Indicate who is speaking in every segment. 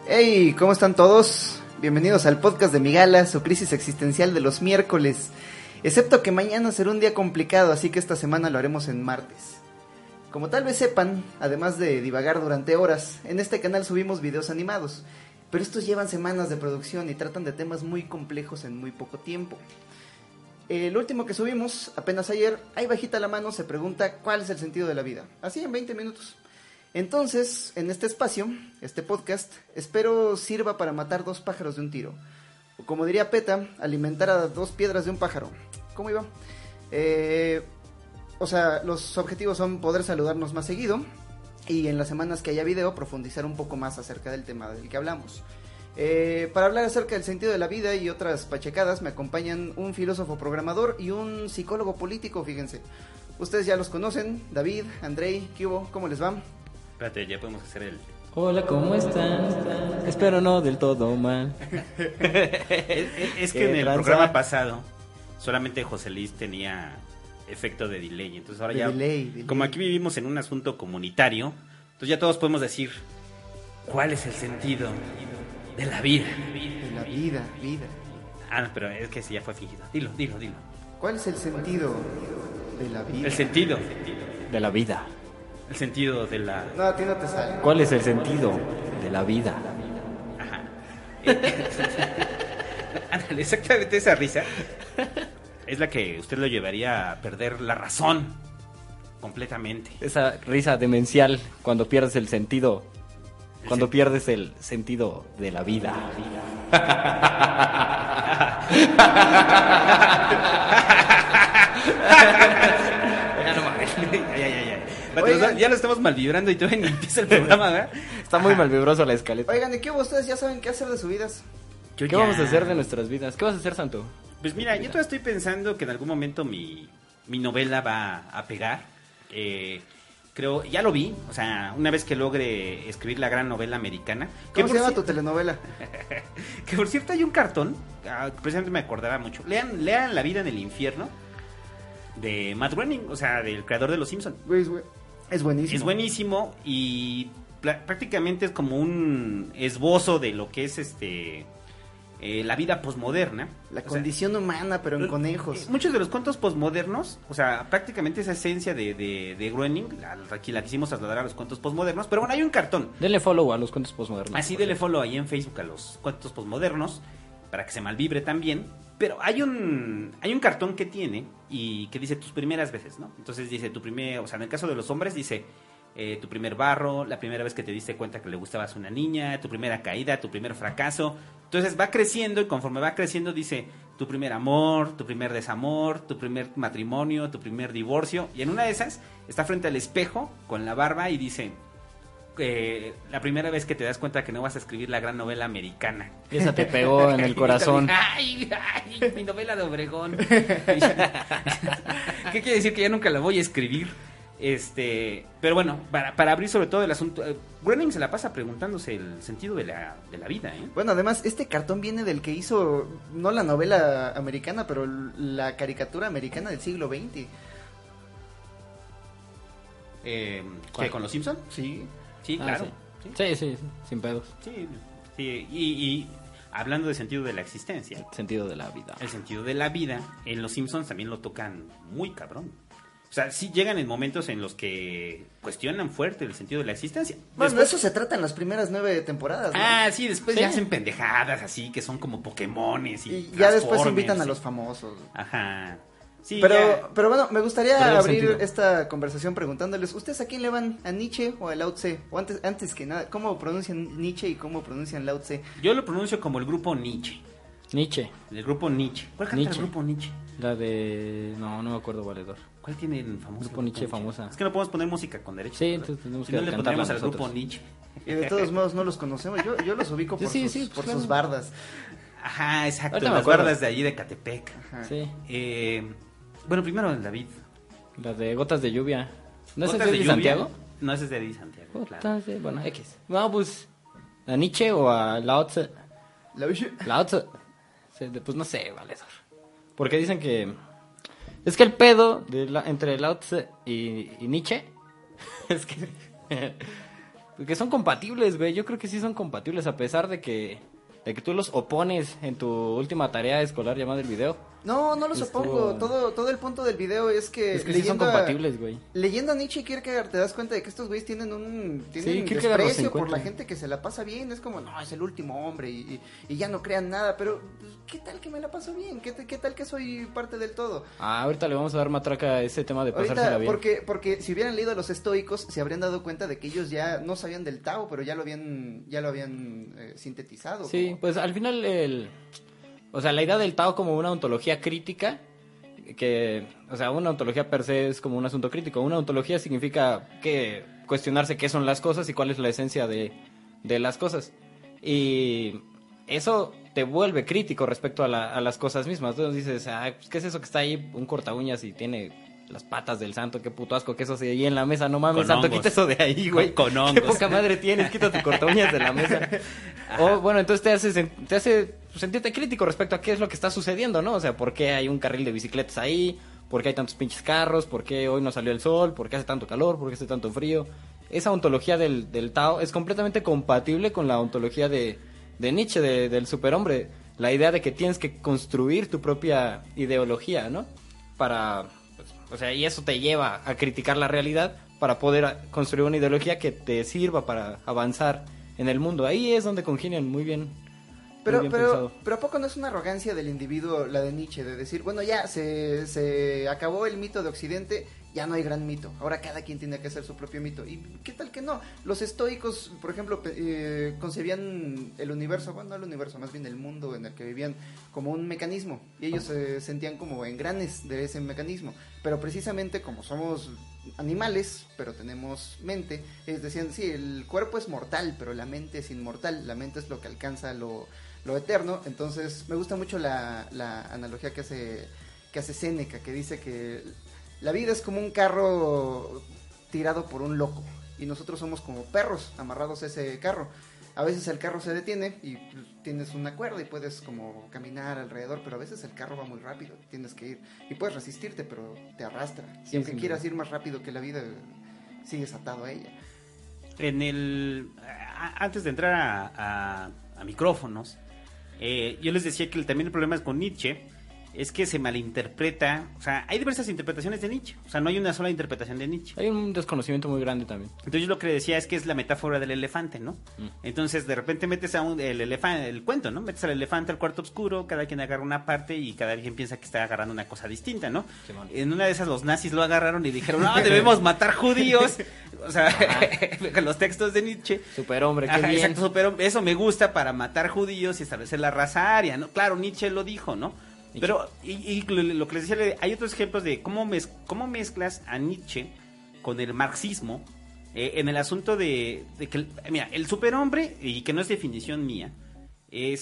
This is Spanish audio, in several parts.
Speaker 1: Hey, ¿cómo están todos? Bienvenidos al podcast de Migala, su crisis existencial de los miércoles. Excepto que mañana será un día complicado, así que esta semana lo haremos en martes. Como tal vez sepan, además de divagar durante horas, en este canal subimos videos animados, pero estos llevan semanas de producción y tratan de temas muy complejos en muy poco tiempo. El último que subimos, apenas ayer, ahí bajita la mano, se pregunta cuál es el sentido de la vida, así en 20 minutos. Entonces, en este espacio, este podcast, espero sirva para matar 2 pájaros de un tiro. O como diría PETA, alimentar a 2 piedras de un pájaro. ¿Cómo iba? Los objetivos son poder saludarnos más seguido y en las semanas que haya video profundizar un poco más acerca del tema del que hablamos. Para hablar acerca del sentido de la vida y otras pachecadas me acompañan un filósofo programador y un psicólogo político, fíjense. Ustedes ya los conocen, David, Andrei, ¿qué hubo? ¿Cómo les va?
Speaker 2: Espérate, ya podemos hacer el...
Speaker 3: Hola, ¿cómo están? Espero no del todo mal.
Speaker 2: es que en el programa pasado solamente José Luis tenía efecto de delay. Entonces ahora ya, delay. Como aquí vivimos en un asunto comunitario, entonces ya todos podemos decir ¿cuál es el sentido de la vida?
Speaker 1: De la vida.
Speaker 2: Ah, pero es que ese ya fue fingido. Dilo.
Speaker 1: ¿Cuál es el sentido de la vida?
Speaker 2: El sentido
Speaker 3: de la vida.
Speaker 2: El sentido de la...
Speaker 1: No, a ti no te sale.
Speaker 3: ¿Cuál es el sentido de la vida?
Speaker 2: Ajá. Ándale, exactamente esa risa es la que usted lo llevaría a perder la razón completamente.
Speaker 3: Esa risa demencial cuando pierdes el sentido. Cuando pierdes el sentido de la vida.
Speaker 2: Ya no mames. Ya lo estamos malvibrando y todavía ni empieza el programa, ¿verdad?
Speaker 3: Está muy malvibroso la escaleta.
Speaker 1: Oigan, ¿y qué ustedes ya saben qué hacer de sus vidas?
Speaker 3: ¿Qué vamos a hacer de nuestras vidas? ¿Qué vas a hacer, Santo?
Speaker 2: Pues mira, yo todavía estoy pensando que en algún momento mi novela va a pegar. Creo, ya lo vi, o sea, una vez que logre escribir la gran novela americana.
Speaker 1: ¿Cómo se llama tu telenovela?
Speaker 2: Que por cierto hay un cartón, precisamente me acordaba mucho. Lean La vida en el infierno de Matt Groening, o sea, del creador de Los Simpson.
Speaker 1: Es buenísimo.
Speaker 2: Es buenísimo y prácticamente es como un esbozo de lo que es la vida posmoderna.
Speaker 1: La condición humana, pero en conejos.
Speaker 2: Muchos de los cuentos posmodernos, o sea, prácticamente esa esencia de Groening, la quisimos trasladar a los cuentos posmodernos, pero bueno, hay un cartón.
Speaker 3: Denle follow a los cuentos posmodernos.
Speaker 2: Así, denle follow ahí en Facebook a los cuentos posmodernos, para que se malvibre también. Pero hay un cartón que tiene y que dice tus primeras veces, ¿no? Entonces dice o sea, en el caso de los hombres dice tu primer barro, la primera vez que te diste cuenta que le gustabas a una niña, tu primera caída, tu primer fracaso. Entonces va creciendo y conforme va creciendo dice tu primer amor, tu primer desamor, tu primer matrimonio, tu primer divorcio. Y en una de esas está frente al espejo con la barba y dice la primera vez que te das cuenta que no vas a escribir la gran novela americana.
Speaker 3: Esa te pegó en el corazón.
Speaker 2: Ay, mi novela de Obregón. ¿Qué quiere decir? Que ya nunca la voy a escribir. Pero bueno, para abrir sobre todo el asunto, Groening se la pasa preguntándose el sentido de la vida, ¿eh?
Speaker 1: Bueno, además, este cartón viene del que hizo, no la novela americana, pero la caricatura americana del siglo XX.
Speaker 2: ¿Qué, con los Simpson?
Speaker 1: Sí.
Speaker 2: Sí, claro.
Speaker 3: Sí, sin pedos.
Speaker 2: Sí. Y hablando de sentido de la existencia.
Speaker 3: El sentido de la vida.
Speaker 2: El sentido de la vida, en los Simpsons también lo tocan muy cabrón. O sea, sí llegan en momentos en los que cuestionan fuerte el sentido de la existencia.
Speaker 1: Bueno, de eso se trata en las primeras 9 temporadas, ¿no?
Speaker 2: Ah, sí, después ya hacen pendejadas así, que son como Pokémones y
Speaker 1: ya después invitan a los famosos.
Speaker 2: Ajá. Sí,
Speaker 1: pero bueno, me gustaría abrir esta conversación preguntándoles, ¿ustedes a quién le van? ¿A Nietzsche o a Lao Tse? O antes que nada, ¿cómo pronuncian Nietzsche y cómo pronuncian Lao Tse?
Speaker 2: Yo lo pronuncio como el grupo Nietzsche. El grupo Nietzsche. ¿Cuál canta el grupo Nietzsche?
Speaker 3: La de... No me acuerdo, valedor.
Speaker 2: ¿Cuál tiene el famoso
Speaker 3: grupo Nietzsche famosa?
Speaker 2: Es que no podemos poner música con derechos.
Speaker 3: Sí, entonces tenemos que
Speaker 2: no le pondremos al grupo Nietzsche.
Speaker 1: Y de todos modos no los conocemos. Yo los ubico por sus bardas.
Speaker 2: Ajá, exacto. Las bardas de allí de Catepec.
Speaker 3: Ajá. Sí.
Speaker 2: Bueno, primero David.
Speaker 3: La de Gotas de Lluvia. ¿No es de Santiago?
Speaker 2: No, ese es de Eddie Santiago.
Speaker 3: Gotas de... Bueno, X. No, pues... ¿A Nietzsche o a Lao Tse? Lao Tse. Pues no sé, valedor. Porque dicen que... Es que el pedo entre Lao Tse y Nietzsche es que que son compatibles, güey. Yo creo que sí son compatibles, a pesar de que tú los opones en tu última tarea escolar llamada el video.
Speaker 1: No los opongo. Todo el punto del video es que
Speaker 3: sí son compatibles, güey.
Speaker 1: Leyendo a Nietzsche y Kierkegaard te das cuenta de que estos güeyes tienen
Speaker 3: desprecio
Speaker 1: por la gente que se la pasa bien. Es como, no, es el último hombre y ya no crean nada. Pero, pues, ¿qué tal que me la paso bien? ¿Qué tal que soy parte del todo?
Speaker 3: Ahorita le vamos a dar matraca a ese tema de pasársela bien.
Speaker 1: Porque si hubieran leído a los estoicos, se habrían dado cuenta de que ellos ya no sabían del Tao, pero ya lo habían sintetizado.
Speaker 3: Sí, como... pues al final o sea, la idea del Tao como una ontología crítica, o sea, una ontología per se es como un asunto crítico. Una ontología significa que cuestionarse qué son las cosas y cuál es la esencia de las cosas. Y eso te vuelve crítico respecto a las cosas mismas. Entonces dices, pues, ¿qué es eso que está ahí? Un corta uñas y tiene las patas del santo, qué puto asco que eso se ahí en la mesa, no mames,
Speaker 2: con
Speaker 3: santo,
Speaker 2: hongos.
Speaker 3: Quita eso de ahí, güey.
Speaker 2: Con hongos.
Speaker 3: Qué poca madre tienes, quita tu corta uñas de la mesa. O bueno, entonces te hace sentirte crítico respecto a qué es lo que está sucediendo, ¿no? O sea, ¿por qué hay un carril de bicicletas ahí? ¿Por qué hay tantos pinches carros? ¿Por qué hoy no salió el sol? ¿Por qué hace tanto calor? ¿Por qué hace tanto frío? Esa ontología del Tao es completamente compatible con la ontología de Nietzsche, del superhombre. La idea de que tienes que construir tu propia ideología, ¿no? O sea, y eso te lleva a criticar la realidad para poder construir una ideología que te sirva para avanzar en el mundo. Ahí es donde congenian muy bien.
Speaker 1: Pero ¿a poco no es una arrogancia del individuo la de Nietzsche? De decir, bueno, ya se acabó el mito de Occidente, ya no hay gran mito. Ahora cada quien tiene que hacer su propio mito. ¿Y qué tal que no? Los estoicos, por ejemplo, concebían el universo, bueno, no el universo, más bien el mundo en el que vivían como un mecanismo. Y ellos se sentían como engranes de ese mecanismo. Pero precisamente como somos animales, pero tenemos mente, ellos decían, sí, el cuerpo es mortal, pero la mente es inmortal. La mente es lo que alcanza lo eterno. Entonces me gusta mucho la analogía que hace Séneca, que dice que la vida es como un carro tirado por un loco y nosotros somos como perros amarrados a ese carro. A veces el carro se detiene y pues, tienes una cuerda y puedes como caminar alrededor, pero a veces el carro va muy rápido, tienes que ir y puedes resistirte, pero te arrastra. Si aunque quieras ir más rápido que la vida, sigues atado a ella.
Speaker 2: Antes de entrar a micrófonos, yo les decía que también el problema es con Nietzsche es que se malinterpreta, o sea, hay diversas interpretaciones de Nietzsche, o sea, no hay una sola interpretación de Nietzsche.
Speaker 3: Hay un desconocimiento muy grande también.
Speaker 2: Entonces yo lo que le decía es que es la metáfora del elefante, ¿no? Entonces de repente metes el cuento, ¿no? Metes al elefante al cuarto oscuro, cada quien agarra una parte y cada quien piensa que está agarrando una cosa distinta, ¿no? Sí, en una de esas los nazis lo agarraron y dijeron, no, debemos matar judíos. O sea, los textos de Nietzsche.
Speaker 3: Superhombre, qué bien.
Speaker 2: Exacto, superhombre, eso me gusta para matar judíos y establecer la raza aria, ¿no? Claro, Nietzsche lo dijo, ¿no? Pero, y lo que les decía, hay otros ejemplos de cómo mezclas a Nietzsche con el marxismo en el asunto de que, mira, el superhombre, y que no es definición mía, que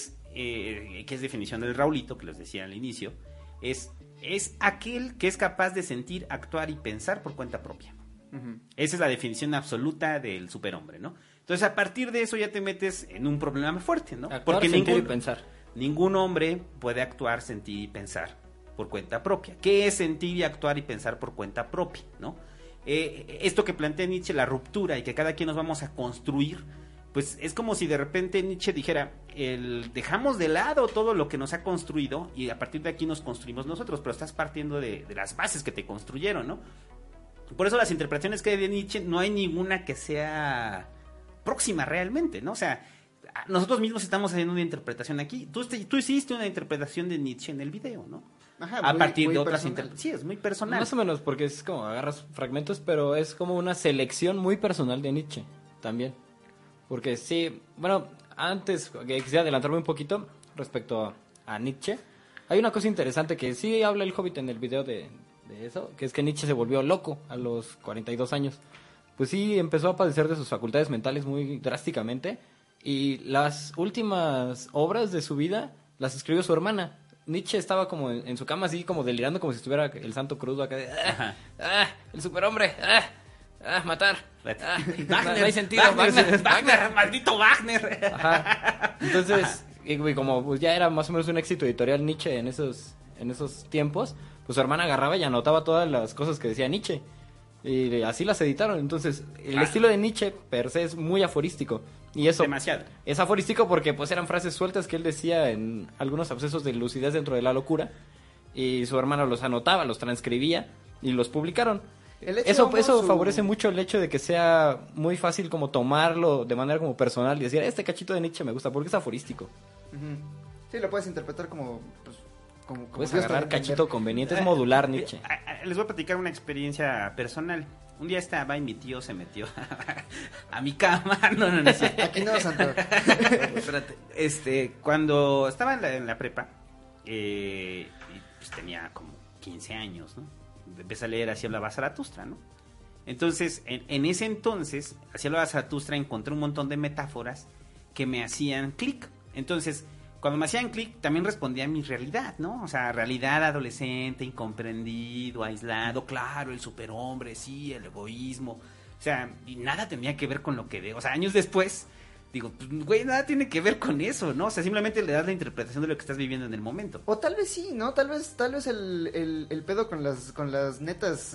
Speaker 2: es definición del Raulito, que les decía al inicio, es aquel que es capaz de sentir, actuar y pensar por cuenta propia. Uh-huh. Esa es la definición absoluta del superhombre, ¿no? Entonces, a partir de eso ya te metes en un problema fuerte, ¿no?
Speaker 3: Actuar, porque sentir y pensar.
Speaker 2: Ningún hombre puede actuar, sentir y pensar por cuenta propia. ¿Qué es sentir y actuar y pensar por cuenta propia, no? Esto que plantea Nietzsche, la ruptura y que cada quien nos vamos a construir, pues es como si de repente Nietzsche dijera, dejamos de lado todo lo que nos ha construido y a partir de aquí nos construimos nosotros, pero estás partiendo de las bases que te construyeron, ¿no? Por eso las interpretaciones que hay de Nietzsche no hay ninguna que sea próxima realmente, ¿no? O sea, nosotros mismos estamos haciendo una interpretación aquí. Tú hiciste una interpretación de Nietzsche en el video, ¿no?
Speaker 1: Ajá,
Speaker 2: a partir de otras interpretaciones. Sí, es muy personal.
Speaker 3: Más o menos, porque es como agarras fragmentos, pero es como una selección muy personal de Nietzsche también. Porque sí, bueno, antes quisiera adelantarme un poquito respecto a Nietzsche. Hay una cosa interesante que sí habla el Hobbit en el video de eso, que es que Nietzsche se volvió loco a los 42 años. Pues sí, empezó a padecer de sus facultades mentales muy drásticamente. Y las últimas obras de su vida las escribió su hermana. Nietzsche estaba como en su cama así como delirando como si estuviera el santo crudo acá de el superhombre, matar.
Speaker 2: Wagner,
Speaker 3: no hay sentido.
Speaker 2: Wagner, maldito Wagner.
Speaker 3: Ajá. Entonces, y como pues ya era más o menos un éxito editorial Nietzsche en esos tiempos, pues su hermana agarraba y anotaba todas las cosas que decía Nietzsche. Y así las editaron. Entonces, el estilo de Nietzsche per se es muy aforístico. Y eso
Speaker 2: Demasiado.
Speaker 3: es aforístico porque pues eran frases sueltas que él decía en algunos abscesos de lucidez dentro de la locura. Y su hermano los anotaba, los transcribía y los publicaron. Eso favorece mucho el hecho de que sea muy fácil como tomarlo de manera como personal y decir, este cachito de Nietzsche me gusta porque es aforístico.
Speaker 1: Sí, lo puedes interpretar como... Pues, como
Speaker 3: puedes
Speaker 1: Dios
Speaker 3: agarrar
Speaker 1: te dé a
Speaker 3: cachito conveniente, es modular Nietzsche.
Speaker 2: Les voy a platicar una experiencia personal. Un día estaba y mi tío se metió a mi cama. No.
Speaker 1: Aquí no, Santo.
Speaker 2: Espérate. Cuando estaba en la prepa, y pues tenía como 15 años, ¿no? Empecé a leer Así hablaba Zaratustra, ¿no? Entonces, en ese entonces, Así hablaba Zaratustra, encontré un montón de metáforas que me hacían clic. Entonces, cuando me hacían clic, también respondía a mi realidad, ¿no? O sea, realidad adolescente, incomprendido, aislado, claro, el superhombre, sí, el egoísmo. O sea, y nada tenía que ver con lo que veo. O sea, años después, digo, pues, güey, nada tiene que ver con eso, ¿no? O sea, simplemente le das la interpretación de lo que estás viviendo en el momento.
Speaker 1: O tal vez sí, ¿no? Tal vez el pedo con las netas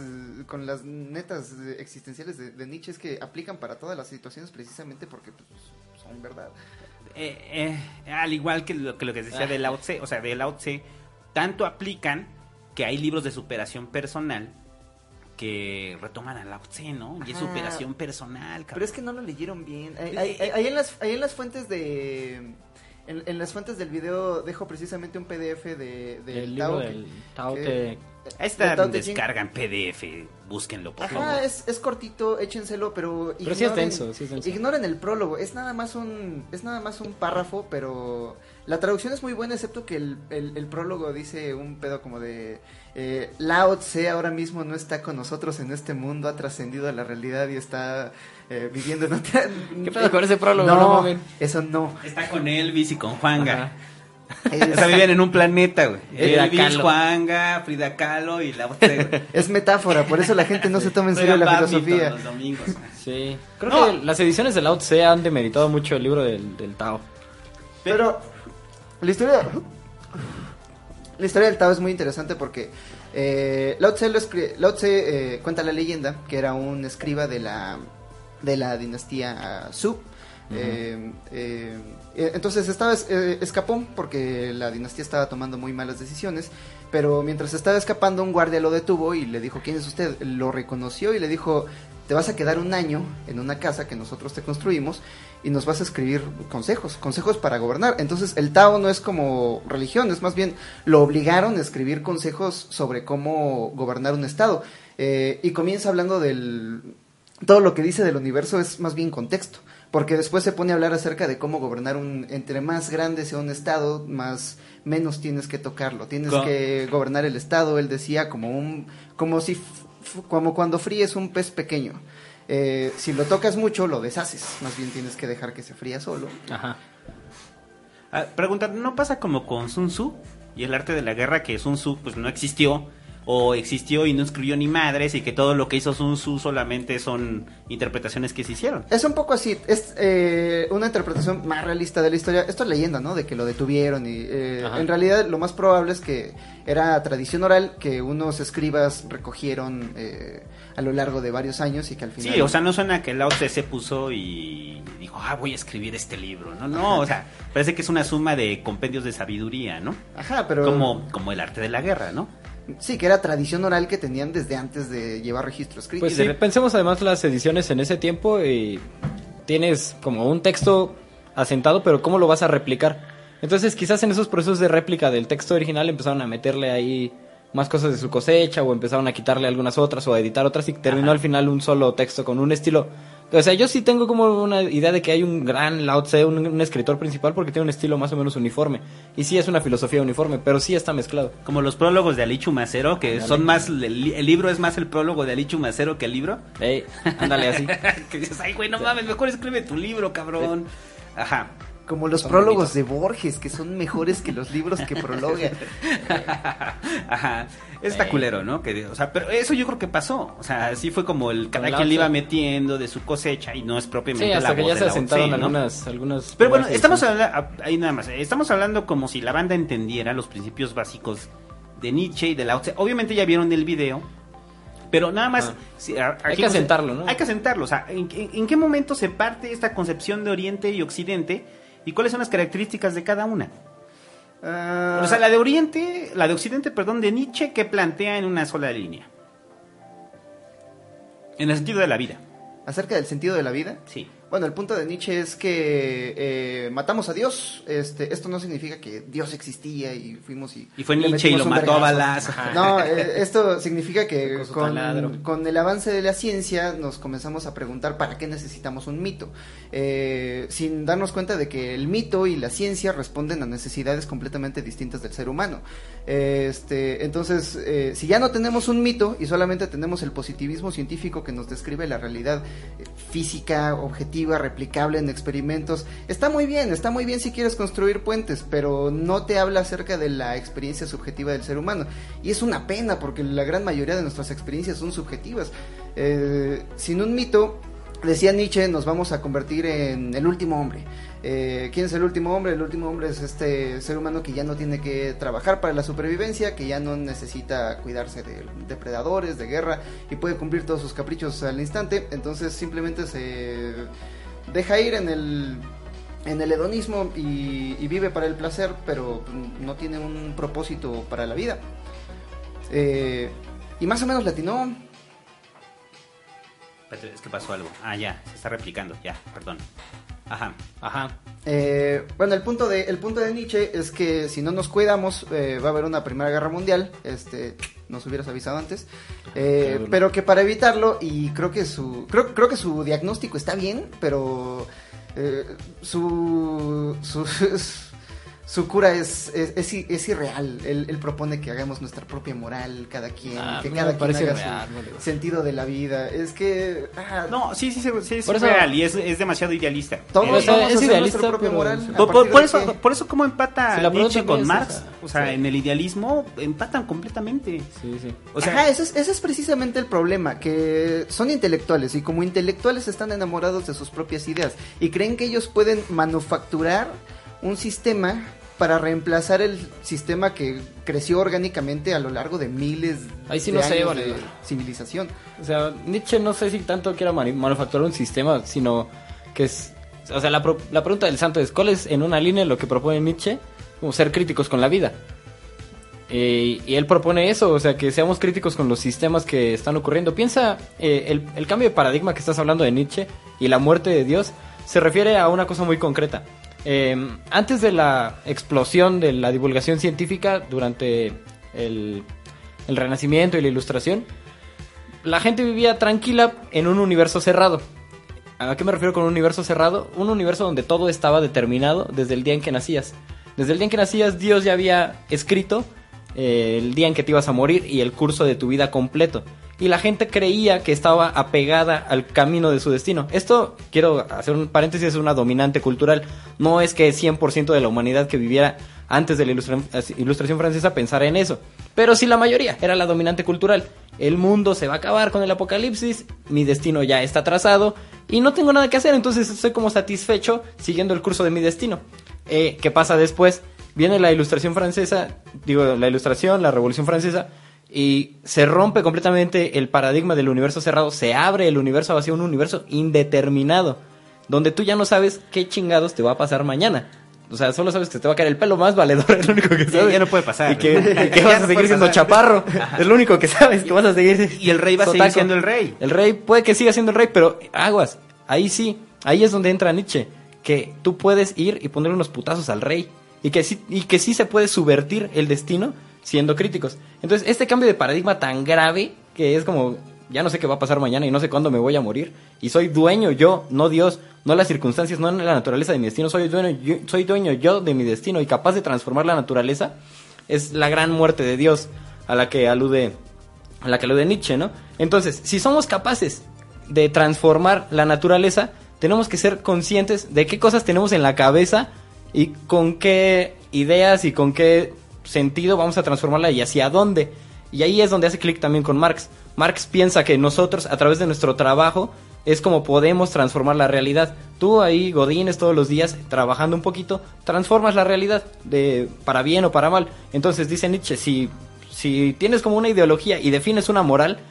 Speaker 1: existenciales de Nietzsche es que aplican para todas las situaciones precisamente porque pues, son verdad.
Speaker 2: Al igual que lo que decía de Lao Tse, o sea, de Lao Tse, tanto aplican que hay libros de superación personal que retoman a Lao Tse, ¿no? Y es superación personal, cabrón.
Speaker 1: Pero es que no lo leyeron bien. Ahí en las fuentes de... En las fuentes del video dejo precisamente un PDF del
Speaker 3: libro del Tao Te...
Speaker 2: Ahí está, descargan PDF, búsquenlo, por favor.
Speaker 1: Es cortito, échenselo, pero
Speaker 3: ignoren, sí es denso.
Speaker 1: Ignoren el prólogo, es nada más un párrafo, pero la traducción es muy buena, excepto que el prólogo dice un pedo como de Lao Tse ahora mismo no está con nosotros en este mundo, ha trascendido a la realidad y está viviendo en otra...
Speaker 3: ¿Qué pedo con ese prólogo?
Speaker 1: No, eso no.
Speaker 2: Está con Elvis y con Juanga. O sea, viven en un planeta, güey. Elvis, Juanga, Frida Kahlo y la otra, güey.
Speaker 1: Es metáfora, por eso la gente no se toma en serio la filosofía.
Speaker 2: Los domingos,
Speaker 3: sí. Creo que las ediciones de Lao Tse han demeritado mucho el libro del Tao.
Speaker 1: Pero la historia del Tao es muy interesante porque Lao Tse cuenta la leyenda que era un escriba de la dinastía Zhou. Entonces escapó porque la dinastía estaba tomando muy malas decisiones, pero mientras estaba escapando un guardia lo detuvo y le dijo, ¿quién es usted? Lo reconoció y le dijo, te vas a quedar un año en una casa que nosotros te construimos y nos vas a escribir consejos para gobernar. Entonces el Tao no es como religión, es más bien lo obligaron a escribir consejos sobre cómo gobernar un estado, y comienza hablando todo lo que dice del universo es más bien contexto, porque después se pone a hablar acerca de cómo gobernar entre más grande sea un estado, menos tienes que tocarlo, tienes que gobernar el estado. Él decía como cuando fríes un pez pequeño, si lo tocas mucho lo deshaces, más bien tienes que dejar que se fría solo.
Speaker 3: Ajá.
Speaker 2: Pregunta, ¿no pasa como con Sun Tzu y el arte de la guerra, que Sun Tzu pues no existió, o existió y no escribió ni madres, y que todo lo que hizo Sun Tzu solamente son interpretaciones que se hicieron?
Speaker 1: Es un poco así, es una interpretación más realista de la historia. Esto es leyenda, ¿no? De que lo detuvieron y en realidad lo más probable es que era tradición oral que unos escribas recogieron a lo largo de varios años y que al final...
Speaker 2: Sí, o sea, no suena que Lao Tse se puso y dijo, voy a escribir este libro. No, o sea, parece que es una suma de compendios de sabiduría, ¿no?
Speaker 1: Ajá, pero...
Speaker 2: Como el arte de la guerra, ¿no?
Speaker 1: Sí, que era tradición oral que tenían desde antes de llevar registro escrito.
Speaker 3: Pues sí. Pensemos además las ediciones en ese tiempo y tienes como un texto asentado, pero ¿cómo lo vas a replicar? Entonces quizás en esos procesos de réplica del texto original empezaron a meterle ahí más cosas de su cosecha, o empezaron a quitarle algunas otras o a editar otras, y terminó al final un solo texto con un estilo. O sea, yo sí tengo como una idea de que hay un gran Lao Tse, un escritor principal, porque tiene un estilo más o menos uniforme. Y sí es una filosofía uniforme, pero sí está mezclado.
Speaker 2: Como los prólogos de Ali Chumacero, que son más... El libro es más el prólogo de Ali Chumacero que el libro.
Speaker 3: Ándale así.
Speaker 2: Que dices, güey, no mames, mejor escribe tu libro, cabrón. Ajá.
Speaker 1: Como los prólogos de Borges, que son mejores que los libros que prologan.
Speaker 2: Ajá. Está culero, ¿no? O sea, pero eso yo creo que pasó. O sea, sí fue como cada quien le iba metiendo de su cosecha, y no es propiamente
Speaker 3: hasta
Speaker 2: la
Speaker 3: que
Speaker 2: voz
Speaker 3: ya
Speaker 2: de
Speaker 3: se asentaron, ¿no? algunas.
Speaker 2: Pero bueno, estamos hablando, ahí nada más. Estamos hablando como si la banda entendiera los principios básicos de Nietzsche y de Lao Tse. Obviamente ya vieron el video Pero nada más...
Speaker 3: Hay que asentarlo, ¿no?
Speaker 2: Hay que asentarlo. O sea, ¿en qué momento se parte esta concepción de Oriente y Occidente? ¿Y cuáles son las características de cada una? O sea, la de Occidente, de Nietzsche, ¿qué plantea en una sola línea? En el sentido de la vida.
Speaker 1: ¿Acerca del sentido de la vida?
Speaker 2: Sí.
Speaker 1: Bueno, el punto de Nietzsche es que matamos a Dios. Esto no significa que Dios existía y fuimos y
Speaker 2: fue Nietzsche y lo mató a balas.
Speaker 1: No, esto significa que con el avance de la ciencia nos comenzamos a preguntar para qué necesitamos un mito, sin darnos cuenta de que el mito y la ciencia responden a necesidades completamente distintas del ser humano. Entonces, si ya no tenemos un mito y solamente tenemos el positivismo científico que nos describe la realidad física, objetiva, replicable en experimentos, está muy bien si quieres construir puentes, pero no te habla acerca de la experiencia subjetiva del ser humano, y es una pena porque la gran mayoría de nuestras experiencias son subjetivas. Sin un mito, decía Nietzsche, nos vamos a convertir en el último hombre. ¿Quién es el último hombre? El último hombre es este ser humano que ya no tiene que trabajar para la supervivencia, que ya no necesita cuidarse de depredadores, de guerra, y puede cumplir todos sus caprichos al instante. Entonces simplemente se deja ir en el hedonismo y vive para el placer, pero no tiene un propósito para la vida. Y más o menos latinó.
Speaker 2: Es que pasó algo. Ya, se está replicando, ya, perdón. Ajá.
Speaker 1: Bueno, el punto de Nietzsche es que si no nos cuidamos, va a haber una primera guerra mundial. Nos hubieras avisado antes. Pero que para evitarlo, y creo que su diagnóstico está bien, pero su cura es irreal. Él propone que hagamos nuestra propia moral, cada quien, que cada quien haga real, su sentido de la vida. Es que...
Speaker 2: No, sí es real, y es demasiado idealista.
Speaker 1: Todos vamos a hacer nuestra propia moral.
Speaker 2: Por eso ¿cómo empata Nietzsche con Marx? O sea, en el idealismo empatan completamente.
Speaker 3: Sí.
Speaker 1: O sea, ese es precisamente el problema, que son intelectuales, y como intelectuales están enamorados de sus propias ideas, y creen que ellos pueden manufacturar un sistema para reemplazar el sistema que creció orgánicamente a lo largo de miles de años de civilización.
Speaker 3: O sea, Nietzsche no sé si tanto quiera manufacturar un sistema, sino que es... O sea, la pregunta del santo es, ¿cuál es en una línea lo que propone Nietzsche? Como ser críticos con la vida. Y él propone eso, o sea, que seamos críticos con los sistemas que están ocurriendo. Piensa, el cambio de paradigma que estás hablando de Nietzsche y la muerte de Dios se refiere a una cosa muy concreta. Antes de la explosión de la divulgación científica durante el Renacimiento y la Ilustración, la gente vivía tranquila en un universo cerrado. ¿A qué me refiero con un universo cerrado? Un universo donde todo estaba determinado desde el día en que nacías. Desde el día en que nacías, Dios ya había escrito el día en que te ibas a morir y el curso de tu vida completo. Y la gente creía que estaba apegada al camino de su destino. Esto, quiero hacer un paréntesis, es una dominante cultural. No es que 100% de la humanidad que viviera antes de la Ilustración francesa pensara en eso. Pero sí la mayoría, era la dominante cultural. El mundo se va a acabar con el apocalipsis, mi destino ya está trazado y no tengo nada que hacer, entonces estoy como satisfecho siguiendo el curso de mi destino. ¿Qué pasa después? Viene la Ilustración francesa, la Revolución Francesa, y se rompe completamente el paradigma del universo cerrado, se abre el universo hacia un universo indeterminado, donde tú ya no sabes qué chingados te va a pasar mañana. O sea, solo sabes que te va a caer el pelo más valedor, es lo único que sabes.
Speaker 2: Ya no puede pasar.
Speaker 3: Y que vas a seguir siendo chaparro, es lo único que sabes, que vas a seguir.
Speaker 2: Y el rey va a seguir siendo el rey.
Speaker 3: El rey puede que siga siendo el rey, pero aguas, ahí es donde entra Nietzsche, que tú puedes ir y poner unos putazos al rey, y que sí se puede subvertir el destino siendo críticos. Entonces, este cambio de paradigma tan grave, que es como, ya no sé qué va a pasar mañana y no sé cuándo me voy a morir, y soy dueño yo, no Dios, no las circunstancias, no la naturaleza de mi destino, soy dueño yo de mi destino y capaz de transformar la naturaleza, es la gran muerte de Dios a la que alude Nietzsche, ¿no? Entonces, si somos capaces de transformar la naturaleza, tenemos que ser conscientes de qué cosas tenemos en la cabeza y con qué ideas y con qué sentido vamos a transformarla y hacia dónde. Y ahí es donde hace clic también con Marx. Marx piensa que nosotros, a través de nuestro trabajo, es como podemos transformar la realidad. Tú ahí, godines, todos los días, trabajando un poquito, transformas la realidad, para bien o para mal. Entonces dice Nietzsche, si tienes como una ideología y defines una moral,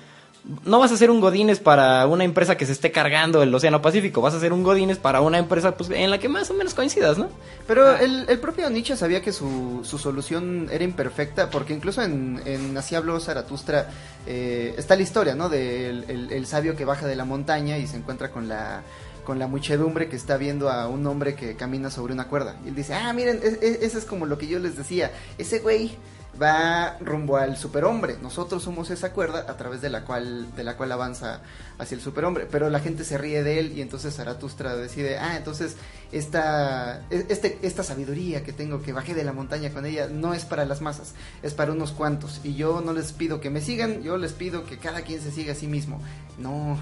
Speaker 3: no vas a ser un Godínez para una empresa que se esté cargando el Océano Pacífico, vas a ser un Godínez para una empresa pues en la que más o menos coincidas, ¿no?
Speaker 1: Pero el propio Nietzsche sabía que su solución era imperfecta, porque incluso en Así habló Zaratustra está la historia, ¿no? Del el sabio que baja de la montaña y se encuentra con la muchedumbre que está viendo a un hombre que camina sobre una cuerda. Y él dice, miren, eso es como lo que yo les decía, ese güey va rumbo al superhombre, nosotros somos esa cuerda a través de la cual avanza hacia el superhombre, pero la gente se ríe de él y entonces Zaratustra decide, entonces esta sabiduría que tengo, que bajé de la montaña con ella, no es para las masas, es para unos cuantos, y yo no les pido que me sigan, yo les pido que cada quien se siga a sí mismo. No,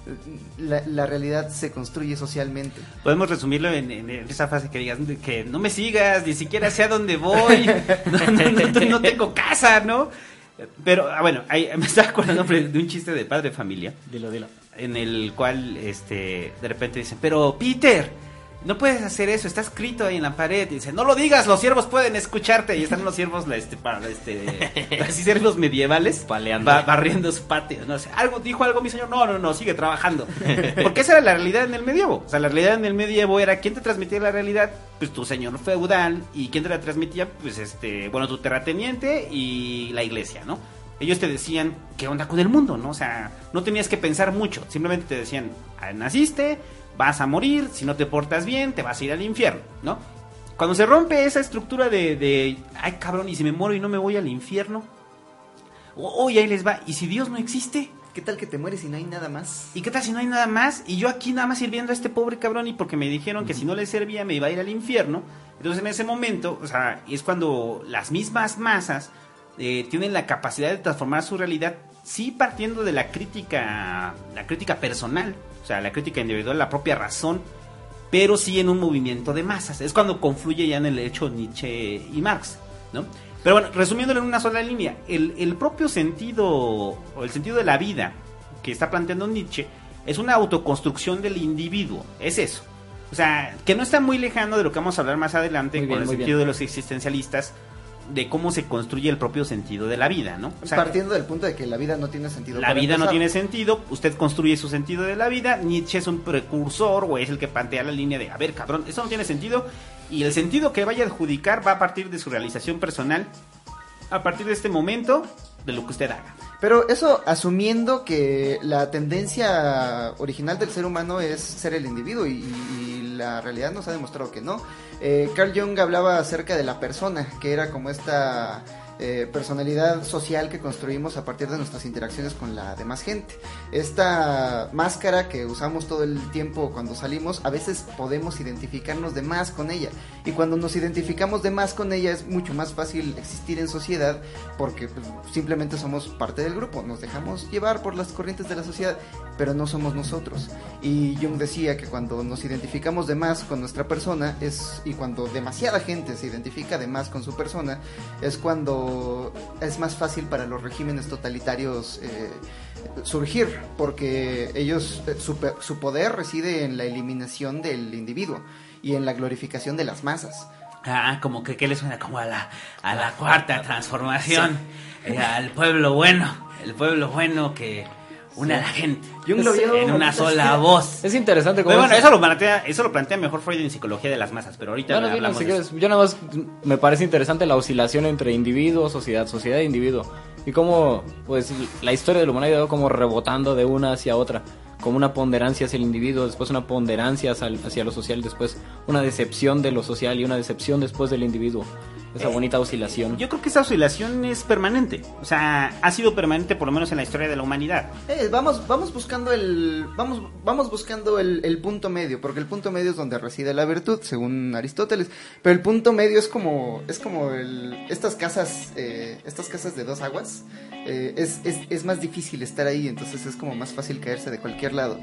Speaker 1: la realidad se construye socialmente.
Speaker 2: Podemos resumirlo en esa frase que digas, que no me sigas, ni siquiera sé a dónde voy, no tengo casa, ¿no? Pero, bueno, me estaba acordando de un chiste de Padre de Familia.
Speaker 3: Dilo.
Speaker 2: En el cual, de repente dicen, pero Peter, no puedes hacer eso, está escrito ahí en la pared. Y dice, no lo digas, los ciervos pueden escucharte. Y están los ciervos, así ciervos medievales, barriendo su patio. No sé, dijo algo mi señor, no, sigue trabajando. Porque esa era la realidad en el medievo. O sea, la realidad en el medievo era, ¿quién te transmitía la realidad? Pues tu señor feudal. ¿Y quién te la transmitía? Pues tu terrateniente y la iglesia, ¿no? Ellos te decían, ¿qué onda con el mundo? ¿No? O sea, no tenías que pensar mucho. Simplemente te decían, naciste, vas a morir, si no te portas bien, te vas a ir al infierno, ¿no? Cuando se rompe esa estructura de ay cabrón, y si me muero y no me voy al infierno, y ahí les va, ¿y si Dios no existe?
Speaker 1: ¿Qué tal que te mueres y no hay nada más?
Speaker 2: ¿Y qué tal si no hay nada más? Y yo aquí nada más sirviendo a este pobre cabrón, y porque me dijeron que si no le servía me iba a ir al infierno. Entonces en ese momento, o sea, es cuando las mismas masas tienen la capacidad de transformar su realidad, sí partiendo de la crítica personal, o sea, la crítica individual, la propia razón, pero sí en un movimiento de masas. Es cuando confluye ya en el hecho Nietzsche y Marx, ¿no? Pero bueno, resumiéndolo en una sola línea, el propio sentido, o el sentido de la vida que está planteando Nietzsche, es una autoconstrucción del individuo, es eso. O sea, que no está muy lejano de lo que vamos a hablar más adelante con el sentido de los existencialistas, de cómo se construye el propio sentido de la vida, ¿no?
Speaker 1: O sea, partiendo del punto de que la vida no tiene sentido.
Speaker 2: La vida no tiene sentido, usted construye su sentido de la vida. Nietzsche es un precursor, o es el que plantea la línea de, a ver, cabrón, eso no tiene sentido, y el sentido que vaya a adjudicar va a partir de su realización personal, a partir de este momento, de lo que usted haga.
Speaker 1: Pero eso asumiendo que la tendencia original del ser humano es ser el individuo, y la realidad nos ha demostrado que no. Carl Jung hablaba acerca de la persona, que era como esta personalidad social que construimos a partir de nuestras interacciones con la demás gente. Esta máscara que usamos todo el tiempo cuando salimos, a veces podemos identificarnos de más con ella, y cuando nos identificamos de más con ella es mucho más fácil existir en sociedad, porque pues, simplemente somos parte del grupo, nos dejamos llevar por las corrientes de la sociedad, pero no somos nosotros. Y Jung decía que cuando nos identificamos de más con nuestra persona, y cuando demasiada gente se identifica de más con su persona, es cuando es más fácil para los regímenes totalitarios surgir, porque ellos su poder reside en la eliminación del individuo y en la glorificación de las masas.
Speaker 2: Como que ¿qué le suena? Como a la cuarta transformación, sí. Al pueblo bueno, el pueblo bueno que une a la gente en una sola voz.
Speaker 3: Es interesante cómo.
Speaker 2: Pero bueno, eso lo plantea mejor Freud en Psicología de las Masas, pero ahorita hablamos de eso.
Speaker 3: Yo nada más me parece interesante la oscilación entre individuo, sociedad e individuo, y cómo pues la historia de la humanidad va como rebotando de una hacia otra, como una ponderancia hacia el individuo, después una ponderancia hacia lo social, después una decepción de lo social y una decepción después del individuo. Esa bonita oscilación.
Speaker 2: Yo creo que esa oscilación es permanente. O sea, ha sido permanente por lo menos en la historia de la humanidad.
Speaker 1: Vamos buscando vamos buscando el punto medio, porque el punto medio es donde reside la virtud, según Aristóteles. Pero el punto medio es como estas casas de dos aguas. Es más difícil estar ahí, entonces es como más fácil caerse de cualquier lado.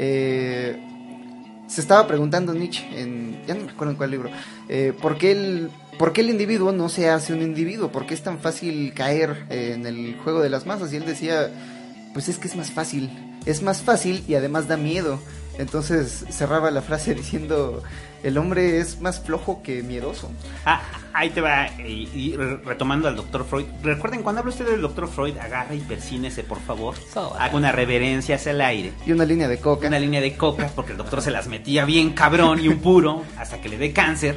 Speaker 1: Se estaba preguntando Nietzsche, ya no me acuerdo en cuál libro, ¿por qué el individuo no se hace un individuo? ¿Por qué es tan fácil caer en el juego de las masas? Y él decía, pues es que es más fácil y además da miedo. Entonces cerraba la frase diciendo: el hombre es más flojo que miedoso.
Speaker 2: Ahí te va, y retomando al Dr. Freud. Recuerden, cuando habla usted del Dr. Freud, agarra y persínese, por favor. Haga una reverencia hacia el aire.
Speaker 1: Y una línea de coca.
Speaker 2: Una línea de coca, porque el doctor se las metía bien cabrón y un puro, hasta que le dé cáncer.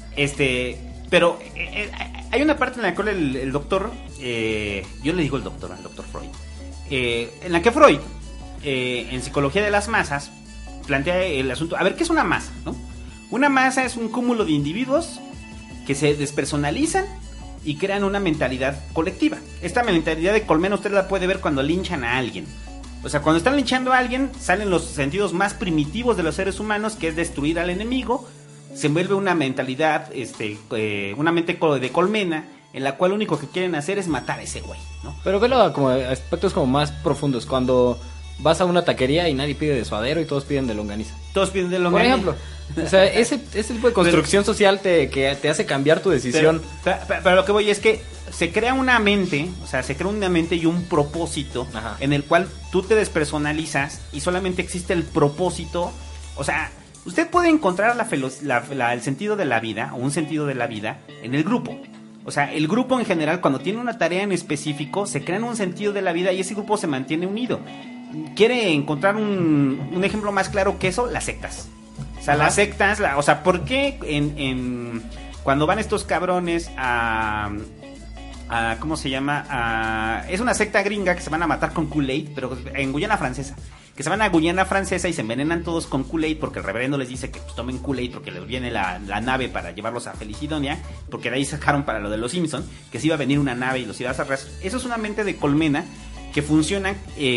Speaker 2: Pero hay una parte en la cual el doctor, yo le digo el doctor al Dr. Freud, en la que Freud, en Psicología de las Masas, plantea el asunto. A ver, ¿qué es una masa, no? Una masa es un cúmulo de individuos que se despersonalizan y crean una mentalidad colectiva. Esta mentalidad de colmena usted la puede ver cuando linchan a alguien. O sea, cuando están linchando a alguien, salen los sentidos más primitivos de los seres humanos, que es destruir al enemigo. Se envuelve una mentalidad, una mente de colmena, en la cual lo único que quieren hacer es matar a ese güey, ¿no?
Speaker 3: Pero velo como aspectos como más profundos. Cuando vas a una taquería y nadie pide de suadero y todos piden de longaniza.
Speaker 2: Todos piden de longaniza.
Speaker 3: Por ejemplo, o sea, ese tipo de construcción social que te hace cambiar tu decisión.
Speaker 2: Pero lo que voy es que se crea una mente, o sea, se crea una mente y un propósito. Ajá. En el cual tú te despersonalizas y solamente existe el propósito. O sea, usted puede encontrar el sentido de la vida, o un sentido de la vida, en el grupo. O sea, el grupo en general, cuando tiene una tarea en específico, se crea un sentido de la vida y ese grupo se mantiene unido. ¿Quiere encontrar un ejemplo más claro que eso? Las sectas. O sea, las sectas, o sea, ¿por qué cuando van estos cabrones a ¿cómo se llama? Es una secta gringa que se van a matar con Kool-Aid, pero en Guyana Francesa. Que se van a Guyana Francesa y se envenenan todos con Kool-Aid porque el reverendo les dice que pues, tomen Kool-Aid porque les viene la nave para llevarlos a Felicidonia, porque de ahí sacaron para lo de los Simpson, que se iba a venir una nave y los iba a arrastrar. Eso es una mente de colmena que funciona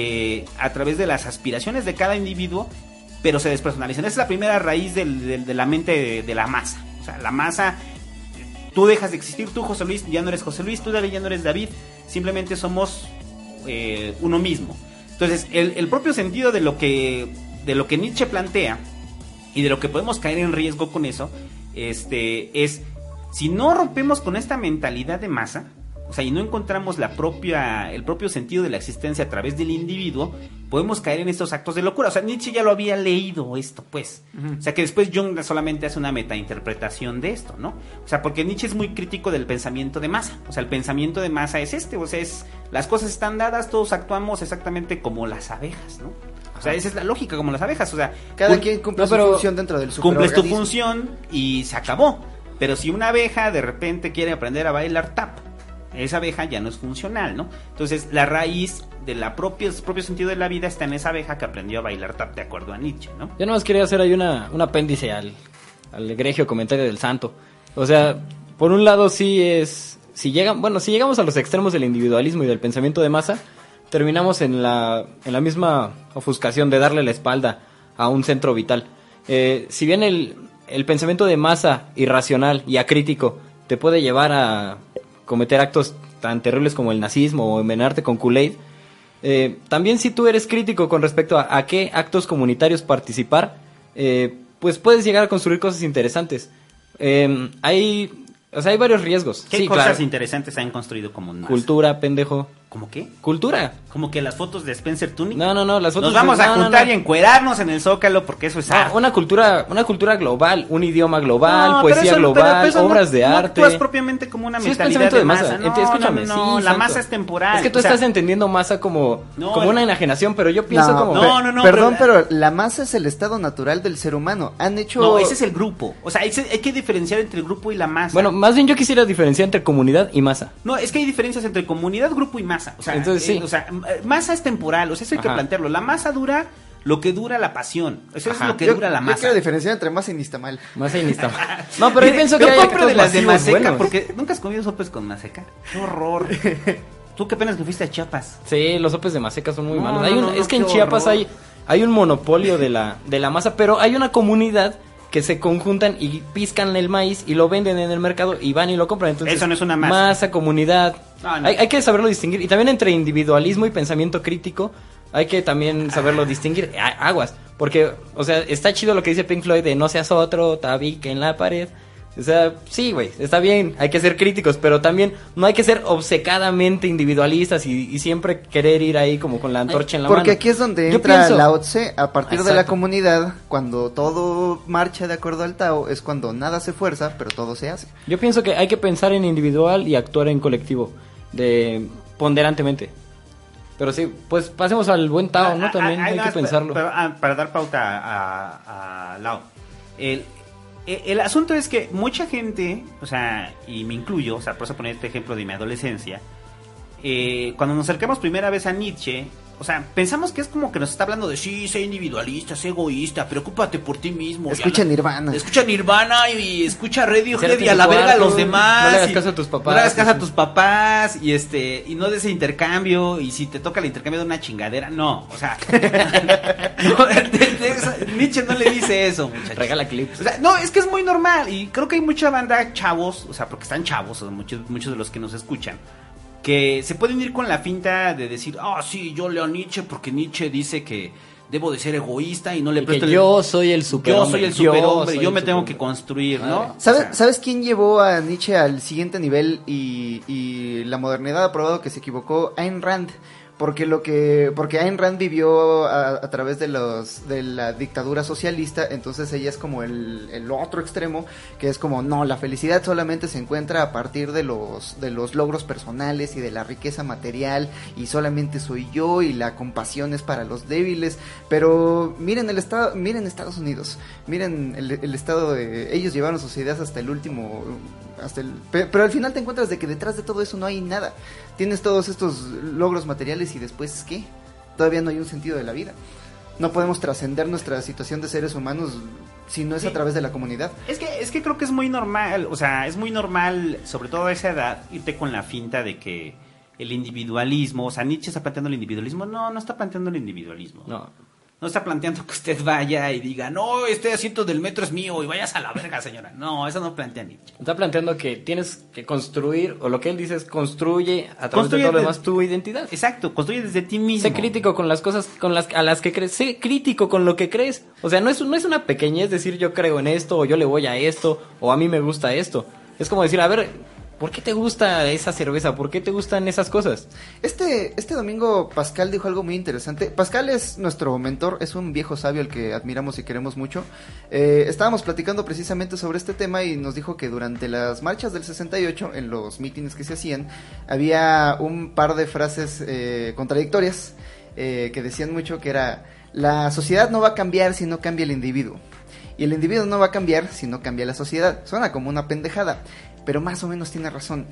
Speaker 2: a través de las aspiraciones de cada individuo, pero se despersonalizan. Esa es la primera raíz de la mente de la masa. O sea, la masa, tú dejas de existir, tú José Luis ya no eres José Luis, tú David ya no eres David, simplemente somos uno mismo. Entonces, el propio sentido de lo que Nietzsche plantea y de lo que podemos caer en riesgo con eso, es si no rompemos con esta mentalidad de masa, o sea, y no encontramos el propio sentido de la existencia a través del individuo, podemos caer en estos actos de locura. O sea, Nietzsche ya lo había leído esto, pues. Uh-huh. O sea, que después Jung solamente hace una metainterpretación de esto, ¿no? O sea, porque Nietzsche es muy crítico del pensamiento de masa. O sea, el pensamiento de masa es o sea, las cosas están dadas, todos actuamos exactamente como las abejas, ¿no? O sea, esa es la lógica, como las abejas. O sea,
Speaker 1: cada quien cumple su función dentro del superorganismo.
Speaker 2: Cumples tu función y se acabó. Pero si una abeja de repente quiere aprender a bailar tap, esa abeja ya no es funcional, ¿no? Entonces, la raíz de el propio sentido de la vida está en esa abeja que aprendió a bailar tap de acuerdo a Nietzsche, ¿no?
Speaker 3: Yo nomás quería hacer ahí un apéndice al egregio comentario del santo. O sea, por un lado si llegamos a los extremos del individualismo y del pensamiento de masa, terminamos en la misma ofuscación de darle la espalda a un centro vital. Si bien el pensamiento de masa irracional y acrítico te puede llevar a cometer actos tan terribles como el nazismo o envenenarte con Kool-Aid, también si tú eres crítico con respecto a qué actos comunitarios participar, pues puedes llegar a construir cosas interesantes. Hay varios riesgos.
Speaker 2: ¿Qué cosas interesantes han construido como masa?
Speaker 3: Cultura, pendejo.
Speaker 2: ¿Cómo qué?
Speaker 3: Cultura.
Speaker 2: ¿Como que las fotos de Spencer Tunick?
Speaker 3: No, las fotos.
Speaker 2: Nos vamos a juntar y encuerarnos en el Zócalo porque eso es arte.
Speaker 3: Una cultura global, un idioma global, poesía global, obras de arte.
Speaker 2: No actúas propiamente como una mentalidad de masa.
Speaker 3: Escúchame,
Speaker 2: no, la masa es temporal.
Speaker 3: Es que tú estás entendiendo masa como una enajenación, pero yo pienso como...
Speaker 1: Perdón, pero la masa es el estado natural del ser humano. Han hecho...
Speaker 2: No, ese es el grupo. O sea, hay que diferenciar entre el grupo y la masa.
Speaker 3: Bueno, más bien yo quisiera diferenciar entre comunidad y masa.
Speaker 2: No, es que hay diferencias entre comunidad, grupo y masa. O sea,
Speaker 3: entonces, sí.
Speaker 2: O sea, masa es temporal, o sea, eso hay que plantearlo. La masa dura lo que dura la pasión. Eso es lo que dura la masa.
Speaker 1: Yo quiero diferenciar entre masa y nistamal.
Speaker 3: Masa y nistamal. No, pero yo pienso que hay
Speaker 2: compro de las de maseca,
Speaker 3: buenos.
Speaker 2: porque nunca has comido sopes con maseca. ¡Qué horror! Tú qué penas que fuiste a Chiapas.
Speaker 3: Sí, los sopes de maseca son muy malos. Es que en Chiapas hay un monopolio de la masa, pero hay una comunidad que se conjuntan y piscan el maíz y lo venden en el mercado y van y lo compran. Entonces,
Speaker 2: eso no es una masa.
Speaker 3: Masa, comunidad. No. Hay que saberlo distinguir. Y también entre individualismo y pensamiento crítico hay que también saberlo distinguir. Aguas. Porque, o sea, está chido lo que dice Pink Floyd de no seas otro tabique en la pared. O sea, sí, güey, está bien, hay que ser críticos, pero también no hay que ser obcecadamente individualistas y siempre querer ir ahí como con la antorcha en la mano.
Speaker 1: Porque aquí es donde entra Lao Tse, a partir de la comunidad, cuando todo marcha de acuerdo al Tao, es cuando nada se fuerza, pero todo se hace.
Speaker 3: Yo pienso que hay que pensar en individual y actuar en colectivo, ponderantemente. Pero sí, pues pasemos al buen Tao, ¿no? También hay que pensarlo.
Speaker 2: Para dar pauta a Lao. El asunto es que mucha gente, o sea, y me incluyo, o sea, por eso poner este ejemplo de mi adolescencia, cuando nos acercamos primera vez a Nietzsche, o sea, pensamos que es como que nos está hablando de sí, sé individualista, sé egoísta, preocúpate por ti mismo.
Speaker 1: Escucha Nirvana.
Speaker 2: Escucha Nirvana y escucha Radiohead y a la verga a los demás.
Speaker 3: No le hagas caso a tus papás.
Speaker 2: No le hagas caso a tus papás y no de ese intercambio, y si te toca el intercambio de una chingadera, no, o sea, Nietzsche no le dice eso, muchachos.
Speaker 3: Regala clips.
Speaker 2: O sea, no, es que es muy normal y creo que hay mucha banda chavos, o sea, porque están chavos, o sea, muchos de los que nos escuchan, que se pueden ir con la finta de decir, sí, yo leo a Nietzsche porque Nietzsche dice que debo de ser egoísta y no le presto
Speaker 3: yo soy el superhombre.
Speaker 2: Yo soy el superhombre, yo me tengo que construir, ¿no?
Speaker 1: ¿Sabes quién llevó a Nietzsche al siguiente nivel y la modernidad ha probado que se equivocó? Ayn Rand. Porque Ayn Rand vivió a través de la dictadura socialista, entonces ella es como el otro extremo, que es como, no, la felicidad solamente se encuentra a partir de los logros personales y de la riqueza material, y solamente soy yo, y la compasión es para los débiles. Pero miren Estados Unidos, miren el estado de, ellos llevaron sus ideas hasta el último, pero al final te encuentras de que detrás de todo eso no hay nada. Tienes todos estos logros materiales y después ¿qué? Todavía no hay un sentido de la vida. No podemos trascender nuestra situación de seres humanos si no es a través de la comunidad.
Speaker 2: Es que creo que es muy normal, o sea, es muy normal, sobre todo a esa edad, irte con la finta de que el individualismo, o sea, Nietzsche está planteando el individualismo. No está planteando el individualismo. No está planteando que usted vaya y diga, no, este asiento del metro es mío y vayas a la verga, señora. No, eso no plantea Nietzsche.
Speaker 3: Está planteando que tienes que construir, o lo que él dice es construye a través de todo lo demás tu identidad.
Speaker 2: Exacto, construye desde ti mismo.
Speaker 3: Sé crítico con las cosas a las que crees. Sé crítico con lo que crees. O sea, no es una pequeñez decir yo creo en esto, o yo le voy a esto, o a mí me gusta esto. Es como decir, a ver, ¿por qué te gusta esa cerveza? ¿Por qué te gustan esas cosas?
Speaker 1: Este domingo Pascal dijo algo muy interesante. Pascal es nuestro mentor, es un viejo sabio al que admiramos y queremos mucho. Estábamos platicando precisamente sobre este tema y nos dijo que durante las marchas del 68, en los mítines que se hacían, había un par de frases contradictorias que decían mucho, que era: la sociedad no va a cambiar si no cambia el individuo, y el individuo no va a cambiar si no cambia la sociedad. Suena como una pendejada, pero más o menos tiene razón,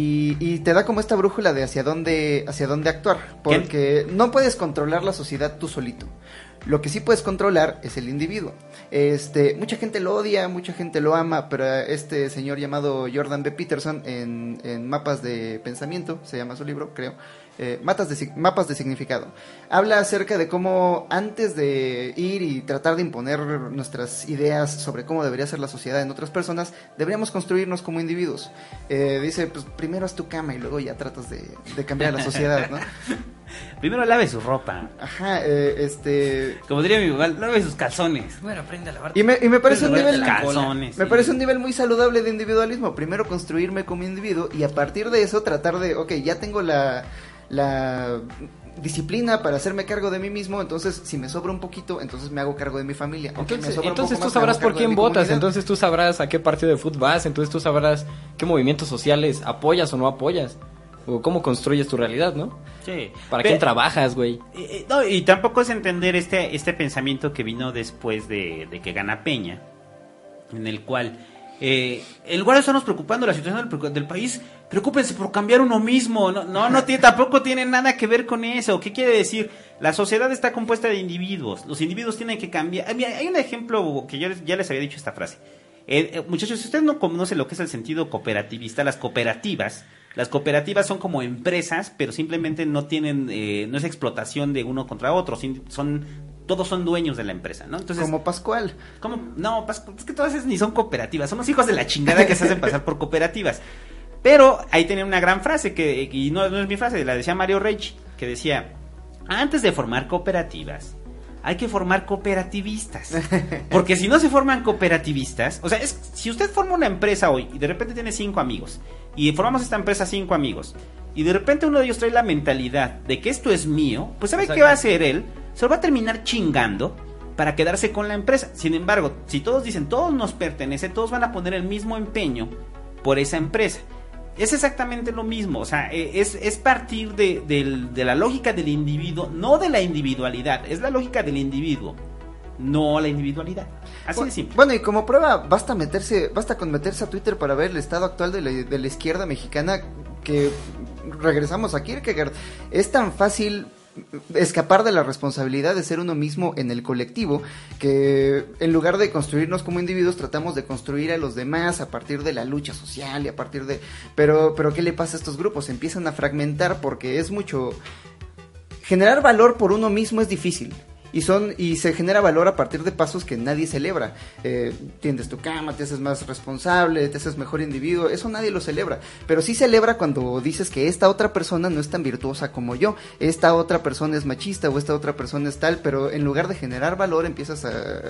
Speaker 1: y te da como esta brújula de hacia dónde actuar, porque no puedes controlar la sociedad tú solito. Lo que sí puedes controlar es el individuo. Mucha gente lo odia, mucha gente lo ama, pero este señor llamado Jordan B. Peterson, en Mapas de Pensamiento, se llama su libro, creo, Mapas de Significado, habla acerca de cómo antes de ir y tratar de imponer nuestras ideas sobre cómo debería ser la sociedad en otras personas, deberíamos construirnos como individuos. Dice, pues primero haz tu cama y luego ya tratas de cambiar la sociedad, ¿no?
Speaker 2: Primero lave su ropa.
Speaker 1: Ajá,
Speaker 2: como diría mi mamá, lave sus calzones.
Speaker 3: Bueno, aprende a lavar.
Speaker 1: Y me parece un nivel
Speaker 2: calzones.
Speaker 1: Me parece un nivel muy saludable de individualismo. Primero construirme como individuo y a partir de eso tratar de, ya tengo la disciplina para hacerme cargo de mí mismo, entonces si me sobra un poquito, entonces me hago cargo de mi familia.
Speaker 3: Entonces tú sabrás por quién votas, entonces tú sabrás a qué partido de fútbol vas, entonces tú sabrás qué movimientos sociales apoyas o no apoyas. O cómo construyes tu realidad, ¿no?
Speaker 2: Sí.
Speaker 3: ¿Para quién trabajas, güey?
Speaker 2: No, y tampoco es entender este pensamiento que vino después de que gana Peña, en el cual, en lugar de estarnos preocupando la situación del país, preocúpense por cambiar uno mismo. Tampoco tiene nada que ver con eso. ¿Qué quiere decir? La sociedad está compuesta de individuos. Los individuos tienen que cambiar. Mira, hay un ejemplo que yo ya les había dicho esta frase. Muchachos, si ustedes no conocen lo que es el sentido cooperativista, las cooperativas son como empresas, pero simplemente no tienen, no es explotación de uno contra otro, todos son dueños de la empresa, ¿no? Entonces,
Speaker 1: como Pascual.
Speaker 2: No, es que todas esas ni son cooperativas, son los hijos de la chingada que se hacen pasar por cooperativas. Pero ahí tenía una gran frase, y no es mi frase, la decía Mario Reich, que decía: antes de formar cooperativas, hay que formar cooperativistas. Porque si no se forman cooperativistas, o sea, si usted forma una empresa hoy y de repente tiene 5 amigos, y formamos esta empresa 5 amigos, y de repente uno de ellos trae la mentalidad de que esto es mío, pues ¿sabe qué va a hacer él? Se lo va a terminar chingando para quedarse con la empresa. Sin embargo, si todos dicen, todos nos pertenece, todos van a poner el mismo empeño por esa empresa. Es exactamente lo mismo, o sea, es partir de la lógica del individuo, no de la individualidad, es la lógica del individuo, no la individualidad. Así de simple.
Speaker 1: Bueno, y como prueba, basta con meterse a Twitter para ver el estado actual de la izquierda mexicana, que regresamos a Kierkegaard. Es tan fácil escapar de la responsabilidad de ser uno mismo en el colectivo, que en lugar de construirnos como individuos tratamos de construir a los demás a partir de la lucha social y a partir de... Pero ¿qué le pasa a estos grupos? Se empiezan a fragmentar porque es mucho... Generar valor por uno mismo es difícil. Y se genera valor a partir de pasos que nadie celebra. Tiendes tu cama, te haces más responsable, te haces mejor individuo. Eso nadie lo celebra. Pero sí celebra cuando dices que esta otra persona no es tan virtuosa como yo. Esta otra persona es machista o esta otra persona es tal. Pero en lugar de generar valor empiezas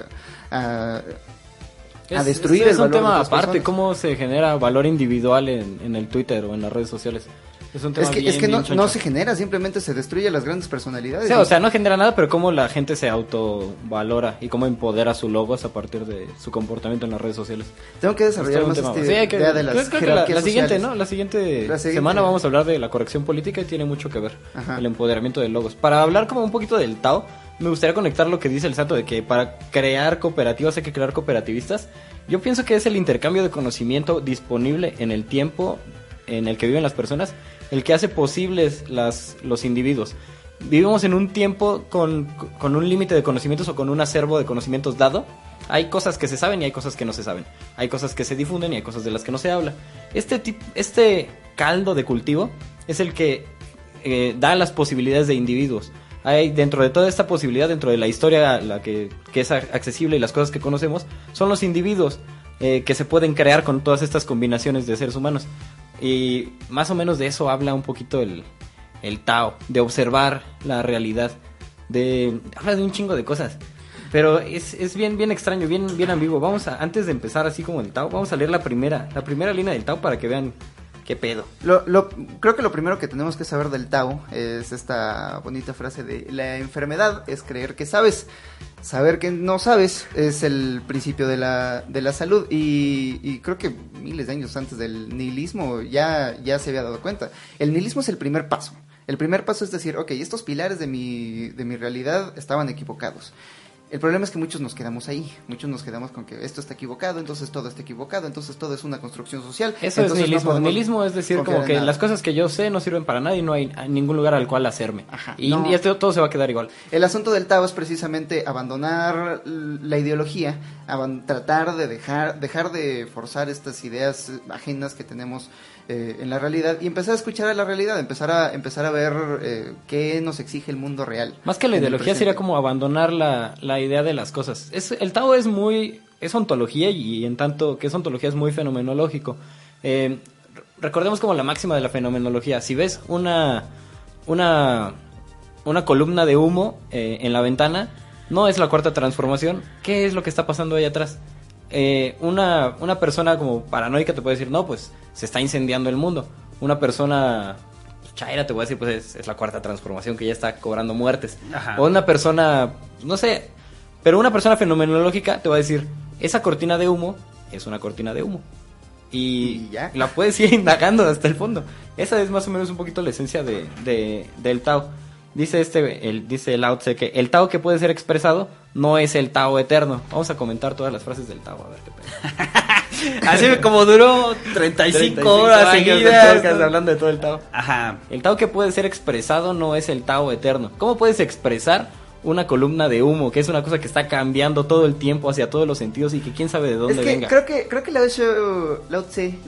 Speaker 1: a destruir el valor.
Speaker 3: Es un tema
Speaker 1: de otras
Speaker 3: aparte,
Speaker 1: personas.
Speaker 3: Cómo se genera valor individual en el Twitter o en las redes sociales. Es un tema
Speaker 1: Es que no
Speaker 3: choncho.
Speaker 1: se genera, simplemente se destruye las grandes personalidades.
Speaker 3: Sí, o sea, no genera nada, pero cómo la gente se autovalora y cómo empodera su logos a partir de su comportamiento en las redes sociales.
Speaker 1: Tengo que desarrollar más esta idea de las
Speaker 3: creo que
Speaker 1: jerarquías
Speaker 3: la siguiente,
Speaker 1: sociales.
Speaker 3: ¿no? La siguiente
Speaker 1: siguiente.
Speaker 3: semana vamos a hablar de la corrección política y tiene mucho que ver
Speaker 1: Ajá.
Speaker 3: el empoderamiento de logos. Para hablar como un poquito del Tao, me gustaría conectar lo que dice el Santo de que para crear cooperativas hay que crear cooperativistas. Yo pienso que es el intercambio de conocimiento disponible en el tiempo en el que viven las personas el que hace posibles los individuos. Vivimos en un tiempo con un límite de conocimientos o con un acervo de conocimientos dado. Hay cosas que se saben y hay cosas que no se saben. Hay cosas que se difunden y hay cosas de las que no se habla. Este caldo de cultivo es el que da las posibilidades de individuos. Hay dentro de toda esta posibilidad, dentro de la historia la que es accesible y las cosas que conocemos, son los individuos que se pueden crear con todas estas combinaciones de seres humanos. Y más o menos de eso habla un poquito el Tao, de observar la realidad, habla de un chingo de cosas, pero es bien extraño, bien ambiguo. Antes de empezar así como el Tao, vamos a leer la primera línea del Tao para que vean qué pedo.
Speaker 1: Creo que lo primero que tenemos que saber del Tao es esta bonita frase de: la enfermedad es creer que sabes. Saber que no sabes es el principio de la salud, y creo que miles de años antes del nihilismo ya se había dado cuenta. El nihilismo es el primer paso. El primer paso es decir, ok, estos pilares de mi realidad estaban equivocados. El problema es que muchos nos quedamos ahí, muchos nos quedamos con que esto está equivocado, entonces todo está equivocado, entonces todo es una construcción social.
Speaker 3: Eso es nihilismo. No nihilismo es decir como que las cosas que yo sé no sirven para nada y no hay ningún lugar al cual hacerme.
Speaker 1: Ajá,
Speaker 3: y esto todo se va a quedar igual.
Speaker 1: El asunto del Tao es precisamente abandonar la ideología, tratar de dejar de forzar estas ideas ajenas que tenemos en la realidad y empezar a escuchar a la realidad, empezar a ver qué nos exige el mundo real.
Speaker 3: Más que la ideología sería como abandonar la idea de las cosas. El Tao es ontología, y en tanto que es ontología es muy fenomenológico. Recordemos como la máxima de la fenomenología. Si ves una columna de humo en la ventana, no es la cuarta transformación. ¿Qué es lo que está pasando ahí atrás? Una persona como paranoica te puede decir, no, pues se está incendiando el mundo. Una persona chaira te voy a decir, pues es la cuarta transformación que ya está cobrando muertes.
Speaker 2: Ajá.
Speaker 3: O una persona, no sé, pero una persona fenomenológica te va a decir, esa cortina de humo es una cortina de humo. Y
Speaker 1: ya
Speaker 3: la puedes ir indagando hasta el fondo. Esa es más o menos un poquito la esencia del Tao. Dice dice Lao Tse que el Tao que puede ser expresado no es el Tao eterno. Vamos a comentar todas las frases del Tao, a ver qué pedo.
Speaker 2: Así como duró 35 horas seguidas,
Speaker 3: ¿no? Hablando de todo el Tao.
Speaker 2: Ajá.
Speaker 3: El Tao que puede ser expresado no es el Tao eterno. ¿Cómo puedes expresar una columna de humo, que es una cosa que está cambiando todo el tiempo hacia todos los sentidos y que quién sabe de dónde venga?
Speaker 1: Creo que Lao Tse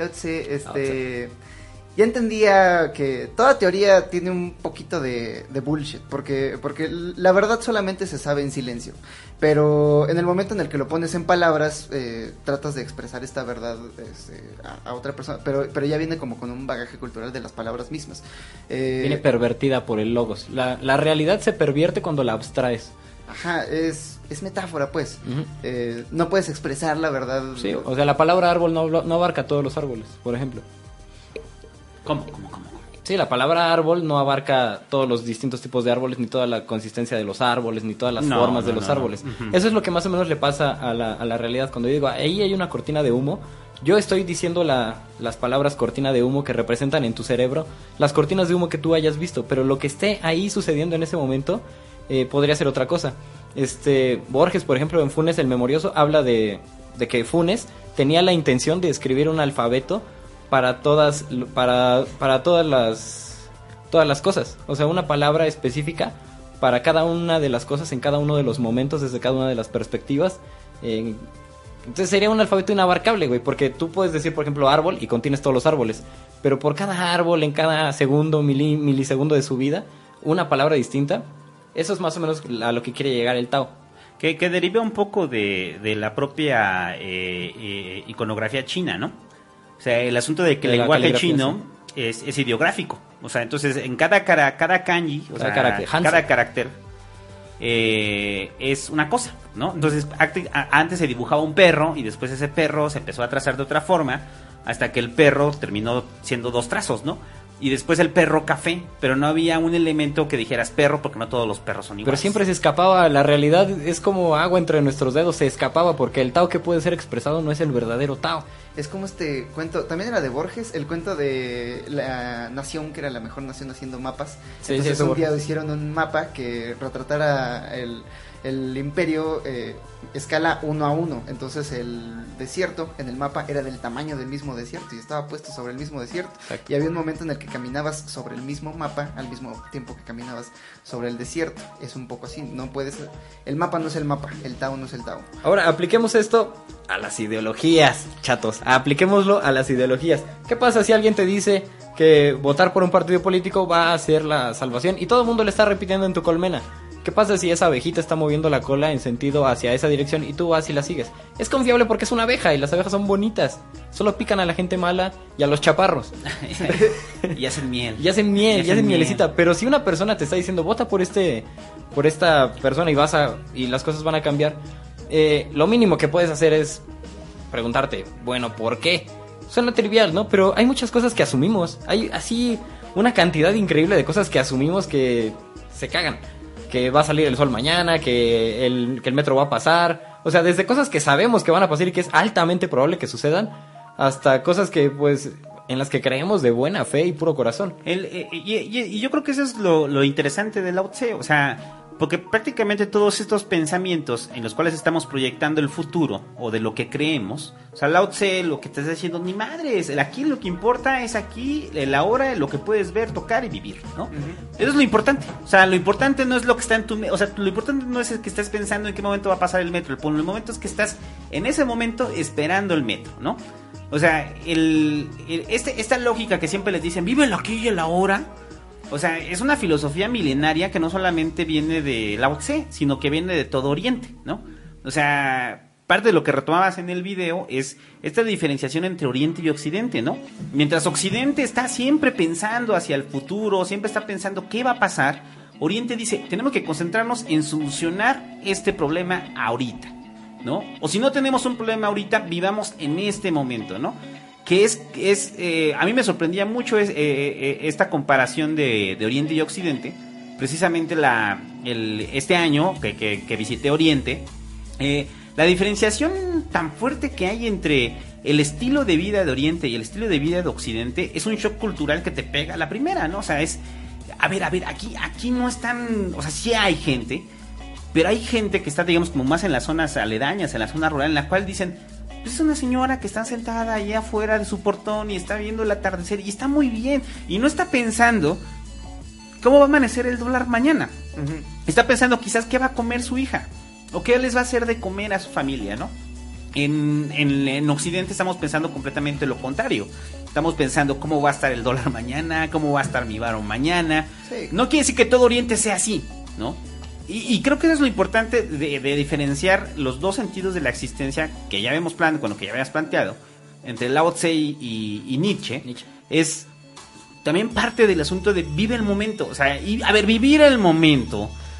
Speaker 1: ya entendía que toda teoría tiene un poquito de bullshit, porque la verdad solamente se sabe en silencio, pero en el momento en el que lo pones en palabras, tratas de expresar esta verdad a otra persona, pero ya viene como con un bagaje cultural de las palabras mismas.
Speaker 3: Viene pervertida por el logos. La realidad se pervierte cuando la abstraes.
Speaker 1: Ajá, es metáfora, pues.
Speaker 3: Ujú.
Speaker 1: No puedes expresar la verdad.
Speaker 3: Sí, o sea, la palabra árbol no abarca todos los árboles, por ejemplo.
Speaker 2: ¿Cómo?
Speaker 3: Sí, la palabra árbol no abarca todos los distintos tipos de árboles, ni toda la consistencia de los árboles, ni todas las formas de los árboles.
Speaker 2: Uh-huh.
Speaker 3: Eso es lo que más o menos le pasa a la realidad. Cuando yo digo, ahí hay una cortina de humo, yo estoy diciendo las palabras cortina de humo que representan en tu cerebro las cortinas de humo que tú hayas visto, pero lo que esté ahí sucediendo en ese momento podría ser otra cosa. Borges, por ejemplo, en Funes el Memorioso, habla de que Funes tenía la intención de escribir un alfabeto para todas las cosas, o sea, una palabra específica para cada una de las cosas en cada uno de los momentos, desde cada una de las perspectivas. Entonces sería un alfabeto inabarcable, güey, porque tú puedes decir, por ejemplo, árbol y contienes todos los árboles, pero por cada árbol, en cada segundo, milisegundo de su vida, una palabra distinta. Eso es más o menos a lo que quiere llegar el Tao.
Speaker 2: Que deriva un poco de la propia iconografía china, ¿no? O sea, el asunto de que el lenguaje chino es ideográfico. O sea, entonces en cada kanji, o sea, cada carácter es una cosa, ¿no? Entonces antes se dibujaba un perro y después ese perro se empezó a trazar de otra forma hasta que el perro terminó siendo 2 trazos, ¿no? Y después el perro café, pero no había un elemento que dijeras perro porque no todos los perros son iguales.
Speaker 3: Pero siempre se escapaba, la realidad es como agua entre nuestros dedos, se escapaba porque el Tao que puede ser expresado no es el verdadero Tao.
Speaker 1: Es como este cuento, también era de Borges, el cuento de la nación que era la mejor nación haciendo mapas.
Speaker 3: Sí,
Speaker 1: entonces
Speaker 3: sí,
Speaker 1: un día hicieron un mapa que retratara el imperio escala 1:1. Entonces el desierto en el mapa era del tamaño del mismo desierto y estaba puesto sobre el mismo desierto.
Speaker 3: Exacto.
Speaker 1: Y había un momento en el que caminabas sobre el mismo mapa al mismo tiempo que caminabas sobre el desierto. Es un poco así, no puedes, el mapa no es el mapa, el Tao no es el Tao.
Speaker 3: Ahora apliquemos esto a las ideologías, chatos, apliquémoslo a las ideologías. ¿Qué pasa si alguien te dice que votar por un partido político va a ser la salvación y todo el mundo le está repitiendo en tu colmena? ¿Qué pasa si esa abejita está moviendo la cola en sentido hacia esa dirección y tú vas y la sigues? Es confiable porque es una abeja y las abejas son bonitas. Solo pican a la gente mala y a los chaparros.
Speaker 2: Y hacen miel.
Speaker 3: Y hacen mielecita. Pero si una persona te está diciendo, vota por esta persona y las cosas van a cambiar, lo mínimo que puedes hacer es preguntarte, bueno, ¿por qué? Suena trivial, ¿no? Pero hay muchas cosas que asumimos. Hay así una cantidad increíble de cosas que asumimos que se cagan. Que va a salir el sol mañana, que el metro va a pasar. O sea, desde cosas que sabemos que van a pasar y que es altamente probable que sucedan, hasta cosas que, pues, en las que creemos de buena fe y puro corazón.
Speaker 2: Y yo creo que eso es lo interesante de Lao Tse, o sea, porque prácticamente todos estos pensamientos en los cuales estamos proyectando el futuro o de lo que creemos, o sea, Lao Tse lo que te está diciendo, ni madres, aquí lo que importa es aquí, el ahora, lo que puedes ver, tocar y vivir, ¿no? Uh-huh. Eso es lo importante, o sea, lo importante no es lo que está en tu mente, o sea, lo importante no es el que estés pensando en qué momento va a pasar el metro, el momento es que estás en ese momento esperando el metro, ¿no? O sea, esta lógica que siempre les dicen, vive el aquí y el ahora. O sea, es una filosofía milenaria que no solamente viene de Lao Tse, sino que viene de todo Oriente, ¿no? O sea, parte de lo que retomabas en el video es esta diferenciación entre Oriente y Occidente, ¿no? Mientras Occidente está siempre pensando hacia el futuro, siempre está pensando qué va a pasar, Oriente dice, tenemos que concentrarnos en solucionar este problema ahorita, ¿no? O si no tenemos un problema ahorita, vivamos en este momento, ¿no? Que a mí me sorprendía mucho esta comparación de Oriente y Occidente. Precisamente este año que visité Oriente, la diferenciación tan fuerte que hay entre el estilo de vida de Oriente y el estilo de vida de Occidente es un shock cultural que te pega a la primera, ¿no? O sea, a ver, aquí no es tan, o sea, sí hay gente, pero hay gente que está, digamos, como más en las zonas aledañas, en la zona rural, en la cual dicen, pues es una señora que está sentada ahí afuera de su portón y está viendo el atardecer y está muy bien y no está pensando cómo va a amanecer el dólar mañana. Uh-huh. Está pensando quizás qué va a comer su hija o qué les va a hacer de comer a su familia, ¿no? En Occidente estamos pensando completamente lo contrario. Estamos pensando cómo va a estar el dólar mañana, cómo va a estar mi varo mañana. Sí. No quiere decir que todo Oriente sea así, ¿no? Y creo que eso es lo importante de diferenciar los dos sentidos de la existencia que ya habíamos planteado entre Lao Tse y Nietzsche. Es también parte del asunto de vive el momento. O sea, vivir el momento. O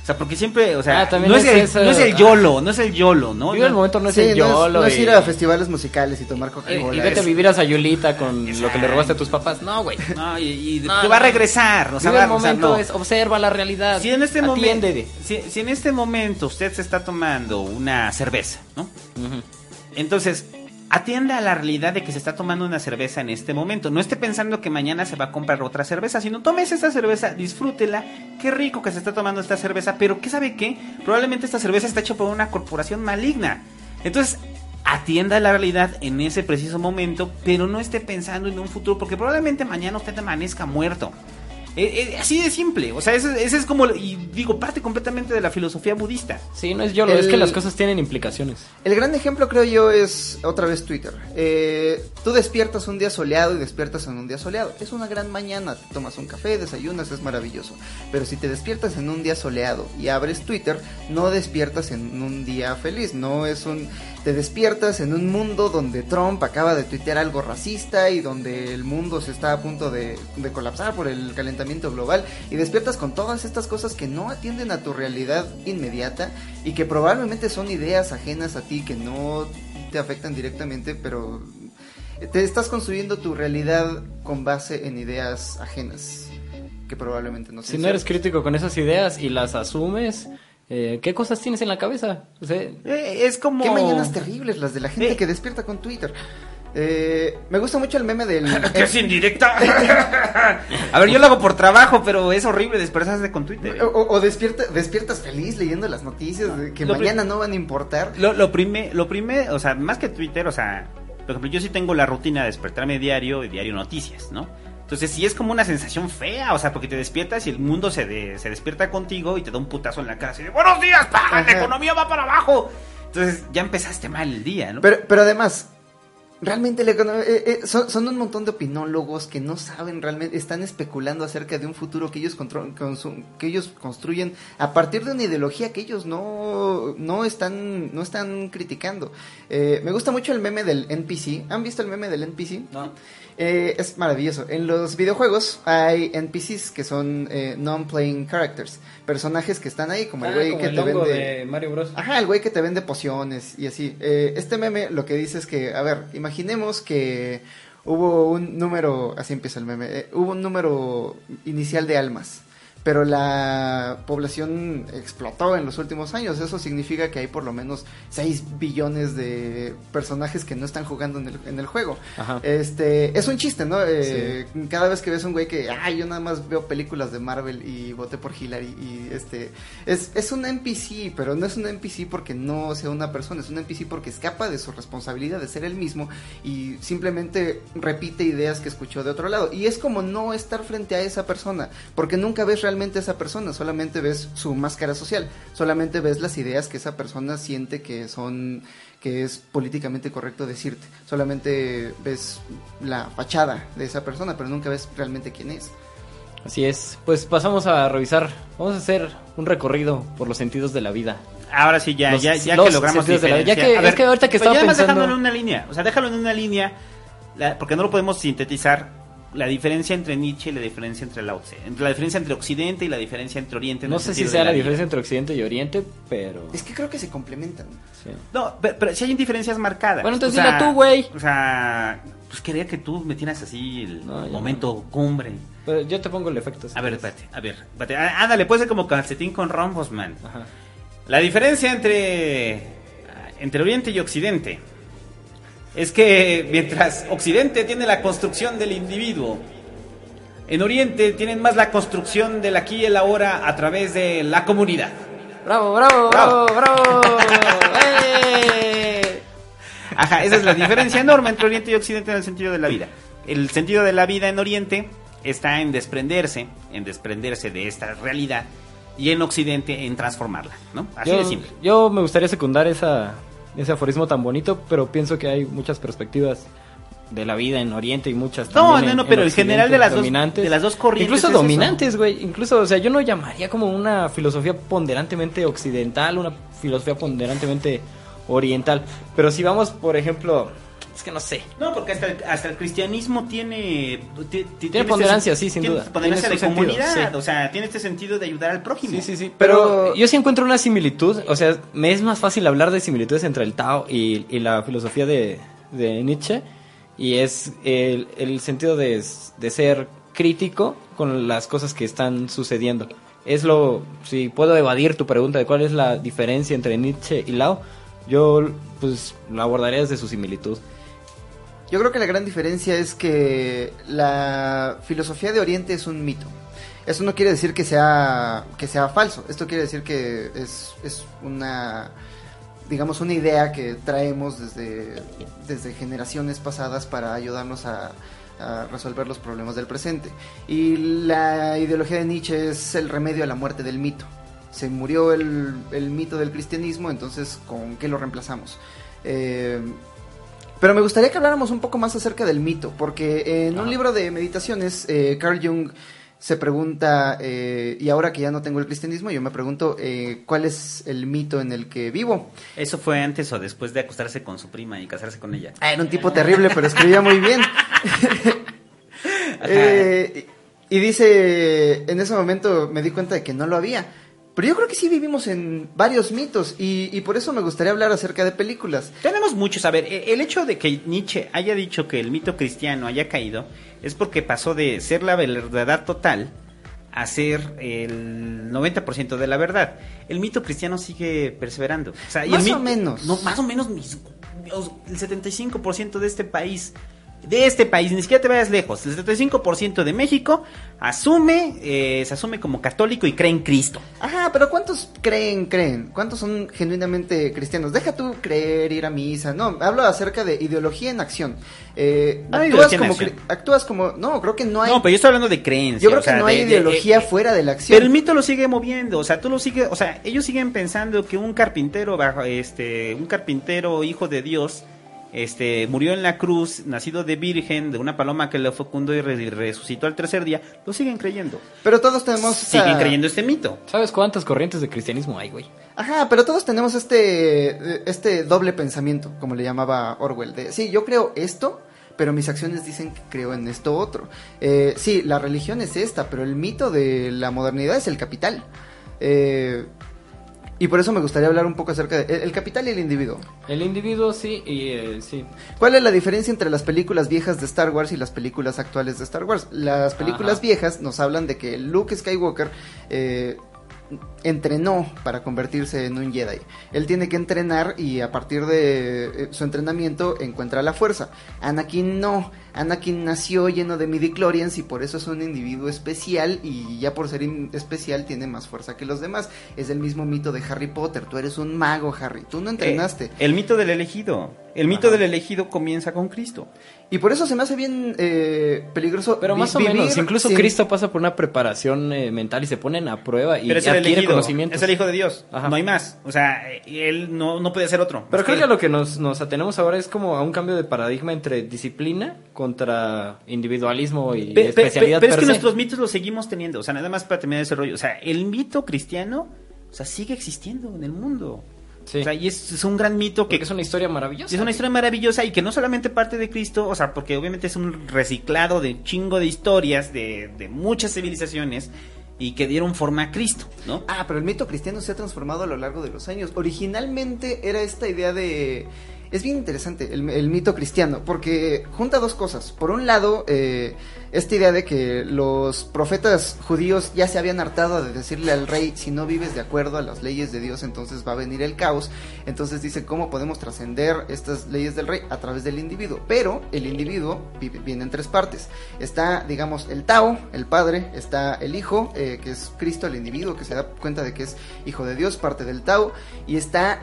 Speaker 2: sea, porque siempre, o sea,
Speaker 3: también
Speaker 2: no es el YOLO, ¿no?
Speaker 3: Vive el momento, no es
Speaker 1: Sí,
Speaker 3: el YOLO.
Speaker 1: no es ir a festivales musicales y tomar
Speaker 3: y
Speaker 1: Coca-Cola.
Speaker 3: vete a vivir a Sayulita con lo que le robaste a tus papás. No, güey.
Speaker 2: No, y
Speaker 3: No,
Speaker 2: que va a regresar, o sea,
Speaker 3: Vive el
Speaker 2: o sea,
Speaker 3: momento,
Speaker 2: no.
Speaker 3: es observa la realidad.
Speaker 2: Si en este
Speaker 3: atiéndete.
Speaker 2: momento, si en este momento usted se está tomando una cerveza, ¿no?
Speaker 3: Ujú.
Speaker 2: Entonces, atienda a la realidad de que se está tomando una cerveza en este momento. No esté pensando que mañana se va a comprar otra cerveza, sino tomes esta cerveza, disfrútela. Qué rico que se está tomando esta cerveza, pero ¿qué sabe qué? Probablemente esta cerveza está hecha por una corporación maligna. Entonces, atienda a la realidad en ese preciso momento, pero no esté pensando en un futuro, porque probablemente mañana usted amanezca muerto. Así de simple, o sea, ese es como, y digo, parte completamente de la filosofía budista.
Speaker 3: Sí, no es YOLO, es que las cosas tienen implicaciones.
Speaker 1: El gran ejemplo, creo yo, es otra vez Twitter. Tú despiertas un día soleado y despiertas en un día soleado. Es una gran mañana, te tomas un café, desayunas, es maravilloso. Pero si te despiertas en un día soleado y abres Twitter, no despiertas en un día feliz. Te despiertas en un mundo donde Trump acaba de tuitear algo racista y donde el mundo se está a punto de colapsar por el calentamiento global, y despiertas con todas estas cosas que no atienden a tu realidad inmediata y que probablemente son ideas ajenas a ti, que no te afectan directamente, pero te estás construyendo tu realidad con base en ideas ajenas que probablemente no sean
Speaker 3: Si no eres
Speaker 1: ciertas.
Speaker 3: crítico con esas ideas y las asumes, ¿qué cosas tienes en la cabeza? O sea,
Speaker 2: Es como...
Speaker 1: Qué mañanas terribles las de la gente
Speaker 2: Eh.
Speaker 1: que despierta con Twitter. Me gusta mucho el meme del...
Speaker 2: ¿Qué es indirecta? A ver, yo lo hago por trabajo, pero es horrible despertarse con Twitter.
Speaker 1: O despiertas feliz leyendo las noticias de que
Speaker 2: Lo
Speaker 1: mañana no van a importar.
Speaker 2: Lo primero, o sea, más que Twitter, o sea, por ejemplo, yo sí tengo la rutina de despertarme diario y diario noticias, ¿no? Entonces sí es como una sensación fea, o sea, porque te despiertas y el mundo se despierta contigo y te da un putazo en la cara así de, ¡buenos días, pa! ¡La economía va para abajo! Entonces ya empezaste mal el día, ¿no?
Speaker 1: Pero además, realmente son un montón de opinólogos que no saben realmente, están especulando acerca de un futuro que ellos construyen a partir de una ideología que ellos no están criticando. Me gusta mucho el meme del NPC. ¿Han visto el meme del NPC?
Speaker 3: no.
Speaker 1: Es maravilloso. En los videojuegos hay NPCs que son non-playing characters, personajes que están ahí, como el güey
Speaker 3: como
Speaker 1: que
Speaker 3: el
Speaker 1: te
Speaker 3: hongo
Speaker 1: vende...
Speaker 3: de Mario Bros.
Speaker 1: Ajá, el güey que te vende pociones y así. Este meme lo que dice es que, a ver, imaginemos que hubo un número, así empieza el meme, hubo un número inicial de almas, pero la población explotó en los últimos años. Eso significa que hay por lo menos 6 billones de personajes que no están jugando en el juego.
Speaker 3: Ajá.
Speaker 1: Es un chiste, ¿no?
Speaker 3: Sí.
Speaker 1: Cada vez que ves un güey que, yo nada más veo películas de Marvel y voté por Hillary, y es un NPC, pero no es un NPC porque no sea una persona, es un NPC porque escapa de su responsabilidad de ser él mismo y simplemente repite ideas que escuchó de otro lado. Y es como no estar frente a esa persona, porque nunca ves realmente a esa persona, solamente ves su máscara social, solamente ves las ideas que esa persona siente que es políticamente correcto decirte, solamente ves la fachada de esa persona, pero nunca ves realmente quién es.
Speaker 3: Así es. Pues pasamos a revisar. Vamos a hacer un recorrido por los sentidos de la vida.
Speaker 2: Ahora sí, ya
Speaker 3: Los
Speaker 2: que logramos
Speaker 3: sentidos de la vida. Ya
Speaker 2: diferenciar.
Speaker 3: que-
Speaker 2: A ver,
Speaker 3: es que ahorita que
Speaker 2: pero
Speaker 3: estaba
Speaker 2: ya además
Speaker 3: pensando-
Speaker 2: dejándolo en una línea, o sea, déjalo en una línea, porque no lo podemos sintetizar. La diferencia entre Nietzsche y la diferencia entre Lao Tse, la diferencia entre Occidente y la diferencia entre Oriente. en
Speaker 3: No
Speaker 2: el
Speaker 3: sé si
Speaker 2: sentido
Speaker 3: sea
Speaker 2: de
Speaker 3: la
Speaker 2: vida.
Speaker 3: diferencia entre Occidente y Oriente, pero...
Speaker 1: Es que creo que se complementan.
Speaker 3: sí.
Speaker 2: No, pero sí hay diferencias marcadas.
Speaker 3: Bueno, entonces
Speaker 2: O sea,
Speaker 3: dila tú, güey.
Speaker 2: O sea, pues quería que tú metieras así el
Speaker 3: No, ya
Speaker 2: momento cumbre.
Speaker 3: Pero yo te pongo el efecto.
Speaker 2: A ver, espérate. Ándale, puede ser como calcetín con rombos, man.
Speaker 3: Ajá.
Speaker 2: La diferencia entre Oriente y Occidente es que mientras Occidente tiene la construcción del individuo, en Oriente tienen más la construcción del aquí y el ahora a través de la comunidad.
Speaker 3: ¡Bravo, bravo, bravo, bravo!
Speaker 2: Ajá, esa es la diferencia enorme entre Oriente y Occidente en el sentido de la vida. El sentido de la vida en Oriente está en desprenderse de esta realidad, y en Occidente en transformarla, ¿no? Así de simple.
Speaker 3: Yo me gustaría secundar ese aforismo tan bonito, pero pienso que hay muchas perspectivas de la vida en Oriente y muchas también en
Speaker 2: pero el
Speaker 3: Occidente,
Speaker 2: general de las
Speaker 3: dominantes.
Speaker 2: de las dos corrientes
Speaker 3: incluso
Speaker 2: es eso.
Speaker 3: dominantes, güey. Incluso, o sea, yo no llamaría como una filosofía ponderantemente occidental, una filosofía ponderantemente oriental. Pero si vamos, por ejemplo, Es que no sé.
Speaker 2: No, porque hasta el cristianismo tiene
Speaker 3: ponderancia, sí, sin duda.
Speaker 2: Ponderancia de
Speaker 3: Tiene su
Speaker 2: comunidad,
Speaker 3: sentido, sí.
Speaker 2: O sea, tiene este sentido de ayudar al prójimo.
Speaker 3: Sí. Pero yo sí encuentro una similitud. O sea, me es más fácil hablar de similitudes entre el Tao y la filosofía de Nietzsche. Y es el sentido de ser crítico con las cosas que están sucediendo. Si puedo evadir tu pregunta de cuál es la diferencia entre Nietzsche y Lao, yo pues lo abordaría desde su similitud.
Speaker 1: Yo creo que la gran diferencia es que la filosofía de Oriente es un mito. Eso no quiere decir que sea falso. Esto quiere decir que es una, digamos, una idea que traemos desde generaciones pasadas para ayudarnos a resolver los problemas del presente. Y la ideología de Nietzsche es el remedio a la muerte del mito. Se murió el mito del cristianismo, entonces ¿con qué lo reemplazamos? Pero me gustaría que habláramos un poco más acerca del mito, porque en un libro de meditaciones, Carl Jung se pregunta, y ahora que ya no tengo el cristianismo, yo me pregunto, ¿cuál es el mito en el que vivo?
Speaker 2: ¿Eso fue antes o después de acostarse con su prima y casarse con ella?
Speaker 1: Era un tipo terrible, pero escribía muy bien. Y dice, en ese momento me di cuenta de que no lo había. Pero yo creo que sí vivimos en varios mitos y por eso me gustaría hablar acerca de películas.
Speaker 2: Tenemos muchos. A ver, el hecho de que Nietzsche haya dicho que el mito cristiano haya caído es porque pasó de ser la verdad total a ser el 90% de la verdad. El mito cristiano sigue perseverando. O sea,
Speaker 1: más o menos.
Speaker 2: No, más o menos el 75% de este país, ni siquiera te vayas lejos, el 75% de México se asume como católico y cree en Cristo.
Speaker 1: Ajá, pero ¿cuántos creen? ¿Cuántos son genuinamente cristianos? Deja tú creer, ir a misa. No, hablo acerca de ideología en acción. Actúas como... No, creo que no hay...
Speaker 2: No, pero yo estoy hablando de creencia.
Speaker 1: Yo creo que no hay ideología fuera de la acción.
Speaker 2: Pero el mito lo sigue moviendo, o sea, ellos siguen pensando que un carpintero hijo de Dios, murió en la cruz, nacido de virgen, de una paloma que lo fecundó y resucitó al tercer día. Lo siguen creyendo.
Speaker 1: Pero todos tenemos...
Speaker 2: Siguen creyendo este mito.
Speaker 3: ¿Sabes cuántas corrientes de cristianismo hay, güey?
Speaker 1: Ajá, pero todos tenemos este doble pensamiento, como le llamaba Orwell. Sí, yo creo esto, pero mis acciones dicen que creo en esto otro. Sí, la religión es esta, pero el mito de la modernidad es el capital. Y por eso me gustaría hablar un poco acerca de el capital y el individuo.
Speaker 3: El individuo, sí, y sí.
Speaker 1: ¿Cuál es la diferencia entre las películas viejas de Star Wars y las películas actuales de Star Wars? Las películas viejas nos hablan de que Luke Skywalker entrenó para convertirse en un Jedi. Él tiene que entrenar y a partir de su entrenamiento encuentra la fuerza. Anakin no. Anakin nació lleno de midichlorians y por eso es un individuo especial y ya por ser especial tiene más fuerza que los demás. Es el mismo mito de Harry Potter. Tú eres un mago, Harry. Tú no entrenaste.
Speaker 2: El mito del elegido. El mito del elegido comienza con Cristo.
Speaker 1: Y por eso se me hace bien peligroso.
Speaker 3: Pero más o menos, incluso Cristo pasa por una preparación mental y se ponen a prueba y adquiere conocimientos.
Speaker 2: Es el hijo de Dios. Ajá. No hay más. O sea, él no puede ser otro.
Speaker 3: Pero creo que a lo que nos atenemos ahora es como a un cambio de paradigma entre disciplina contra individualismo y especialidad.
Speaker 2: Pero es que nuestros mitos los seguimos teniendo. O sea, nada más para terminar ese rollo. O sea, el mito cristiano, o sea, sigue existiendo en el mundo.
Speaker 3: Sí.
Speaker 2: O sea, y es un gran mito que
Speaker 3: es una historia maravillosa.
Speaker 2: Es una historia maravillosa y que no solamente parte de Cristo, o sea, porque obviamente es un reciclado de chingo de historias de muchas civilizaciones y que dieron forma a Cristo, ¿no?
Speaker 1: Ah, pero el mito cristiano se ha transformado a lo largo de los años. Originalmente era esta idea de... Es bien interesante el mito cristiano, porque junta dos cosas. Por un lado, esta idea de que los profetas judíos ya se habían hartado de decirle al rey, si no vives de acuerdo a las leyes de Dios, entonces va a venir el caos. Entonces dice, ¿cómo podemos trascender estas leyes del rey? A través del individuo. Pero el individuo viene en tres partes. Está, digamos, el Tao, el padre, está el hijo, que es Cristo, el individuo, que se da cuenta de que es hijo de Dios, parte del Tao, y está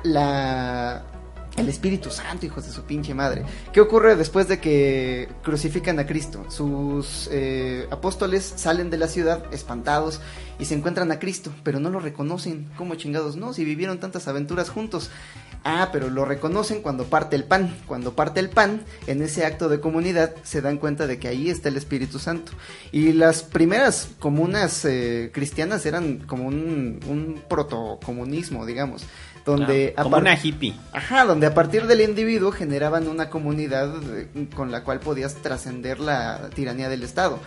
Speaker 1: el Espíritu Santo, hijos de su pinche madre. ¿Qué ocurre después de que crucifican a Cristo? Sus apóstoles salen de la ciudad espantados y se encuentran a Cristo, pero no lo reconocen. ¿Cómo chingados no? Si vivieron tantas aventuras juntos. Ah, pero lo reconocen cuando parte el pan. Cuando parte el pan, en ese acto de comunidad, se dan cuenta de que ahí está el Espíritu Santo. Y las primeras comunas cristianas eran como un protocomunismo, digamos. donde
Speaker 2: como una hippie.
Speaker 1: Ajá, donde a partir del individuo generaban una comunidad con la cual podías trascender la tiranía del Estado.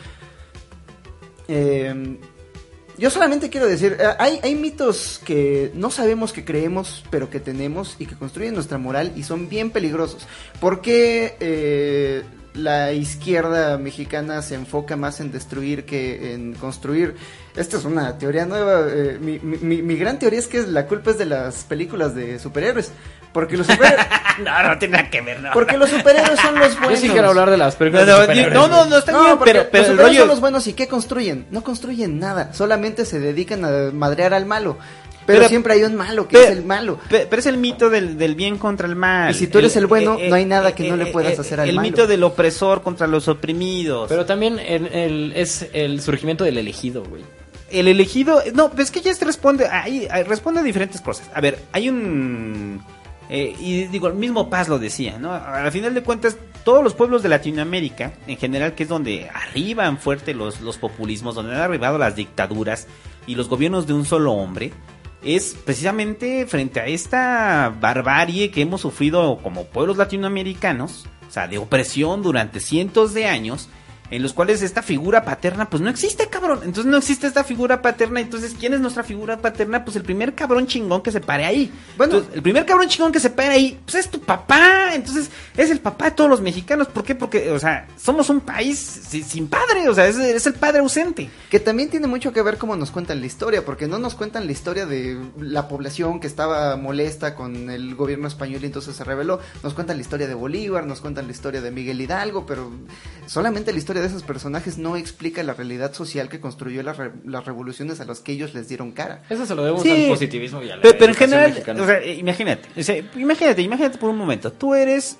Speaker 1: Yo solamente quiero decir, hay mitos que no sabemos que creemos, pero que tenemos y que construyen nuestra moral y son bien peligrosos. ¿Por qué la izquierda mexicana se enfoca más en destruir que en construir? Esta es una teoría nueva. Mi gran teoría es que la culpa es de las películas de superhéroes. Porque los superhéroes...
Speaker 2: no tiene nada que ver, no.
Speaker 1: Porque los superhéroes son los buenos.
Speaker 3: Yo sí quiero hablar de las películas de superhéroes.
Speaker 2: No, está bien, pero
Speaker 1: los
Speaker 2: el
Speaker 1: superhéroes
Speaker 2: rollo...
Speaker 1: son los buenos. ¿Y qué construyen? No construyen nada. Solamente se dedican a madrear al malo. Pero siempre hay un malo que es el malo.
Speaker 2: Pero es el mito del bien contra el mal.
Speaker 1: Y si tú eres el bueno, no hay nada que no le puedas hacer al malo.
Speaker 2: El mito del opresor contra los oprimidos.
Speaker 3: Pero también es el surgimiento del elegido, güey.
Speaker 2: El elegido... No, pues es que ya responde a diferentes cosas. A ver, hay un... y digo, el mismo Paz lo decía, ¿no? Al final de cuentas, todos los pueblos de Latinoamérica, en general, que es donde arriban fuerte los populismos, donde han arribado las dictaduras y los gobiernos de un solo hombre, es precisamente frente a esta barbarie que hemos sufrido como pueblos latinoamericanos, o sea, de opresión durante cientos de años, en los cuales esta figura paterna pues no existe, cabrón. Entonces no existe esta figura paterna. Entonces, ¿quién es nuestra figura paterna? Pues el primer cabrón chingón que se pare ahí. Bueno, entonces, el primer cabrón chingón que se pare ahí, pues es tu papá. Entonces, es el papá de todos los mexicanos. ¿Por qué? Porque, o sea, somos un país sin padre. O sea, es el padre ausente.
Speaker 1: Que también tiene mucho que ver cómo nos cuentan la historia, porque no nos cuentan la historia de la población que estaba molesta con el gobierno español y entonces se rebeló. Nos cuentan la historia de Bolívar, nos cuentan la historia de Miguel Hidalgo, pero solamente la historia de esos personajes no explica la realidad social que construyó las revoluciones a las que ellos les dieron cara.
Speaker 3: Eso se lo debemos al positivismo y a la
Speaker 2: pero en general,
Speaker 3: mexicana.
Speaker 2: o sea, imagínate por un momento, tú eres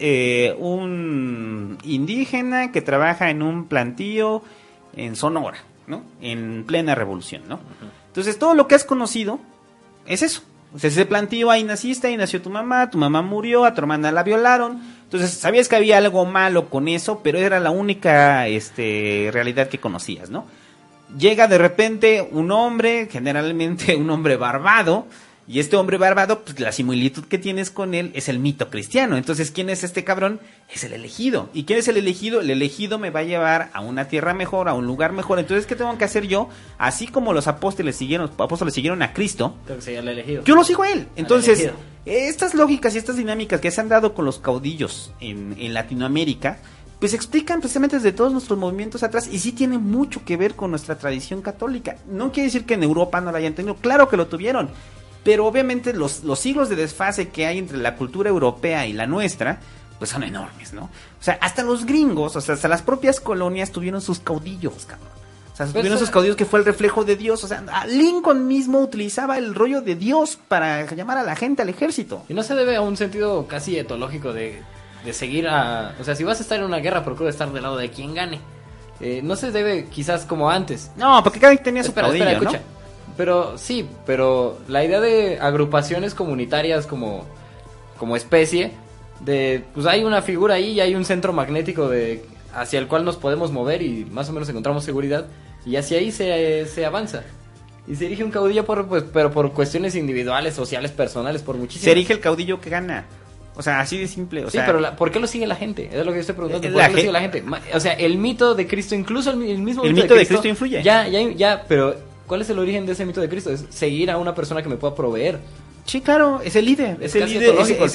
Speaker 2: un indígena que trabaja en un plantío en Sonora, ¿no? En plena revolución, ¿no? Uh-huh. Entonces, todo lo que has conocido es eso. O sea, ese plantío, ahí naciste, ahí nació tu mamá murió, a tu hermana la violaron. Entonces, sabías que había algo malo con eso, pero era la única realidad que conocías, ¿no? Llega de repente un hombre, generalmente un hombre barbado, y este hombre barbado, pues la similitud que tienes con él es el mito cristiano. Entonces, ¿quién es este cabrón? Es el elegido. ¿Y quién es el elegido? El elegido me va a llevar a una tierra mejor, a un lugar mejor. Entonces, ¿qué tengo que hacer yo? Así como los apóstoles siguieron a Cristo,
Speaker 3: tengo que seguir al elegido.
Speaker 2: Yo lo sigo a él. Entonces, estas lógicas y estas dinámicas que se han dado con los caudillos en Latinoamérica, pues explican precisamente desde todos nuestros movimientos atrás, y sí tiene mucho que ver con nuestra tradición católica. No quiere decir que en Europa no la hayan tenido, claro que lo tuvieron, pero obviamente los siglos de desfase que hay entre la cultura europea y la nuestra, pues son enormes, ¿no? O sea, hasta los gringos, o sea, hasta las propias colonias tuvieron sus caudillos, cabrón. O sea, tuvieron sus caudillos que fue el reflejo de Dios. O sea, Lincoln mismo utilizaba el rollo de Dios para llamar a la gente al ejército.
Speaker 3: Y no se debe a un sentido casi etológico de seguir a... O sea, si vas a estar en una guerra, procura estar del lado de quien gane. No se debe quizás como antes.
Speaker 2: No, porque cada quien tenía su caudillo, ¿no?
Speaker 3: Escucha. Pero sí, pero la idea de agrupaciones comunitarias como especie, de pues hay una figura ahí y hay un centro magnético hacia el cual nos podemos mover y más o menos encontramos seguridad, y hacia ahí se avanza. Y se erige un caudillo pero por cuestiones individuales, sociales, personales, por muchísimas.
Speaker 2: Se erige el caudillo que gana. O sea, así de simple. O sea,
Speaker 3: pero ¿por qué lo sigue la gente? Es lo que yo estoy preguntando. ¿Por qué lo sigue la gente? O sea, el mito de Cristo, incluso el mismo
Speaker 2: mito de Cristo influye.
Speaker 3: Ya, pero ¿cuál es el origen de ese mito de Cristo? Es seguir a una persona que me pueda proveer.
Speaker 2: Sí, claro, es el líder. Es el líder.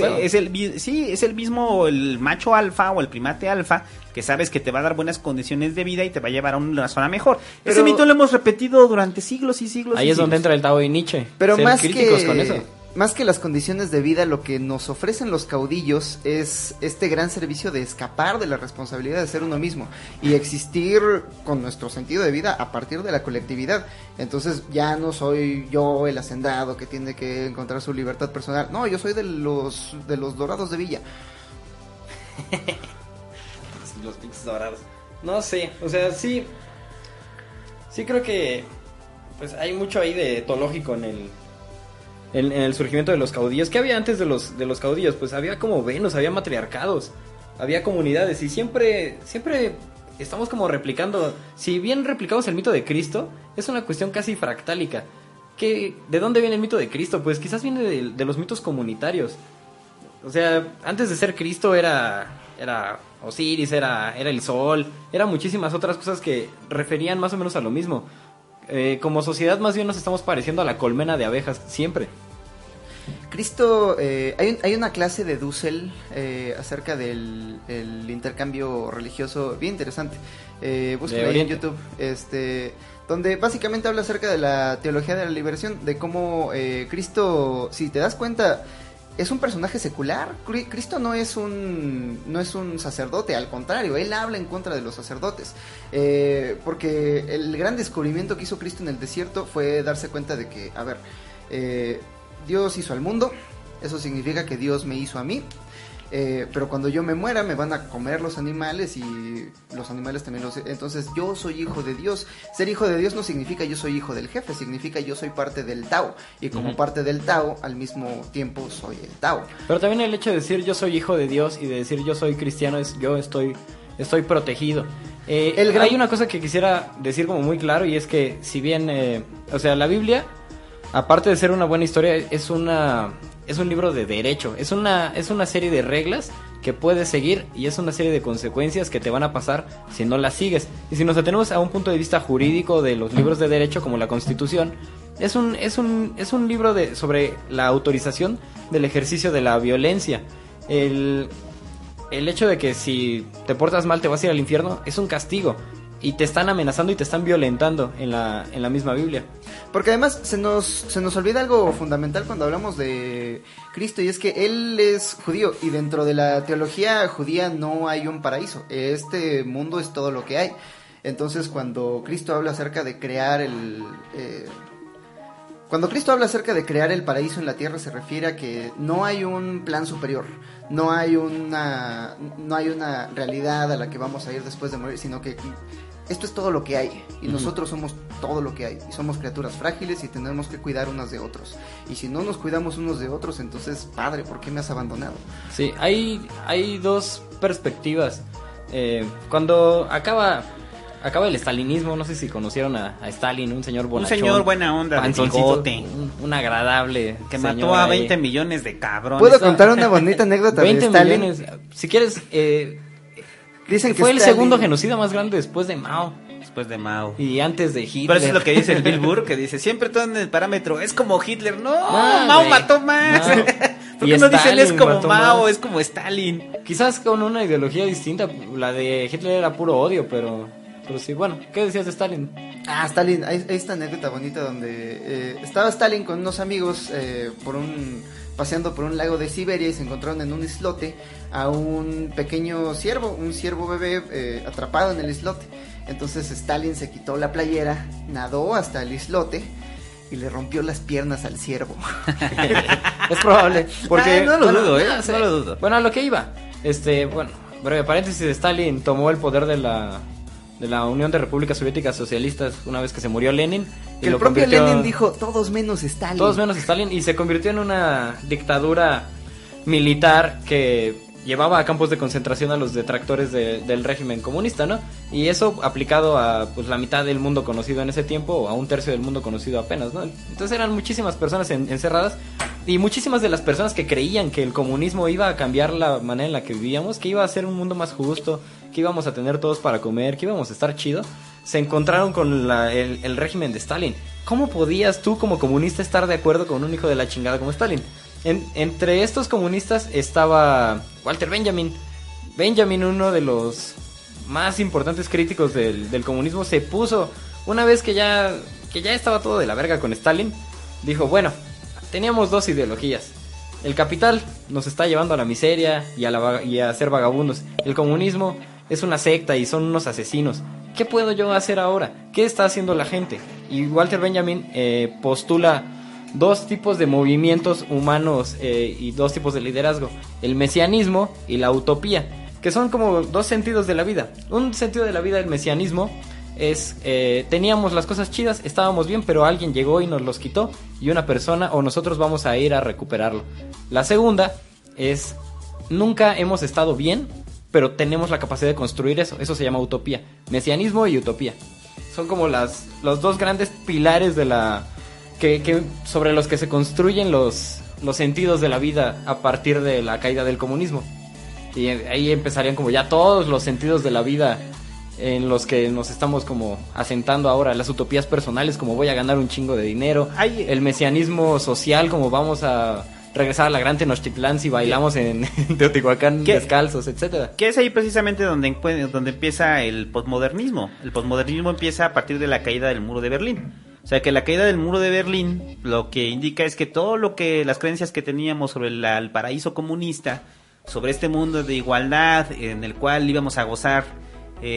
Speaker 2: Es el mismo, el macho alfa o el primate alfa, que sabes que te va a dar buenas condiciones de vida y te va a llevar a una zona mejor. Pero ese mito lo hemos repetido durante siglos y siglos.
Speaker 3: Ahí es donde entra el Tao y Nietzsche.
Speaker 1: Pero más que las condiciones de vida, lo que nos ofrecen los caudillos es este gran servicio de escapar de la responsabilidad de ser uno mismo y existir con nuestro sentido de vida a partir de la colectividad. Entonces ya no soy yo el hacendado que tiene que encontrar su libertad personal. No, yo soy de los dorados de Villa.
Speaker 3: Los pinches dorados. No sé, o sea, sí creo que pues hay mucho ahí de etológico en el surgimiento de los caudillos. ¿Qué había antes de los caudillos? Pues había como Venus, había matriarcados, había comunidades, y siempre estamos como replicando. Si bien replicamos el mito de Cristo, es una cuestión casi fractálica. ¿de dónde viene el mito de Cristo? Pues quizás viene de los mitos comunitarios. O sea, antes de ser Cristo era Osiris, era el sol, eran muchísimas otras cosas que referían más o menos a lo mismo. Como sociedad más bien nos estamos pareciendo a la colmena de abejas siempre.
Speaker 1: Cristo, hay una clase de Dussel acerca del el intercambio religioso bien interesante. Búsquenla ahí en YouTube. Donde básicamente habla acerca de la teología de la liberación, de cómo Cristo, si te das cuenta, es un personaje secular. Cristo no es un sacerdote, al contrario, él habla en contra de los sacerdotes, porque el gran descubrimiento que hizo Cristo en el desierto fue darse cuenta de que, a ver, Dios hizo al mundo, eso significa que Dios me hizo a mí, pero cuando yo me muera me van a comer los animales y los animales también entonces yo soy hijo de Dios. Ser hijo de Dios no significa yo soy hijo del jefe, significa yo soy parte del Tao, y como parte del Tao al mismo tiempo soy el Tao.
Speaker 3: Pero también el hecho de decir yo soy hijo de Dios y de decir yo soy cristiano es yo estoy protegido. Hay una cosa que quisiera decir como muy claro, y es que si bien o sea, la Biblia, aparte de ser una buena historia, es un libro de derecho, es una serie de reglas que puedes seguir, y es una serie de consecuencias que te van a pasar si no las sigues. Y si nos atenemos a un punto de vista jurídico de los libros de derecho, como la Constitución, es un libro sobre la autorización del ejercicio de la violencia. El hecho de que si te portas mal te vas a ir al infierno es un castigo, y te están amenazando y te están violentando en la misma Biblia.
Speaker 1: Porque además se nos olvida algo fundamental cuando hablamos de Cristo, y es que él es judío, y dentro de la teología judía no hay un paraíso, este mundo es todo lo que hay. Entonces cuando Cristo habla acerca de crear Cuando Cristo habla acerca de crear el paraíso en la tierra, se refiere a que no hay un plan superior, no hay una realidad a la que vamos a ir después de morir, sino que esto es todo lo que hay, y nosotros somos todo lo que hay, y somos criaturas frágiles y tenemos que cuidar unos de otros. Y si no nos cuidamos unos de otros, entonces, Padre, ¿por qué me has abandonado?
Speaker 3: Sí, hay dos perspectivas. Cuando acaba el stalinismo, no sé si conocieron a Stalin, un señor bonachón.
Speaker 2: Un señor buena onda, de bigote.
Speaker 3: Un agradable
Speaker 2: que mató a 20 millones de cabrones.
Speaker 1: ¿Puedo contar una bonita anécdota de Stalin?
Speaker 3: 20 millones, si quieres.
Speaker 1: Dicen que
Speaker 3: fue
Speaker 1: Stalin...
Speaker 3: el segundo genocida más grande después de Mao. Y antes de Hitler.
Speaker 2: Pero eso es lo que dice el Bill Burr, que dice, siempre todo en el parámetro, es como Hitler. No, Mao mató más. No. ¿Por qué no dicen es como Mao, es como Stalin?
Speaker 3: Quizás con una ideología distinta. La de Hitler era puro odio, pero sí, bueno, ¿qué decías de Stalin?
Speaker 1: Stalin, hay esta anécdota bonita donde estaba Stalin con unos amigos paseando por un lago de Siberia, y se encontraron en un islote a un pequeño ciervo, un ciervo bebé atrapado en el islote. Entonces Stalin se quitó la playera, nadó hasta el islote y le rompió las piernas al ciervo.
Speaker 3: Es probable, porque
Speaker 2: no lo dudo, no lo dudo.
Speaker 3: Bueno, a lo que iba, bueno, breve paréntesis, Stalin tomó el poder de la Unión de Repúblicas Soviéticas Socialistas una vez que se murió Lenin.
Speaker 1: Que el propio Lenin dijo, todos menos Stalin.
Speaker 3: Todos menos Stalin, y se convirtió en una dictadura militar que llevaba a campos de concentración a los detractores del régimen comunista, ¿no? Y eso aplicado a pues la mitad del mundo conocido en ese tiempo, o a un tercio del mundo conocido apenas, ¿no? Entonces eran muchísimas personas encerradas, y muchísimas de las personas que creían que el comunismo iba a cambiar la manera en la que vivíamos, que iba a ser un mundo más justo, que íbamos a tener todos para comer, que íbamos a estar chido, se encontraron con el régimen de Stalin. ¿Cómo podías tú como comunista estar de acuerdo con un hijo de la chingada como Stalin? Entre estos comunistas estaba Walter Benjamin. Benjamin, uno de los más importantes críticos del comunismo, se puso, una vez que ya estaba todo de la verga con Stalin, dijo, bueno, teníamos dos ideologías. El capital nos está llevando a la miseria y a ser vagabundos. El comunismo es una secta y son unos asesinos. ¿Qué puedo yo hacer ahora? ¿Qué está haciendo la gente? Y Walter Benjamin postula dos tipos de movimientos humanos y dos tipos de liderazgo: el mesianismo y la utopía, que son como dos sentidos de la vida. Un sentido de la vida, el mesianismo, es teníamos las cosas chidas, estábamos bien, pero alguien llegó y nos los quitó, y una persona o nosotros vamos a ir a recuperarlo. La segunda es, nunca hemos estado bien, pero tenemos la capacidad de construir eso. Eso se llama utopía. Mesianismo y utopía son como los dos grandes pilares de la sobre los que se construyen los sentidos de la vida a partir de la caída del comunismo. Y ahí empezarían como ya todos los sentidos de la vida en los que nos estamos como asentando ahora, las utopías personales como voy a ganar un chingo de dinero, el mesianismo social como vamos a regresar a la gran Tenochtitlán si bailamos en Teotihuacán descalzos, etcétera.
Speaker 2: Que es ahí precisamente donde empieza el posmodernismo. El posmodernismo empieza a partir de la caída del muro de Berlín. O sea que la caída del muro de Berlín lo que indica es que todo lo que las creencias que teníamos sobre el paraíso comunista, sobre este mundo de igualdad en el cual íbamos a gozar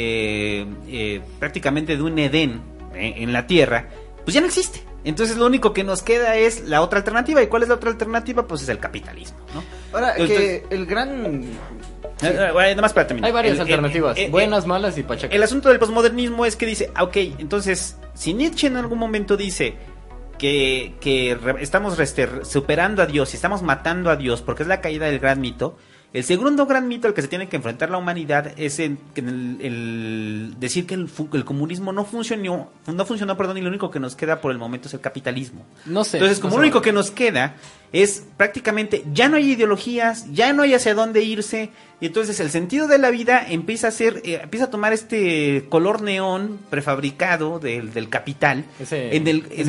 Speaker 2: prácticamente de un Edén en la tierra, pues ya no existe. Entonces lo único que nos queda es la otra alternativa. ¿Y cuál es la otra alternativa? Pues es el capitalismo, ¿no?
Speaker 1: Ahora, entonces, que el gran...
Speaker 2: Nada más para terminar.
Speaker 3: Hay varias alternativas, buenas, malas y pachacas.
Speaker 2: El asunto del posmodernismo es que dice, ok, entonces, si Nietzsche en algún momento dice que estamos superando a Dios y estamos matando a Dios porque es la caída del gran mito, el segundo gran mito al que se tiene que enfrentar la humanidad es el decir que el comunismo no funcionó, y lo único que nos queda por el momento es el capitalismo.
Speaker 3: No sé.
Speaker 2: Entonces, como lo único que nos queda es prácticamente, ya no hay ideologías, ya no hay hacia dónde irse, y entonces el sentido de la vida empieza a tomar este color neón prefabricado del capital, ese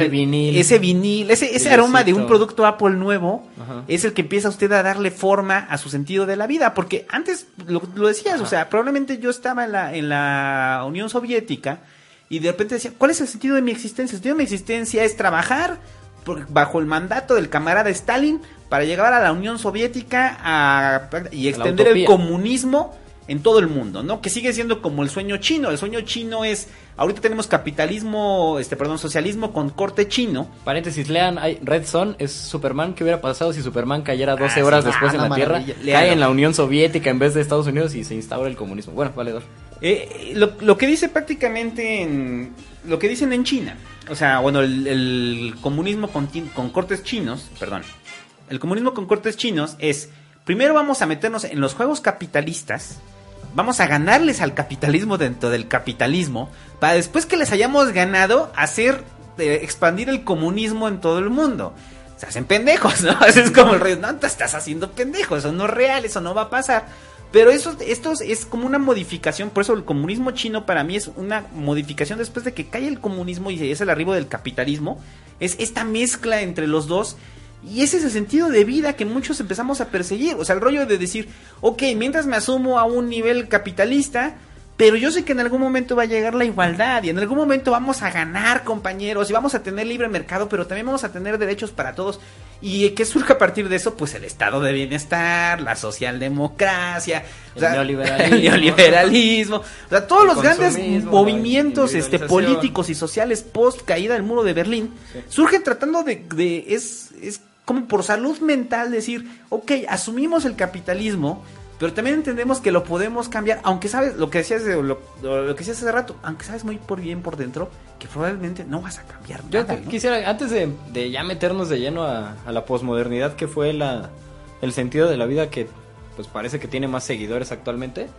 Speaker 2: vinil, ese aroma de un producto Apple nuevo. Ajá. Es el que empieza usted a darle forma a su sentido de la vida, porque antes lo decías, ajá, o sea, probablemente yo estaba en la Unión Soviética y de repente decía, ¿cuál es el sentido de mi existencia? El sentido de mi existencia es trabajar bajo el mandato del camarada Stalin para llegar a la Unión Soviética y extender el comunismo en todo el mundo, ¿no? Que sigue siendo como el sueño chino. El sueño chino es, ahorita tenemos socialismo con corte chino.
Speaker 3: Paréntesis, lean, Red Son es Superman. ¿Qué hubiera pasado si Superman cayera 12 horas después en la Tierra? Cae en la Unión Soviética en vez de Estados Unidos y se instaura el comunismo. Bueno, valedor.
Speaker 2: Lo que dice prácticamente lo que dicen en China, o sea, bueno, el comunismo con cortes chinos, el comunismo con cortes chinos es, primero vamos a meternos en los juegos capitalistas, vamos a ganarles al capitalismo dentro del capitalismo, para después que les hayamos ganado, expandir el comunismo en todo el mundo. Se hacen pendejos, ¿no? Es como el rey, no, te estás haciendo pendejo, eso no es real, eso no va a pasar. Pero esto es como una modificación, por eso el comunismo chino para mí es una modificación después de que cae el comunismo y es el arribo del capitalismo, es esta mezcla entre los dos, y ese es el sentido de vida que muchos empezamos a perseguir, o sea, el rollo de decir, ok, mientras me asumo a un nivel capitalista, pero yo sé que en algún momento va a llegar la igualdad y en algún momento vamos a ganar, compañeros, y vamos a tener libre mercado, pero también vamos a tener derechos para todos. ¿Y qué surge a partir de eso? Pues el estado de bienestar, la socialdemocracia, el neoliberalismo, o sea, todos los grandes movimientos políticos y sociales post caída del muro de Berlín, sí, surgen tratando es como por salud mental decir, ok, asumimos el capitalismo, pero también entendemos que lo podemos cambiar, aunque sabes, lo que decías hace rato, aunque sabes muy bien por dentro, que probablemente no vas a cambiar nada.
Speaker 3: Yo quisiera, antes de ya meternos de lleno a la posmodernidad, que fue el sentido de la vida que pues parece que tiene más seguidores actualmente,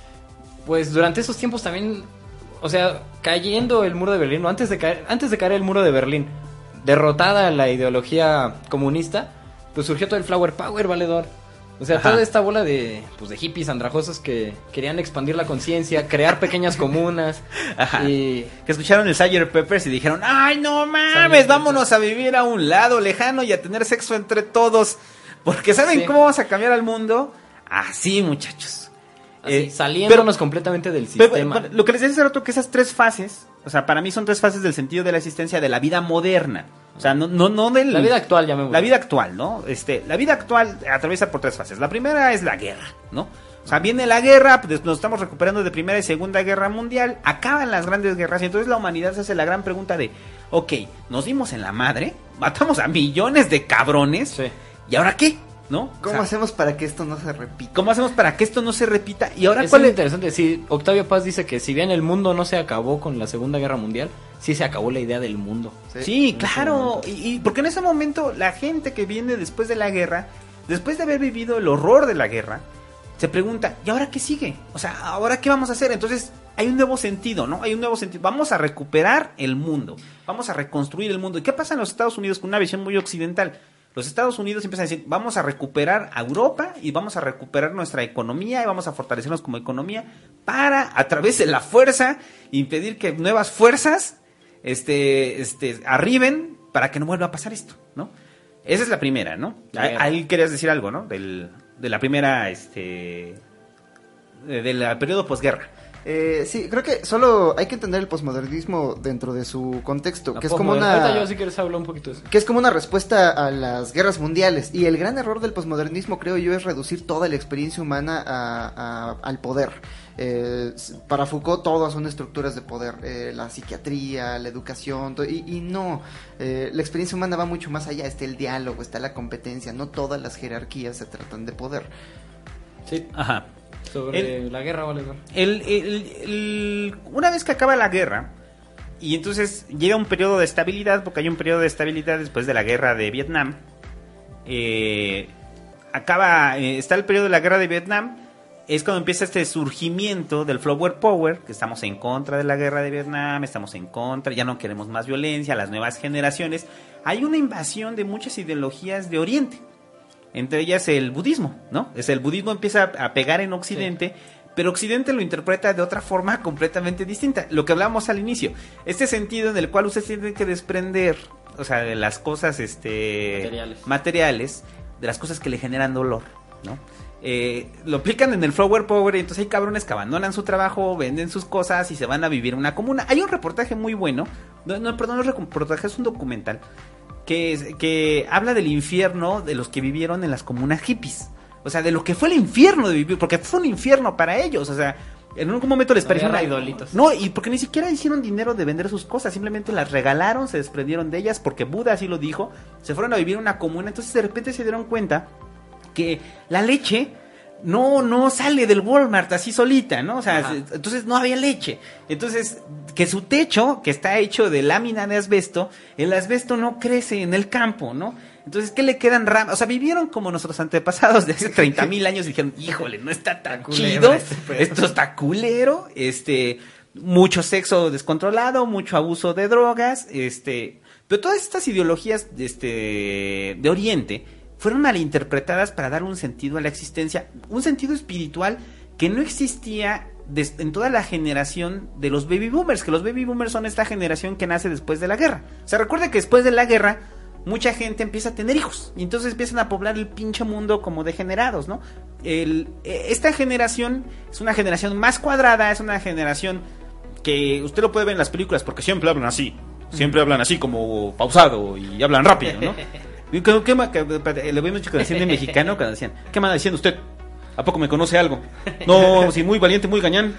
Speaker 3: pues durante esos tiempos también, o sea, cayendo el muro de Berlín, o antes de caer el muro de Berlín, derrotada la ideología comunista, pues surgió todo el Flower Power, valedor. O sea, ajá, toda esta bola de hippies andrajosos que querían expandir la conciencia, crear pequeñas comunas.
Speaker 2: Ajá. Y que escucharon el Sgt. Pepper's y dijeron, ¡ay, no mames! Vámonos a vivir a un lado lejano y a tener sexo entre todos. Porque ¿saben cómo vamos a cambiar al mundo? Así, muchachos.
Speaker 3: Saliéndonos completamente del sistema.
Speaker 2: Pero, lo que les decía hace rato, que esas 3 fases, o sea, para mí son 3 fases del sentido de la existencia de la vida moderna. O sea, no del...
Speaker 3: La vida actual, llamémoslo.
Speaker 2: La vida actual, ¿no? La vida actual atraviesa por 3 fases. La primera es la guerra, ¿no? O sea, viene la guerra, pues nos estamos recuperando de Primera y Segunda Guerra Mundial, acaban las grandes guerras y entonces la humanidad se hace la gran pregunta de, ok, nos dimos en la madre, matamos a millones de cabrones, sí, ¿y ahora qué? ¿No?
Speaker 1: ¿Cómo hacemos para que esto no se repita?
Speaker 2: ¿Cómo hacemos para que esto no se repita? Y ahora,
Speaker 3: ¿cuál es interesante? Sí, Octavio Paz dice que si bien el mundo no se acabó con la Segunda Guerra Mundial, sí se acabó la idea del mundo.
Speaker 2: Sí, claro. Y porque en ese momento la gente que viene después de la guerra, después de haber vivido el horror de la guerra, se pregunta, ¿y ahora qué sigue? O sea, ¿ahora qué vamos a hacer? Entonces hay un nuevo sentido, ¿no? Hay un nuevo sentido. Vamos a recuperar el mundo, vamos a reconstruir el mundo. ¿Y qué pasa en los Estados Unidos con una visión muy occidental? Los Estados Unidos empiezan a decir, vamos a recuperar a Europa y vamos a recuperar nuestra economía y vamos a fortalecernos como economía para, a través de la fuerza, impedir que nuevas fuerzas arriben para que no vuelva a pasar esto, ¿no? Esa es la primera, ¿no? Ahí querías decir algo, ¿no? De la primera, del periodo posguerra.
Speaker 1: Sí, creo que solo hay que entender el posmodernismo dentro de su contexto, que es como
Speaker 3: Ahorita yo si quieres hablar un poquito de eso.
Speaker 1: Que es como una respuesta a las guerras mundiales. Y el gran error del posmodernismo, creo yo, es reducir toda la experiencia humana al poder. Para Foucault todas son estructuras de poder, la psiquiatría, la educación, y no, la experiencia humana va mucho más allá, está el diálogo, está la competencia, no todas las jerarquías se tratan de poder.
Speaker 3: Sí,
Speaker 2: ajá.
Speaker 3: Sobre la guerra, vale.
Speaker 2: Una vez que acaba la guerra, y entonces llega un periodo de estabilidad, porque hay un periodo de estabilidad después de la guerra de Vietnam, está el periodo de la guerra de Vietnam, es cuando empieza este surgimiento del Flower Power, que estamos en contra de la guerra de Vietnam, estamos en contra, ya no queremos más violencia, las nuevas generaciones. Hay una invasión de muchas ideologías de Oriente, entre ellas el budismo, ¿no? El budismo empieza a pegar en Occidente, sí. Pero Occidente lo interpreta de otra forma completamente distinta. Lo que hablábamos al inicio, este sentido en el cual usted tiene que desprender, o sea, de las cosas materiales, de las cosas que le generan dolor, ¿no? Lo aplican en el Flower Power y entonces hay cabrones que abandonan su trabajo, venden sus cosas y se van a vivir en una comuna. Hay un reportaje muy bueno, no es reportaje, es un documental que habla del infierno de los que vivieron en las comunas hippies. O sea, de lo que fue el infierno de vivir, porque fue un infierno para ellos, o sea, en algún momento les pareció
Speaker 3: idolitos.
Speaker 2: No, y porque ni siquiera hicieron dinero de vender sus cosas, simplemente las regalaron, se desprendieron de ellas, porque Buda así lo dijo, se fueron a vivir en una comuna, entonces de repente se dieron cuenta que la leche no sale del Walmart así solita, ¿no? O sea, entonces no había leche. Entonces, que su techo, que está hecho de lámina de asbesto, el asbesto no crece en el campo, ¿no? Entonces, ¿qué le quedan ramas? O sea, vivieron como nuestros antepasados de hace 30,000 años y dijeron, híjole, no está tan chido, esto está culero, mucho sexo descontrolado, mucho abuso de drogas, pero todas estas ideologías de Oriente fueron malinterpretadas para dar un sentido a la existencia, un sentido espiritual que no existía en toda la generación de los baby boomers, que los baby boomers son esta generación que nace después de la guerra. O sea, recuerda que después de la guerra mucha gente empieza a tener hijos y entonces empiezan a poblar el pinche mundo como degenerados, ¿no? Esta generación es una generación más cuadrada, es una generación que usted lo puede ver en las películas porque siempre hablan así como pausado y hablan rápido, ¿no? Le voy mucho con el mexicano cuando decían, ¿qué me anda diciendo usted? ¿A poco me conoce algo? No, sí, muy valiente, muy gañán.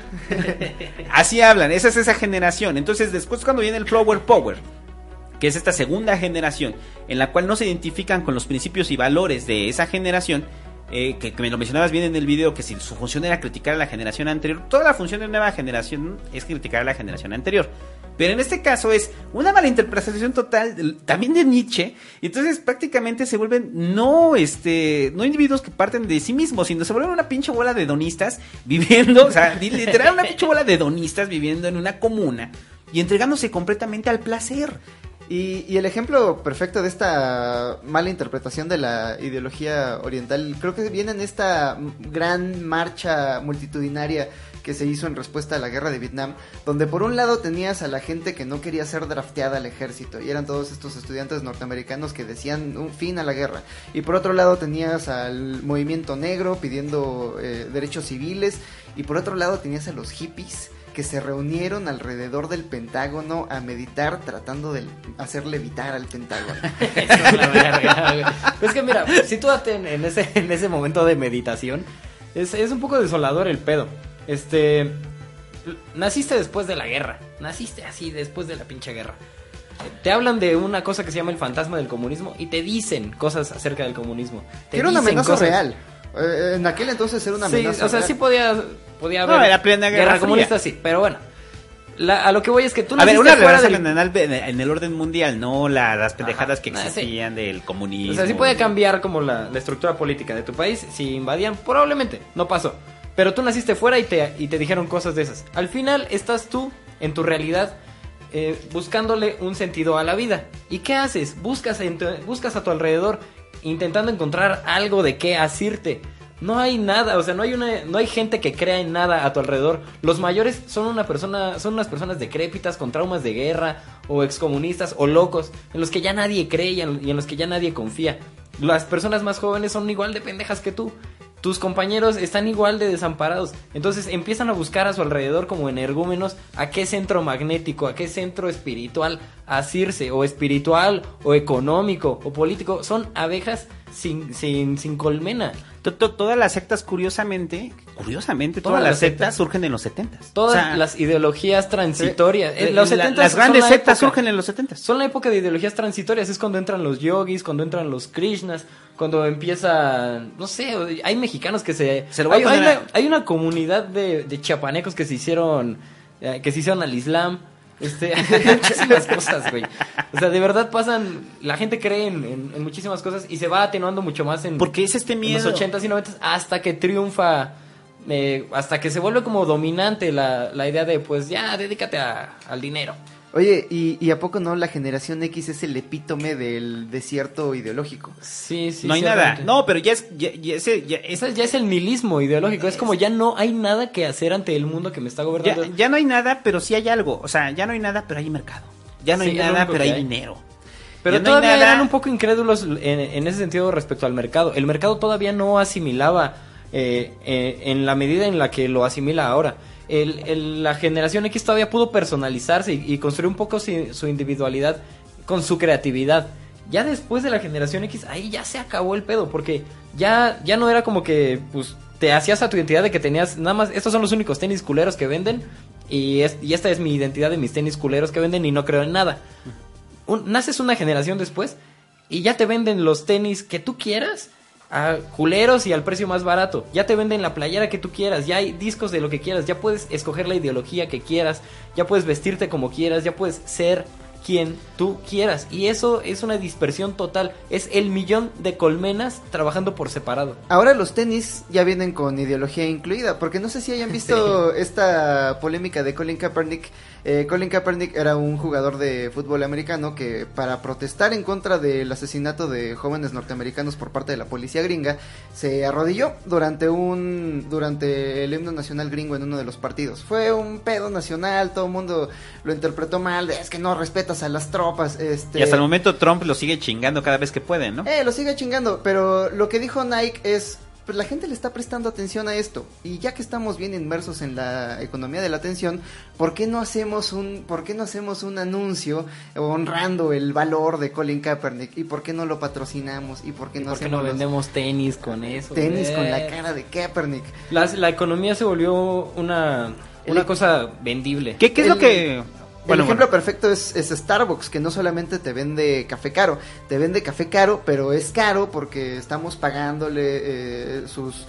Speaker 2: Así hablan, esa es esa generación. Entonces después cuando viene el Flower Power, que es esta segunda generación, en la cual no se identifican con los principios y valores de esa generación, que me lo mencionabas bien en el video, que si su función era criticar a la generación anterior, toda la función de nueva generación es criticar a la generación anterior. Pero en este caso es una malinterpretación total, también de Nietzsche, y entonces prácticamente se vuelven no individuos que parten de sí mismos, sino se vuelven una pinche bola de hedonistas viviendo, o sea, literal una pinche bola de hedonistas viviendo en una comuna y entregándose completamente al placer.
Speaker 1: Y el ejemplo perfecto de esta mala interpretación de la ideología oriental creo que viene en esta gran marcha multitudinaria que se hizo en respuesta a la guerra de Vietnam, donde por un lado tenías a la gente que no quería ser drafteada al ejército y eran todos estos estudiantes norteamericanos que decían un fin a la guerra, y por otro lado tenías al movimiento negro pidiendo derechos civiles, y por otro lado tenías a los hippies que se reunieron alrededor del Pentágono a meditar tratando de hacer levitar al Pentágono.
Speaker 3: Eso es la verga. Es que mira, sitúate en ese momento de meditación. Es un poco desolador el pedo. Naciste después de la guerra. Naciste así después de la pinche guerra. Te hablan de una cosa que se llama el fantasma del comunismo y te dicen cosas acerca del comunismo.
Speaker 1: Era una amenaza real. En aquel entonces era una amenaza.
Speaker 3: Sí, o sea,
Speaker 1: real.
Speaker 3: Sí podía haber.
Speaker 2: No, era plena guerra
Speaker 3: comunista, sí, pero bueno. A lo que voy es que tú
Speaker 2: naciste fuera en el orden mundial, no las pendejadas que existían del comunismo.
Speaker 3: O sea, sí podía cambiar como la estructura política de tu país si invadían, probablemente, no pasó. Pero tú naciste fuera y te dijeron cosas de esas. Al final estás tú, en tu realidad, buscándole un sentido a la vida. ¿Y qué haces? Buscas a tu alrededor, intentando encontrar algo de qué asirte. No hay nada, o sea, no hay gente que crea en nada a tu alrededor. Los mayores son unas personas decrépitas con traumas de guerra, o excomunistas, o locos, en los que ya nadie cree y en los que ya nadie confía. Las personas más jóvenes son igual de pendejas que tú. Tus compañeros están igual de desamparados. Entonces empiezan a buscar a su alrededor como energúmenos a qué centro magnético, a qué centro espiritual asirse, o espiritual, o económico, o político. Son abejas sin colmena.
Speaker 2: Todas las sectas, curiosamente, todas las sectas surgen en los 70s.
Speaker 3: Todas las ideologías transitorias.
Speaker 2: Las grandes sectas surgen en los 70s.
Speaker 3: Son la época de ideologías transitorias. Es cuando entran los yogis, cuando entran los krishnas, cuando empieza, no sé, hay mexicanos que hay una comunidad de chiapanecos que se hicieron al Islam. Hay muchísimas cosas, güey. O sea, de verdad pasan. La gente cree en muchísimas cosas y se va atenuando mucho más
Speaker 2: porque es miedo.
Speaker 3: En los 80s y 90s hasta que triunfa, hasta que se vuelve como dominante la idea de, pues ya, dedícate al dinero.
Speaker 1: Oye, ¿y a poco no la generación X es el epítome del desierto ideológico?
Speaker 3: Sí.
Speaker 2: No hay nada. No, pero ya es Ya no hay nada, pero sí hay algo. O sea, ya no hay nada, pero hay mercado. Ya no hay nada, pero hay dinero.
Speaker 3: Pero todavía eran un poco incrédulos en ese sentido respecto al mercado. El mercado todavía no asimilaba en la medida en la que lo asimila ahora. La generación X todavía pudo personalizarse y construir un poco su individualidad con su creatividad. Ya después de la generación X, ahí ya se acabó el pedo, porque ya no era como que pues te hacías a tu identidad de que tenías nada más, estos son los únicos tenis culeros que venden y esta es mi identidad de mis tenis culeros que venden y no creo en nada. Naces una generación después y ya te venden los tenis que tú quieras a culeros y al precio más barato. Ya te venden la playera que tú quieras, ya hay discos de lo que quieras, ya puedes escoger la ideología que quieras, ya puedes vestirte como quieras, ya puedes ser quien tú quieras. Y eso es una dispersión total. Es el millón de colmenas trabajando por separado.
Speaker 1: Ahora los tenis ya vienen con ideología incluida, porque no sé si hayan visto esta polémica de Colin Kaepernick. Colin Kaepernick era un jugador de fútbol americano que, para protestar en contra del asesinato de jóvenes norteamericanos por parte de la policía gringa, se arrodilló durante el himno nacional gringo en uno de los partidos. Fue un pedo nacional, todo el mundo lo interpretó mal, es que no respetas a las tropas.
Speaker 2: Y hasta el momento Trump lo sigue chingando cada vez que puede, ¿no?
Speaker 1: Lo sigue chingando, pero lo que dijo Nike es, pues la gente le está prestando atención a esto, y ya que estamos bien inmersos en la economía de la atención, ¿por qué no hacemos un anuncio honrando el valor de Colin Kaepernick? ¿Y por qué no lo patrocinamos? ¿Y por qué no
Speaker 3: vendemos tenis con eso?
Speaker 1: Tenis con la cara de Kaepernick.
Speaker 3: La economía se volvió una cosa vendible.
Speaker 2: ¿Qué es lo que...?
Speaker 1: El ejemplo perfecto es Starbucks, que no solamente te vende café caro, pero es caro porque estamos pagándole sus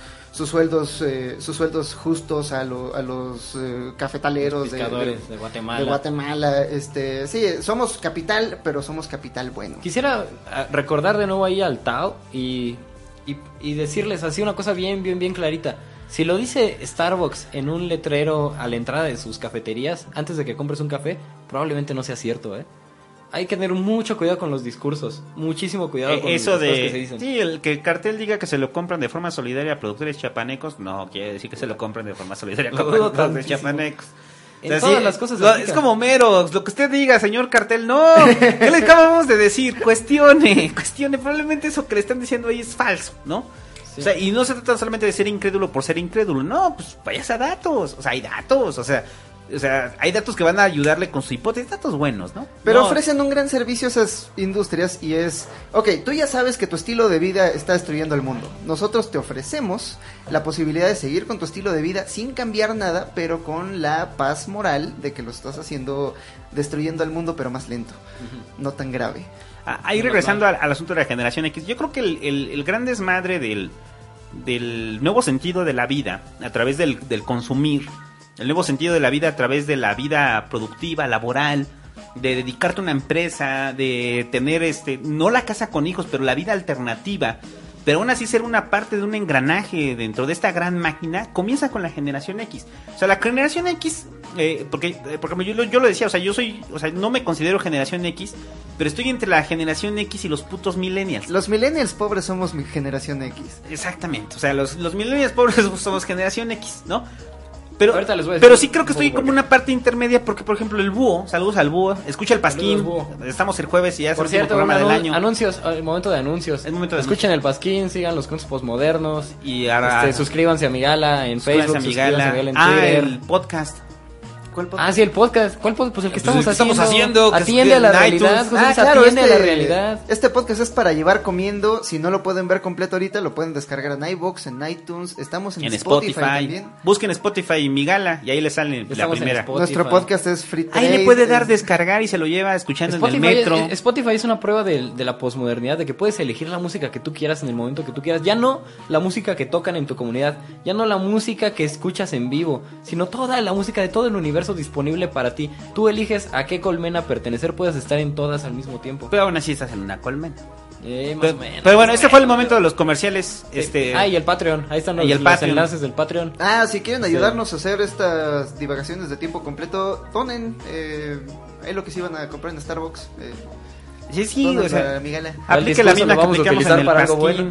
Speaker 1: sueldos justos a los cafetaleros
Speaker 3: de Guatemala.
Speaker 1: De Guatemala, sí, somos capital, pero somos capital bueno.
Speaker 3: Quisiera recordar de nuevo ahí al Tao y decirles así una cosa bien clarita. Si lo dice Starbucks en un letrero a la entrada de sus cafeterías, antes de que compres un café, probablemente no sea cierto, Hay que tener mucho cuidado con los discursos, muchísimo cuidado con
Speaker 2: eso
Speaker 3: las
Speaker 2: de,
Speaker 3: cosas que se dicen.
Speaker 2: Sí, que el cartel diga que se lo compran de forma solidaria a productores chapanecos, no quiere decir que se lo compren de forma solidaria a productores chapanecos.
Speaker 3: En todas las cosas
Speaker 2: es como Merox, lo que usted diga, señor cartel, no. ¿Qué le acabamos de decir? Cuestione. Probablemente eso que le están diciendo ahí es falso, ¿no? Sí. O sea, y no se trata solamente de ser incrédulo por ser incrédulo, no, pues vayas a datos, o sea, hay datos, o sea, hay datos que van a ayudarle con su hipótesis, datos buenos, ¿no?
Speaker 1: Pero ofrecen un gran servicio a esas industrias y es, tú ya sabes que tu estilo de vida está destruyendo el mundo. Nosotros te ofrecemos la posibilidad de seguir con tu estilo de vida sin cambiar nada, pero con la paz moral de que lo estás haciendo, destruyendo al mundo, pero más lento, no tan grave.
Speaker 2: Ahí regresando al asunto de la generación X, yo creo que el gran desmadre del nuevo sentido de la vida a través del consumir, el nuevo sentido de la vida a través de la vida productiva, laboral, de dedicarte a una empresa, de tener no la casa con hijos, pero la vida alternativa, pero aún así ser una parte de un engranaje dentro de esta gran máquina comienza con la generación X. O sea, la generación X, porque yo lo decía, o sea, no me considero generación X, pero estoy entre la generación X y los putos millennials.
Speaker 1: Los millennials pobres somos mi generación X.
Speaker 2: Exactamente, o sea, los millennials pobres somos generación X, ¿no? Pero sí creo que estoy como una parte intermedia porque, por ejemplo, el búho, saludos al búho, escucha el pasquín, estamos el jueves y ya es el último programa del año.
Speaker 3: Anuncios, el momento de anuncios. Escuchen el pasquín, sigan los cuentos postmodernos
Speaker 2: y ahora
Speaker 3: suscríbanse a Migala en Facebook, suscríbanse a Migala en Twitter.
Speaker 2: El podcast.
Speaker 3: ¿Cuál podcast? Sí, el podcast. ¿Cuál podcast? Pues el que
Speaker 2: estamos
Speaker 3: haciendo. Atiende a la realidad. Atiende a la realidad.
Speaker 1: Este podcast es para llevar comiendo. Si no lo pueden ver completo ahorita, lo pueden descargar en iVoox, en iTunes. Estamos en Spotify también.
Speaker 2: Busquen Spotify y Migala y ahí les sale la primera.
Speaker 1: Nuestro podcast es free trade.
Speaker 2: Ahí le puede dar descargar y se lo lleva escuchando Spotify, en el metro.
Speaker 3: Spotify es una prueba de la posmodernidad, de que puedes elegir la música que tú quieras en el momento que tú quieras. Ya no la música que tocan en tu comunidad, ya no la música que escuchas en vivo, sino toda la música de todo el universo disponible para ti. Tú eliges a qué colmena pertenecer, puedes estar en todas al mismo tiempo.
Speaker 2: Pero aún así estás en una colmena.
Speaker 3: Más o menos.
Speaker 2: Pero bueno, este fue el momento de los comerciales.
Speaker 3: Y el Patreon. Ahí están los enlaces del Patreon.
Speaker 1: Si quieren ayudarnos a hacer estas divagaciones de tiempo completo, donen. Es lo que se iban a comprar en Starbucks.
Speaker 2: Sí, o sea,
Speaker 1: Migala.
Speaker 2: Aplique la misma que aplicamos en el
Speaker 3: para algo bueno.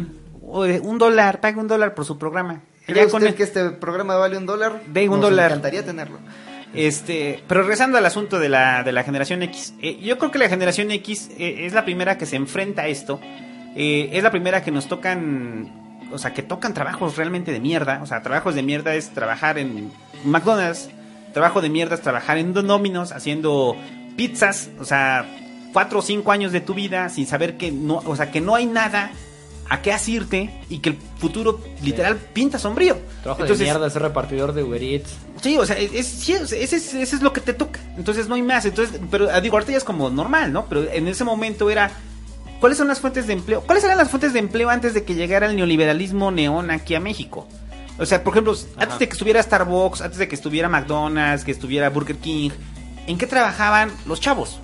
Speaker 2: $1, pague $1 por su programa.
Speaker 1: ¿Cree usted que este programa vale $1?
Speaker 2: De $1.
Speaker 1: Me encantaría tenerlo.
Speaker 2: Pero regresando al asunto de la generación X, yo creo que la generación X es la primera que se enfrenta a esto, es la primera que nos tocan, o sea, que tocan trabajos realmente de mierda. O sea, trabajos de mierda es trabajar en McDonald's, trabajo de mierda es trabajar en Domino's haciendo pizzas, o sea, 4 o 5 años de tu vida sin saber que no, o sea, que no hay nada a qué asirte y que el futuro literal pinta sombrío.
Speaker 3: Trabajo de mierda, ser repartidor de Uber Eats.
Speaker 2: Sí, o sea, ese es lo que te toca. Entonces no hay más. Entonces, pero digo, ahorita ya es como normal, ¿no? Pero en ese momento era, ¿cuáles son las fuentes de empleo? ¿Cuáles eran las fuentes de empleo antes de que llegara el neoliberalismo neón aquí a México? O sea, por ejemplo, antes de que estuviera Starbucks, antes de que estuviera McDonald's, que estuviera Burger King, ¿en qué trabajaban los chavos?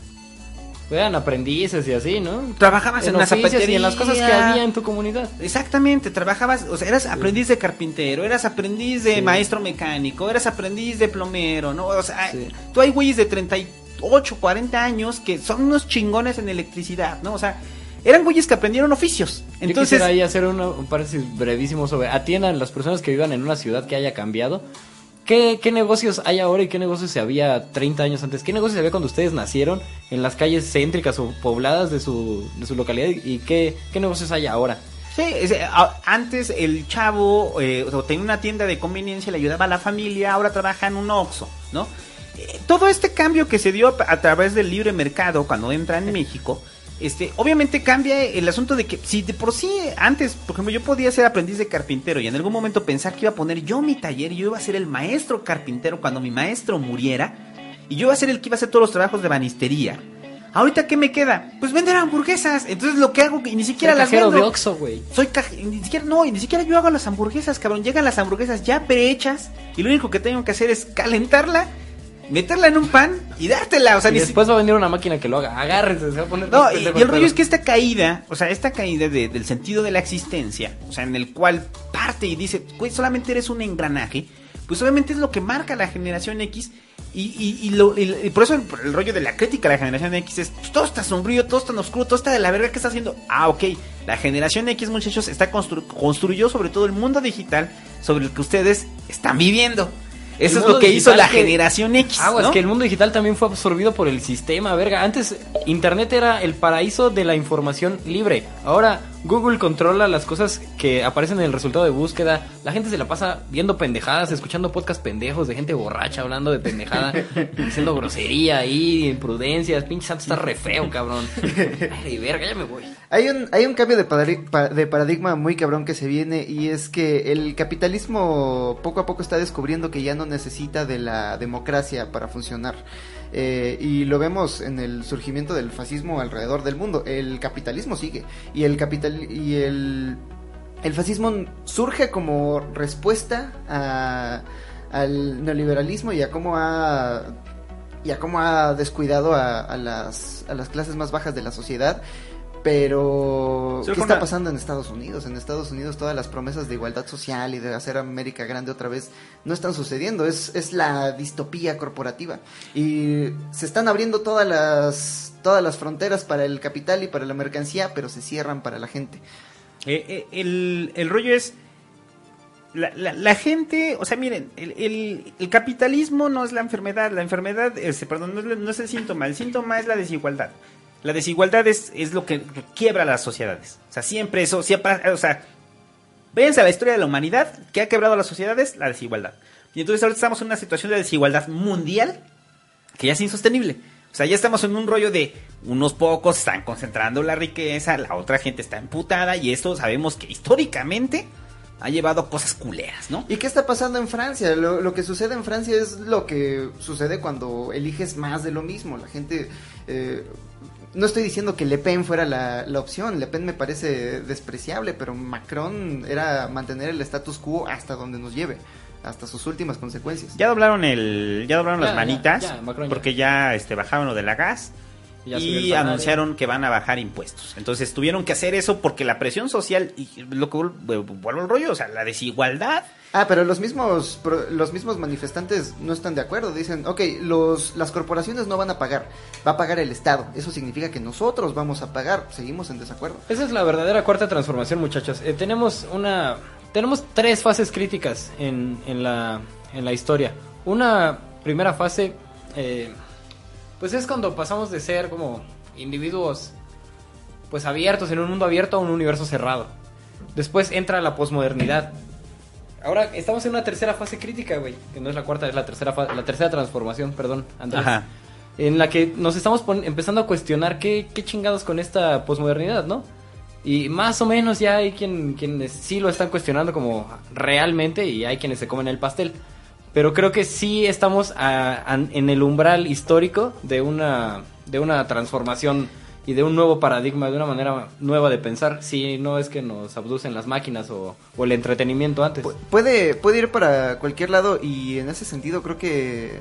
Speaker 3: Eran aprendices y así, ¿no?
Speaker 2: Trabajabas en la zapatería
Speaker 3: y en las cosas que había en tu comunidad.
Speaker 2: Exactamente, trabajabas, o sea, eras aprendiz de carpintero, eras aprendiz de maestro mecánico, eras aprendiz de plomero, ¿no? O sea, tú hay güeyes de 38, 40 años que son unos chingones en electricidad, ¿no? O sea, eran güeyes que aprendieron oficios. Entonces,
Speaker 3: yo quisiera ahí hacer un paréntesis brevísimo sobre atiendan las personas que vivan en una ciudad que haya cambiado. ¿Qué negocios hay ahora y qué negocios se había 30 años antes? ¿Qué negocios había cuando ustedes nacieron en las calles céntricas o pobladas de su localidad? ¿Y qué negocios hay ahora?
Speaker 2: Sí, antes el chavo tenía una tienda de conveniencia, le ayudaba a la familia, ahora trabaja en un Oxxo, ¿no? Todo este cambio que se dio a través del libre mercado cuando entra en México, obviamente cambia el asunto de que si de por sí antes, por ejemplo, yo podía ser aprendiz de carpintero y en algún momento pensar que iba a poner yo mi taller y yo iba a ser el maestro carpintero cuando mi maestro muriera y yo iba a ser el que iba a hacer todos los trabajos de banistería. Ahorita, ¿qué me queda? Pues vender hamburguesas. Entonces lo que hago, y ni siquiera las vendo.
Speaker 3: De Oxxo, güey.
Speaker 2: Ni siquiera yo hago las hamburguesas, cabrón. Llegan las hamburguesas ya prehechas y lo único que tengo que hacer es calentarla, meterla en un pan y dártela, o sea,
Speaker 3: y después va a venir una máquina que lo haga, agárrese, se va a poner.
Speaker 2: No, y el rollo es que esta caída del sentido de la existencia, o sea, en el cual parte y dice, güey, solamente eres un engranaje, pues obviamente es lo que marca la generación X y por eso el rollo de la crítica a la generación X es, pues, todo está sombrío, todo está oscuro, todo está de la verga que está haciendo. Ok, la generación X, muchachos, construyó sobre todo el mundo digital sobre el que ustedes están viviendo. Eso es lo que hizo la generación X, ¿no?
Speaker 3: Es que el mundo digital también fue absorbido por el sistema, verga. Antes Internet era el paraíso de la información libre. Ahora Google controla las cosas que aparecen en el resultado de búsqueda. La gente se la pasa viendo pendejadas, escuchando podcast pendejos de gente borracha hablando de pendejada, diciendo grosería ahí, imprudencias. Pinche santo está re feo, cabrón. Ay, verga, ya me voy.
Speaker 1: Hay un cambio de paradigma muy cabrón que se viene, y es que el capitalismo poco a poco está descubriendo que ya no necesita de la democracia para funcionar. Y lo vemos en el surgimiento del fascismo alrededor del mundo. El capitalismo sigue y el fascismo surge como respuesta al neoliberalismo y a cómo ha descuidado a las clases más bajas de la sociedad. Pero,
Speaker 2: Sí,
Speaker 1: ¿qué está pasando en Estados Unidos? En Estados Unidos todas las promesas de igualdad social y de hacer América grande otra vez no están sucediendo. Es la distopía corporativa. Y se están abriendo todas las fronteras para el capital y para la mercancía, pero se cierran para la gente.
Speaker 2: El rollo es... La gente, o sea, miren, el capitalismo no es la enfermedad no es el síntoma es la desigualdad. La desigualdad es lo que quiebra las sociedades. O sea, siempre eso, o sea, véanse a la historia de la humanidad, ¿qué ha quebrado las sociedades? La desigualdad. Y entonces ahora estamos en una situación de desigualdad mundial que ya es insostenible. O sea, ya estamos en un rollo de unos pocos están concentrando la riqueza, la otra gente está emputada, y esto sabemos que históricamente ha llevado a cosas culeras, ¿no?
Speaker 1: ¿Y qué está pasando en Francia? Lo que sucede en Francia es lo que sucede cuando eliges más de lo mismo. La gente... no estoy diciendo que Le Pen fuera la opción. Le Pen me parece despreciable, pero Macron era mantener el status quo hasta donde nos lleve, hasta sus últimas consecuencias.
Speaker 2: Ya doblaron las manitas,
Speaker 3: Macron
Speaker 2: porque ya bajaron lo de la gas. Y anunciaron que van a bajar impuestos. Entonces tuvieron que hacer eso porque la presión social y lo que vuelvo al rollo, o sea, la desigualdad.
Speaker 1: Pero los mismos manifestantes no están de acuerdo. Dicen, las corporaciones no van a pagar, va a pagar el Estado. Eso significa que nosotros vamos a pagar. Seguimos en desacuerdo.
Speaker 3: Esa es la verdadera cuarta transformación, muchachos. Tenemos 3 fases críticas en la historia. Una primera fase... pues es cuando pasamos de ser como individuos pues abiertos, en un mundo abierto, a un universo cerrado. Después entra la posmodernidad. Ahora estamos en una tercera fase crítica, güey, que no es la cuarta, es la tercera transformación, perdón, Andrés.
Speaker 2: Ajá.
Speaker 3: En la que nos estamos empezando a cuestionar qué chingados con esta posmodernidad, ¿no? Y más o menos ya hay quienes sí lo están cuestionando como realmente, y hay quienes se comen el pastel. Pero creo que sí estamos en el umbral histórico de una transformación y de un nuevo paradigma, de una manera nueva de pensar. Si no es que nos abducen las máquinas o el entretenimiento antes.
Speaker 1: Puede ir para cualquier lado, y en ese sentido creo que...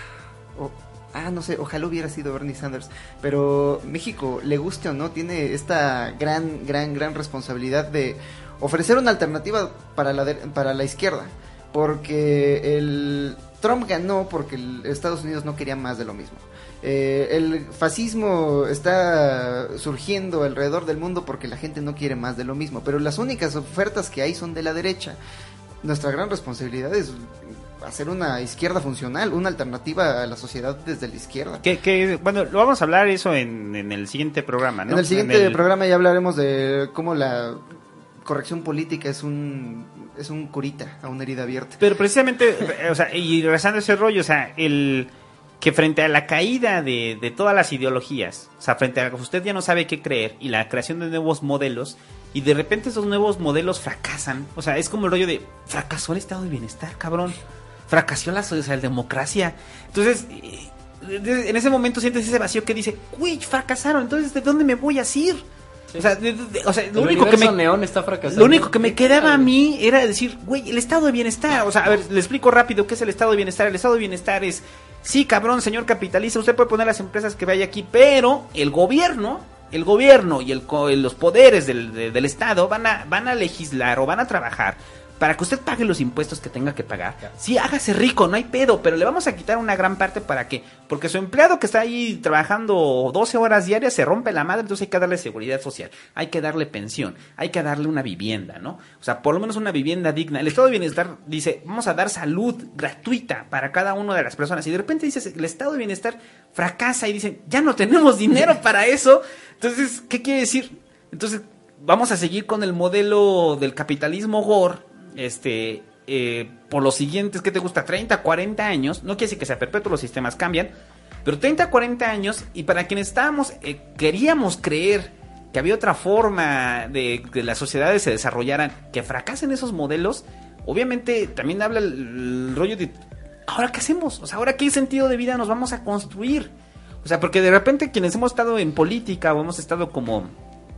Speaker 1: no sé, ojalá hubiera sido Bernie Sanders. Pero México, le guste o no, tiene esta gran responsabilidad de ofrecer una alternativa para la izquierda. Porque Trump ganó porque Estados Unidos no quería más de lo mismo. El fascismo está surgiendo alrededor del mundo porque la gente no quiere más de lo mismo. Pero las únicas ofertas que hay son de la derecha. Nuestra gran responsabilidad es hacer una izquierda funcional, una alternativa a la sociedad desde la izquierda.
Speaker 2: Bueno, lo vamos a hablar eso en el siguiente programa, ¿no?
Speaker 1: En el siguiente programa ya hablaremos de cómo la corrección política es un curita a una herida abierta.
Speaker 2: Pero precisamente, o sea, y regresando a ese rollo, o sea, que frente a la caída de todas las ideologías, o sea, frente a que usted ya no sabe qué creer y la creación de nuevos modelos, y de repente esos nuevos modelos fracasan, o sea, es como el rollo de fracasó el estado de bienestar, cabrón, fracasó la socialdemocracia. Entonces, en ese momento sientes ese vacío que dice, güey, fracasaron, entonces ¿de dónde me voy a ir? Sí. O sea, lo único que me quedaba a mí era decir, güey, el estado de bienestar. O sea, a ver, le explico rápido qué es el estado de bienestar. El estado de bienestar es, sí, cabrón, señor capitalista, usted puede poner las empresas que vaya aquí, pero el gobierno y los poderes del estado van a legislar o van a trabajar para que usted pague los impuestos que tenga que pagar. Sí, hágase rico, no hay pedo, pero le vamos a quitar una gran parte. ¿Para qué? Porque su empleado que está ahí trabajando 12 horas diarias se rompe la madre, entonces hay que darle seguridad social, hay que darle pensión, hay que darle una vivienda, ¿no? O sea, por lo menos una vivienda digna. El estado de bienestar dice, vamos a dar salud gratuita para cada una de las personas, y de repente dices, el estado de bienestar fracasa y dicen, ya no tenemos dinero para eso. Entonces, ¿qué quiere decir? Entonces, vamos a seguir con el modelo del capitalismo gore, por los siguientes, ¿qué te gusta? 30, 40 años, no quiere decir que sea perpetuo, los sistemas cambian, pero 30, 40 años, y para quienes queríamos creer que había otra forma de que las sociedades se desarrollaran, que fracasen esos modelos, obviamente también habla el rollo de, ¿ahora qué hacemos? O sea, ¿ahora qué sentido de vida nos vamos a construir? O sea, porque de repente quienes hemos estado en política o hemos estado como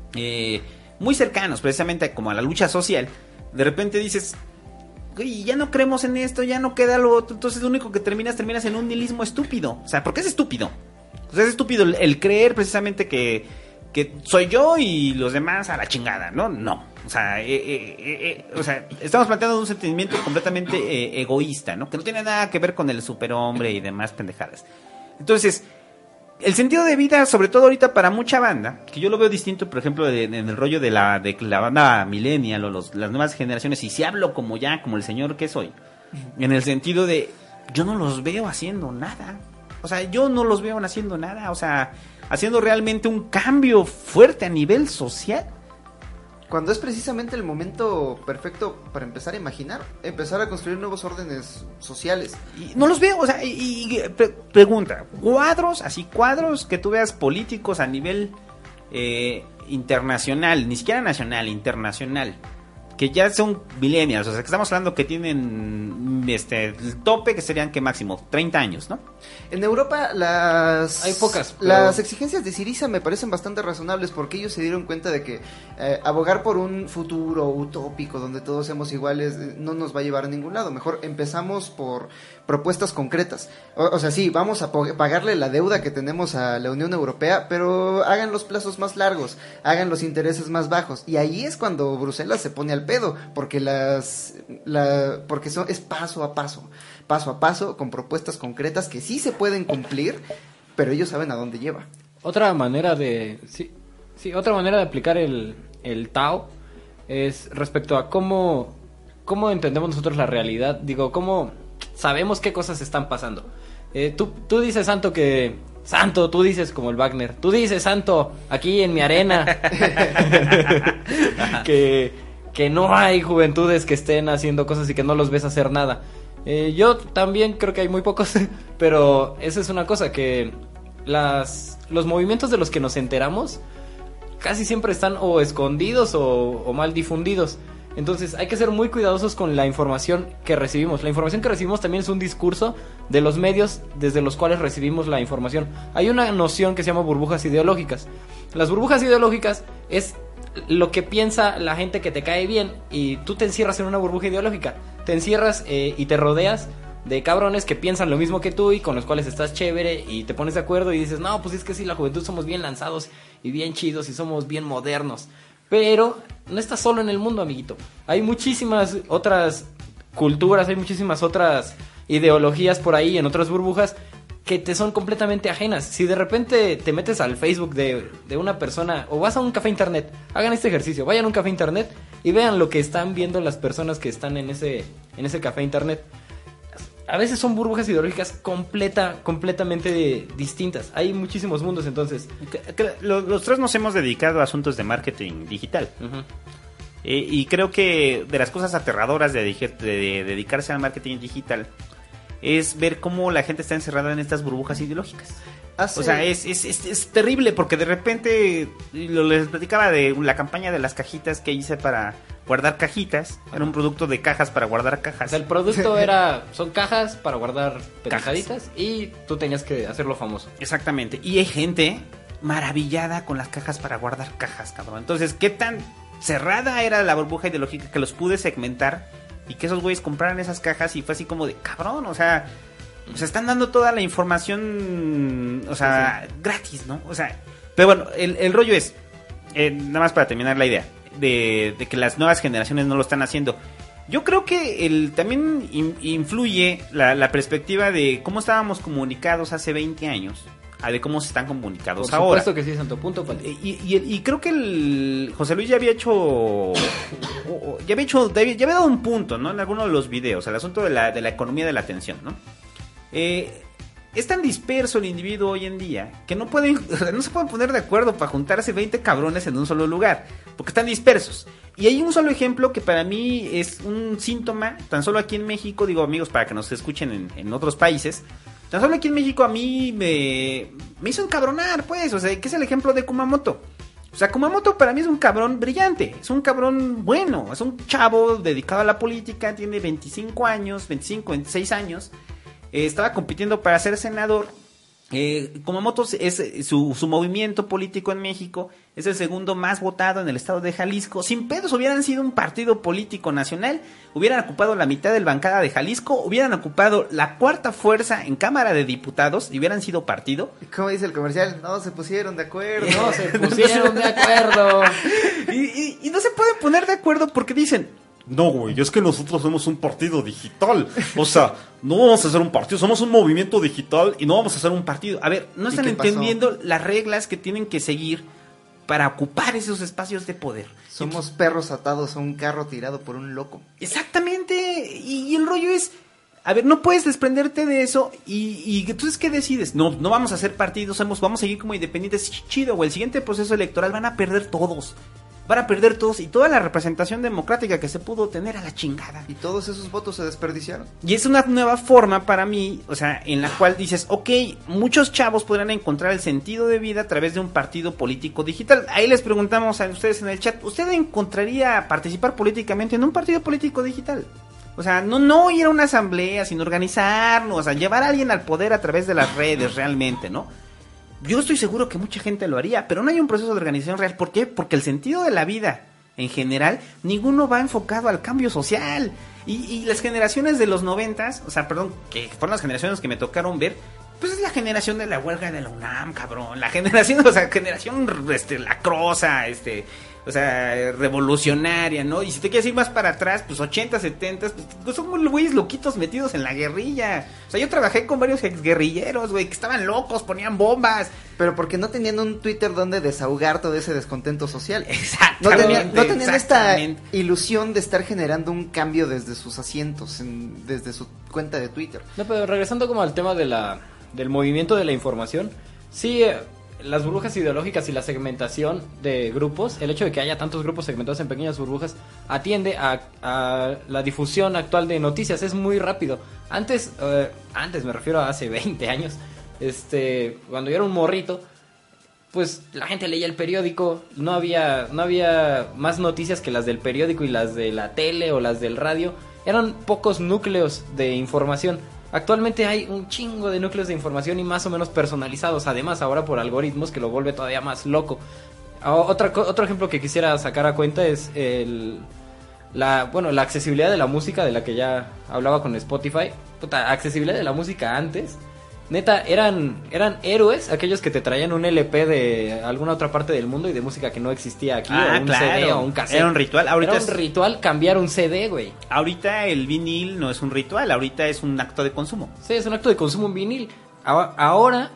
Speaker 2: muy cercanos precisamente como a la lucha social, de repente dices, oye, ya no creemos en esto, ya no queda lo otro, entonces lo único que terminas en un nihilismo estúpido. O sea, ¿por qué es estúpido? O sea, es estúpido el creer precisamente que que soy yo y los demás a la chingada, ¿no? No. O sea, estamos planteando un sentimiento completamente egoísta, ¿no? Que no tiene nada que ver con el superhombre y demás pendejadas. Entonces, el sentido de vida, sobre todo ahorita para mucha banda, que yo lo veo distinto, por ejemplo, en el rollo de la banda millennial o las nuevas generaciones, y si hablo como el señor que soy, en el sentido de, yo no los veo haciendo nada. O sea, yo no los veo haciendo nada, o sea, haciendo realmente un cambio fuerte a nivel social.
Speaker 1: Cuando es precisamente el momento perfecto para empezar a imaginar, empezar a construir nuevos órdenes sociales.
Speaker 2: Y no los veo, o sea, pregunta, cuadros que tú veas políticos a nivel internacional, ni siquiera nacional, internacional, que ya son millennials, o sea, que estamos hablando que tienen el tope que serían que máximo 30 años, ¿no?
Speaker 1: En Europa
Speaker 3: hay pocas,
Speaker 1: las exigencias de Syriza me parecen bastante razonables porque ellos se dieron cuenta de que abogar por un futuro utópico donde todos seamos iguales no nos va a llevar a ningún lado. Mejor empezamos por propuestas concretas. O sea, sí, vamos a pagarle la deuda que tenemos a la Unión Europea, pero hagan los plazos más largos, hagan los intereses más bajos. Y ahí es cuando Bruselas se pone al pedo, porque es paso a paso, con propuestas concretas que sí se pueden cumplir, pero ellos saben a dónde lleva.
Speaker 3: Otra manera de aplicar el Tao es respecto a cómo entendemos nosotros la realidad. Digo, cómo sabemos qué cosas están pasando. Tú dices, Santo, tú dices como el Wagner, tú dices, Santo, aquí en mi arena, que no hay juventudes que estén haciendo cosas y que no los ves hacer nada. Yo también creo que hay muy pocos, pero esa es una cosa, que los movimientos de los que nos enteramos casi siempre están o escondidos o mal difundidos. Entonces hay que ser muy cuidadosos con la información que recibimos. La información que recibimos también es un discurso de los medios desde los cuales recibimos la información. Hay una noción que se llama burbujas ideológicas. Las burbujas ideológicas es lo que piensa la gente que te cae bien, y tú te encierras en una burbuja ideológica. Te encierras y te rodeas de cabrones que piensan lo mismo que tú y con los cuales estás chévere y te pones de acuerdo y dices, no, pues es que sí, la juventud somos bien lanzados y bien chidos y somos bien modernos. Pero no estás solo en el mundo, amiguito. Hay muchísimas otras culturas, hay muchísimas otras ideologías por ahí en otras burbujas que te son completamente ajenas. Si de repente te metes al Facebook de una persona o vas a un café internet, hagan este ejercicio, vayan a un café internet y vean lo que están viendo las personas que están en ese café internet. A veces son burbujas ideológicas completamente distintas. Hay muchísimos mundos, entonces.
Speaker 2: Los tres nos hemos dedicado a asuntos de marketing digital. Uh-huh. Y creo que de las cosas aterradoras de dedicarse al marketing digital es ver cómo la gente está encerrada en estas burbujas ideológicas. O sea, es terrible porque de repente, les platicaba de la campaña de las cajitas que hice para guardar cajitas. Era un producto de cajas para guardar cajas.
Speaker 3: O sea, el producto son cajas para guardar pendejaditas y tú tenías que hacerlo famoso.
Speaker 2: Exactamente. Y hay gente maravillada con las cajas para guardar cajas, cabrón. Entonces, ¿qué tan cerrada era la burbuja ideológica que los pude segmentar y que esos güeyes compraran esas cajas? Y fue así como de, cabrón, o sea, están dando toda la información, o sea, sí, gratis, ¿no? O sea, pero bueno, el rollo es, nada más para terminar la idea, de que las nuevas generaciones no lo están haciendo. Yo creo que también influye la perspectiva de cómo estábamos comunicados hace 20 años a de cómo se están comunicados ahora.
Speaker 3: Por supuesto que sí, Santo, punto.
Speaker 2: Y creo que José Luis ya había dado un punto, ¿no? En alguno de los videos, el asunto de la economía de la atención, ¿no? Es tan disperso el individuo hoy en día que no se pueden poner de acuerdo para juntarse 20 cabrones en un solo lugar, porque están dispersos. Y hay un solo ejemplo que para mí es un síntoma, tan solo aquí en México, digo amigos para que nos escuchen en otros países, tan solo aquí en México a mí me hizo encabronar, pues, o sea, que es el ejemplo de Kumamoto. O sea, Kumamoto para mí es un cabrón brillante, es un cabrón bueno, es un chavo dedicado a la política, tiene 25 años, 26 años. Estaba compitiendo para ser senador Kumamoto es su movimiento político en México, es el segundo más votado en el estado de Jalisco. Sin pedos hubieran sido un partido político nacional, hubieran ocupado la mitad del bancada de Jalisco, hubieran ocupado la cuarta fuerza en Cámara de Diputados y hubieran sido partido.
Speaker 1: ¿Cómo dice el comercial? No, se pusieron de acuerdo.
Speaker 3: No, se pusieron de acuerdo.
Speaker 2: Y no se pueden poner de acuerdo porque dicen...
Speaker 4: No, güey, es que nosotros somos un partido digital. O sea, no vamos a hacer un partido, somos un movimiento digital y no vamos a hacer un partido.
Speaker 2: A ver, no están entendiendo las reglas que tienen que seguir para ocupar esos espacios de poder.
Speaker 1: Somos perros atados a un carro tirado por un loco.
Speaker 2: Exactamente, y el rollo es... A ver, no puedes desprenderte de eso y entonces, ¿qué decides? No vamos a hacer partidos, vamos a seguir como independientes. Chido, güey, el siguiente proceso electoral van a perder todos. Van a perder todos y toda la representación democrática que se pudo tener a la chingada.
Speaker 1: Y todos esos votos se desperdiciaron.
Speaker 2: Y es una nueva forma para mí, o sea, en la cual dices, ok, muchos chavos podrán encontrar el sentido de vida a través de un partido político digital. Ahí les preguntamos a ustedes en el chat, ¿usted encontraría participar políticamente en un partido político digital? O sea, no ir a una asamblea, sino organizarnos, o sea, llevar a alguien al poder a través de las redes realmente, ¿no? Yo estoy seguro que mucha gente lo haría, pero no hay un proceso de organización real. ¿Por qué? Porque el sentido de la vida, en general, ninguno va enfocado al cambio social. Y las generaciones de los 90s, o sea, perdón, que fueron las generaciones que me tocaron ver, pues es la generación de la huelga de la UNAM, cabrón. La generación, o sea, generación lacrosa, o sea, revolucionaria, ¿no? Y si te quieres ir más para atrás, pues 80, 70, pues son muy güeyes loquitos metidos en la guerrilla. O sea, yo trabajé con varios exguerrilleros, güey, que estaban locos, ponían bombas.
Speaker 1: Pero porque no tenían un Twitter donde desahogar todo ese descontento social.
Speaker 2: Exactamente.
Speaker 1: No tenían esta ilusión de estar generando un cambio desde sus asientos, desde su cuenta de Twitter.
Speaker 3: No, pero regresando como al tema del movimiento de la información, sí... Las burbujas ideológicas y la segmentación de grupos, el hecho de que haya tantos grupos segmentados en pequeñas burbujas, atiende a la difusión actual de noticias, es muy rápido. Antes me refiero a hace 20 años, cuando yo era un morrito, pues la gente leía el periódico, no había más noticias que las del periódico y las de la tele o las del radio, eran pocos núcleos de información. Actualmente hay un chingo de núcleos de información y más o menos personalizados, además ahora por algoritmos que lo vuelve todavía más loco. Otro ejemplo que quisiera sacar a cuenta es la accesibilidad de la música, de la que ya hablaba con Spotify. Accesibilidad de la música antes. Neta, eran héroes aquellos que te traían un LP de alguna otra parte del mundo y de música que no existía aquí, o un CD o un cassette.
Speaker 2: Era un ritual. Ahorita
Speaker 3: era un ritual cambiar un CD, güey.
Speaker 2: Ahorita el vinil no es un ritual, ahorita es un acto de consumo.
Speaker 3: Sí, es un acto de consumo un vinil. Ahora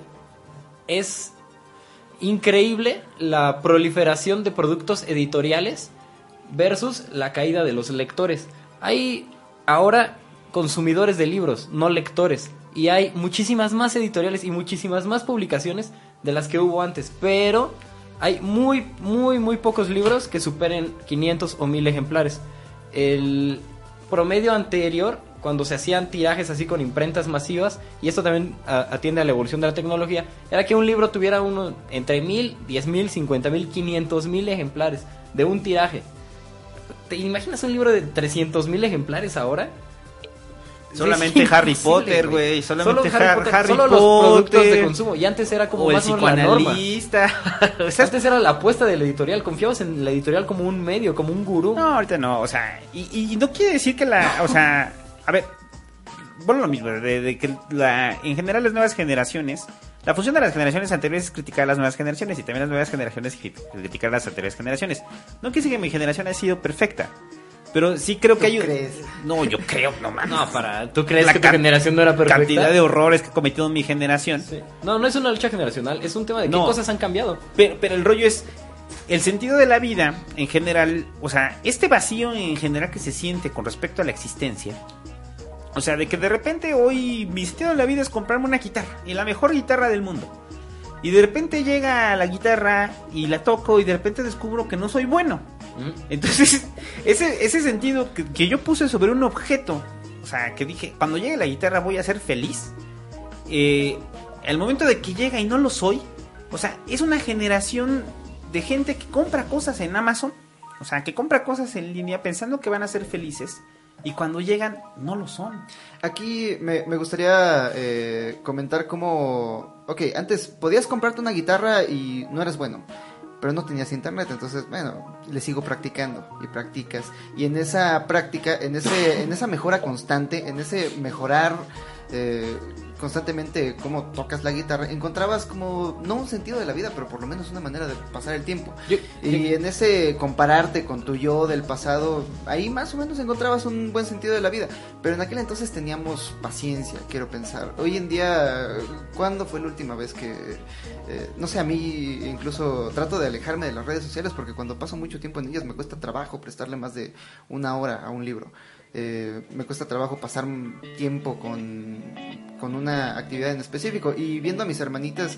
Speaker 3: es increíble la proliferación de productos editoriales versus la caída de los lectores. Hay ahora consumidores de libros, no lectores. Y hay muchísimas más editoriales y muchísimas más publicaciones de las que hubo antes. Pero hay muy, muy, muy pocos libros que superen 500 o 1000 ejemplares. El promedio anterior, cuando se hacían tirajes así con imprentas masivas, y esto también atiende a la evolución de la tecnología, era que un libro tuviera entre 1000, 10,000, 50,000, 500,000 ejemplares de un tiraje. ¿Te imaginas un libro de 300,000 ejemplares ahora?
Speaker 2: Solamente Harry Potter, güey. Solamente Harry
Speaker 3: solo
Speaker 2: Potter.
Speaker 3: Los productos de consumo. Y antes era como
Speaker 2: o
Speaker 3: más
Speaker 2: el psicoanalista.
Speaker 3: O sea, antes era la apuesta de la editorial. Confiabas en la editorial como un medio, como un gurú.
Speaker 2: No, ahorita no. O sea, y no quiere decir que o sea, a ver, bueno, lo mismo, de que en general las nuevas generaciones, la función de las generaciones anteriores es criticar a las nuevas generaciones y también las nuevas generaciones criticar a las anteriores generaciones. No quiere decir que mi generación ha sido perfecta. Pero sí creo que hay...
Speaker 1: ¿Crees?
Speaker 2: No, yo creo, no mames.
Speaker 3: No, ¿tú crees que tu generación no era perfecta?
Speaker 2: Cantidad de horrores que ha cometido mi generación.
Speaker 3: Sí. No es una lucha generacional, es un tema de qué cosas han cambiado.
Speaker 2: Pero el rollo es... El sentido de la vida, en general... O sea, este vacío en general que se siente con respecto a la existencia... O sea, de que de repente hoy mi sentido de la vida es comprarme una guitarra. Y la mejor guitarra del mundo. Y de repente llega la guitarra y la toco y de repente descubro que no soy bueno. Entonces, ese sentido que yo puse sobre un objeto, o sea, que dije, cuando llegue la guitarra voy a ser feliz, el momento de que llega y no lo soy, o sea, es una generación de gente que compra cosas en Amazon, o sea, que compra cosas en línea pensando que van a ser felices, y cuando llegan no lo son.
Speaker 1: Aquí me gustaría comentar cómo... Ok, antes podías comprarte una guitarra y no eras bueno, pero no tenías internet, entonces, bueno, le sigo practicando y practicas. Y en esa práctica, en esa mejora constante, en ese mejorar constantemente cómo tocas la guitarra, encontrabas como, no un sentido de la vida, pero por lo menos una manera de pasar el tiempo. En ese compararte con tu yo del pasado, ahí más o menos encontrabas un buen sentido de la vida. Pero en aquel entonces teníamos paciencia, quiero pensar. Hoy en día, ¿cuándo fue la última vez que... no sé, a mí incluso trato de alejarme de las redes sociales porque cuando paso mucho tiempo en ellas me cuesta trabajo prestarle más de una hora a un libro. Me cuesta trabajo pasar tiempo con una actividad en específico. Y viendo a mis hermanitas,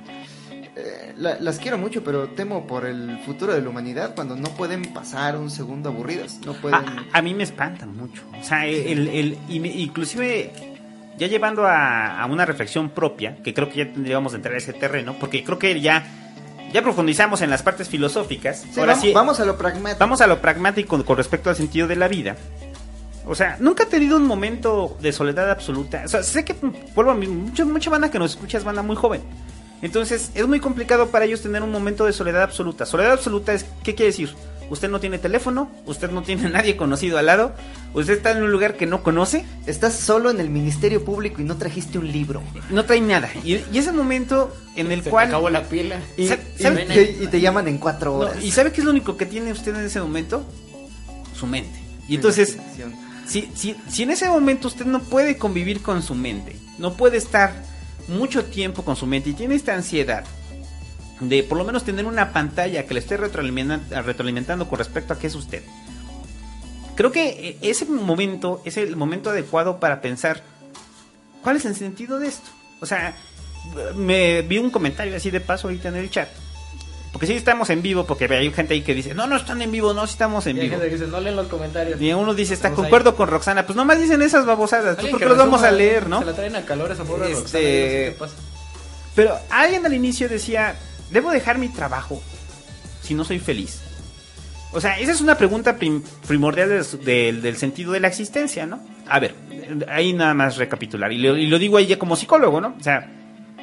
Speaker 1: las quiero mucho, pero temo por el futuro de la humanidad cuando no pueden pasar un segundo aburridas. No pueden...
Speaker 2: A mí me espantan mucho. O sea, inclusive ya llevando a una reflexión propia, que creo que ya tendríamos de entrar a ese terreno, porque creo que ya profundizamos en las partes filosóficas.
Speaker 1: Sí, vamos a lo pragmático.
Speaker 2: Vamos a lo pragmático con respecto al sentido de la vida. O sea, nunca he tenido un momento de soledad absoluta. O sea, sé que, vuelvo a mí, mucha banda que nos escucha es banda muy joven. Entonces, es muy complicado para ellos tener un momento de soledad absoluta. Soledad absoluta es, ¿qué quiere decir? Usted no tiene teléfono, usted no tiene nadie conocido al lado, usted está en un lugar que no conoce.
Speaker 1: Estás solo en el Ministerio Público y no trajiste un libro.
Speaker 2: No trae nada. Y ese momento en el cual...
Speaker 3: Se acabó la pila.
Speaker 1: Y te llaman en 4 horas.
Speaker 2: No, ¿y sabe qué es lo único que tiene usted en ese momento? Su mente. Y entonces... Si en ese momento usted no puede convivir con su mente, no puede estar mucho tiempo con su mente y tiene esta ansiedad de por lo menos tener una pantalla que le esté retroalimentando con respecto a qué es usted, creo que ese momento es el momento adecuado para pensar cuál es el sentido de esto. O sea, me vi un comentario así de paso ahorita en el chat. Porque sí estamos en vivo, porque hay gente ahí que dice, no están en vivo, no, sí estamos en vivo.
Speaker 3: Hay gente que dice, no leen los comentarios.
Speaker 2: Y uno dice, concuerdo con Roxana, pues nomás dicen esas babosadas, pues porque los vamos a leer, ¿no?
Speaker 3: Se la traen a calor esa pobre Roxana, no sé qué pasa.
Speaker 2: Pero alguien al inicio decía, ¿debo dejar mi trabajo si no soy feliz? O sea, esa es una pregunta primordial del sentido de la existencia, ¿no? A ver, ahí nada más recapitular, y lo digo ahí ya como psicólogo, ¿no? O sea,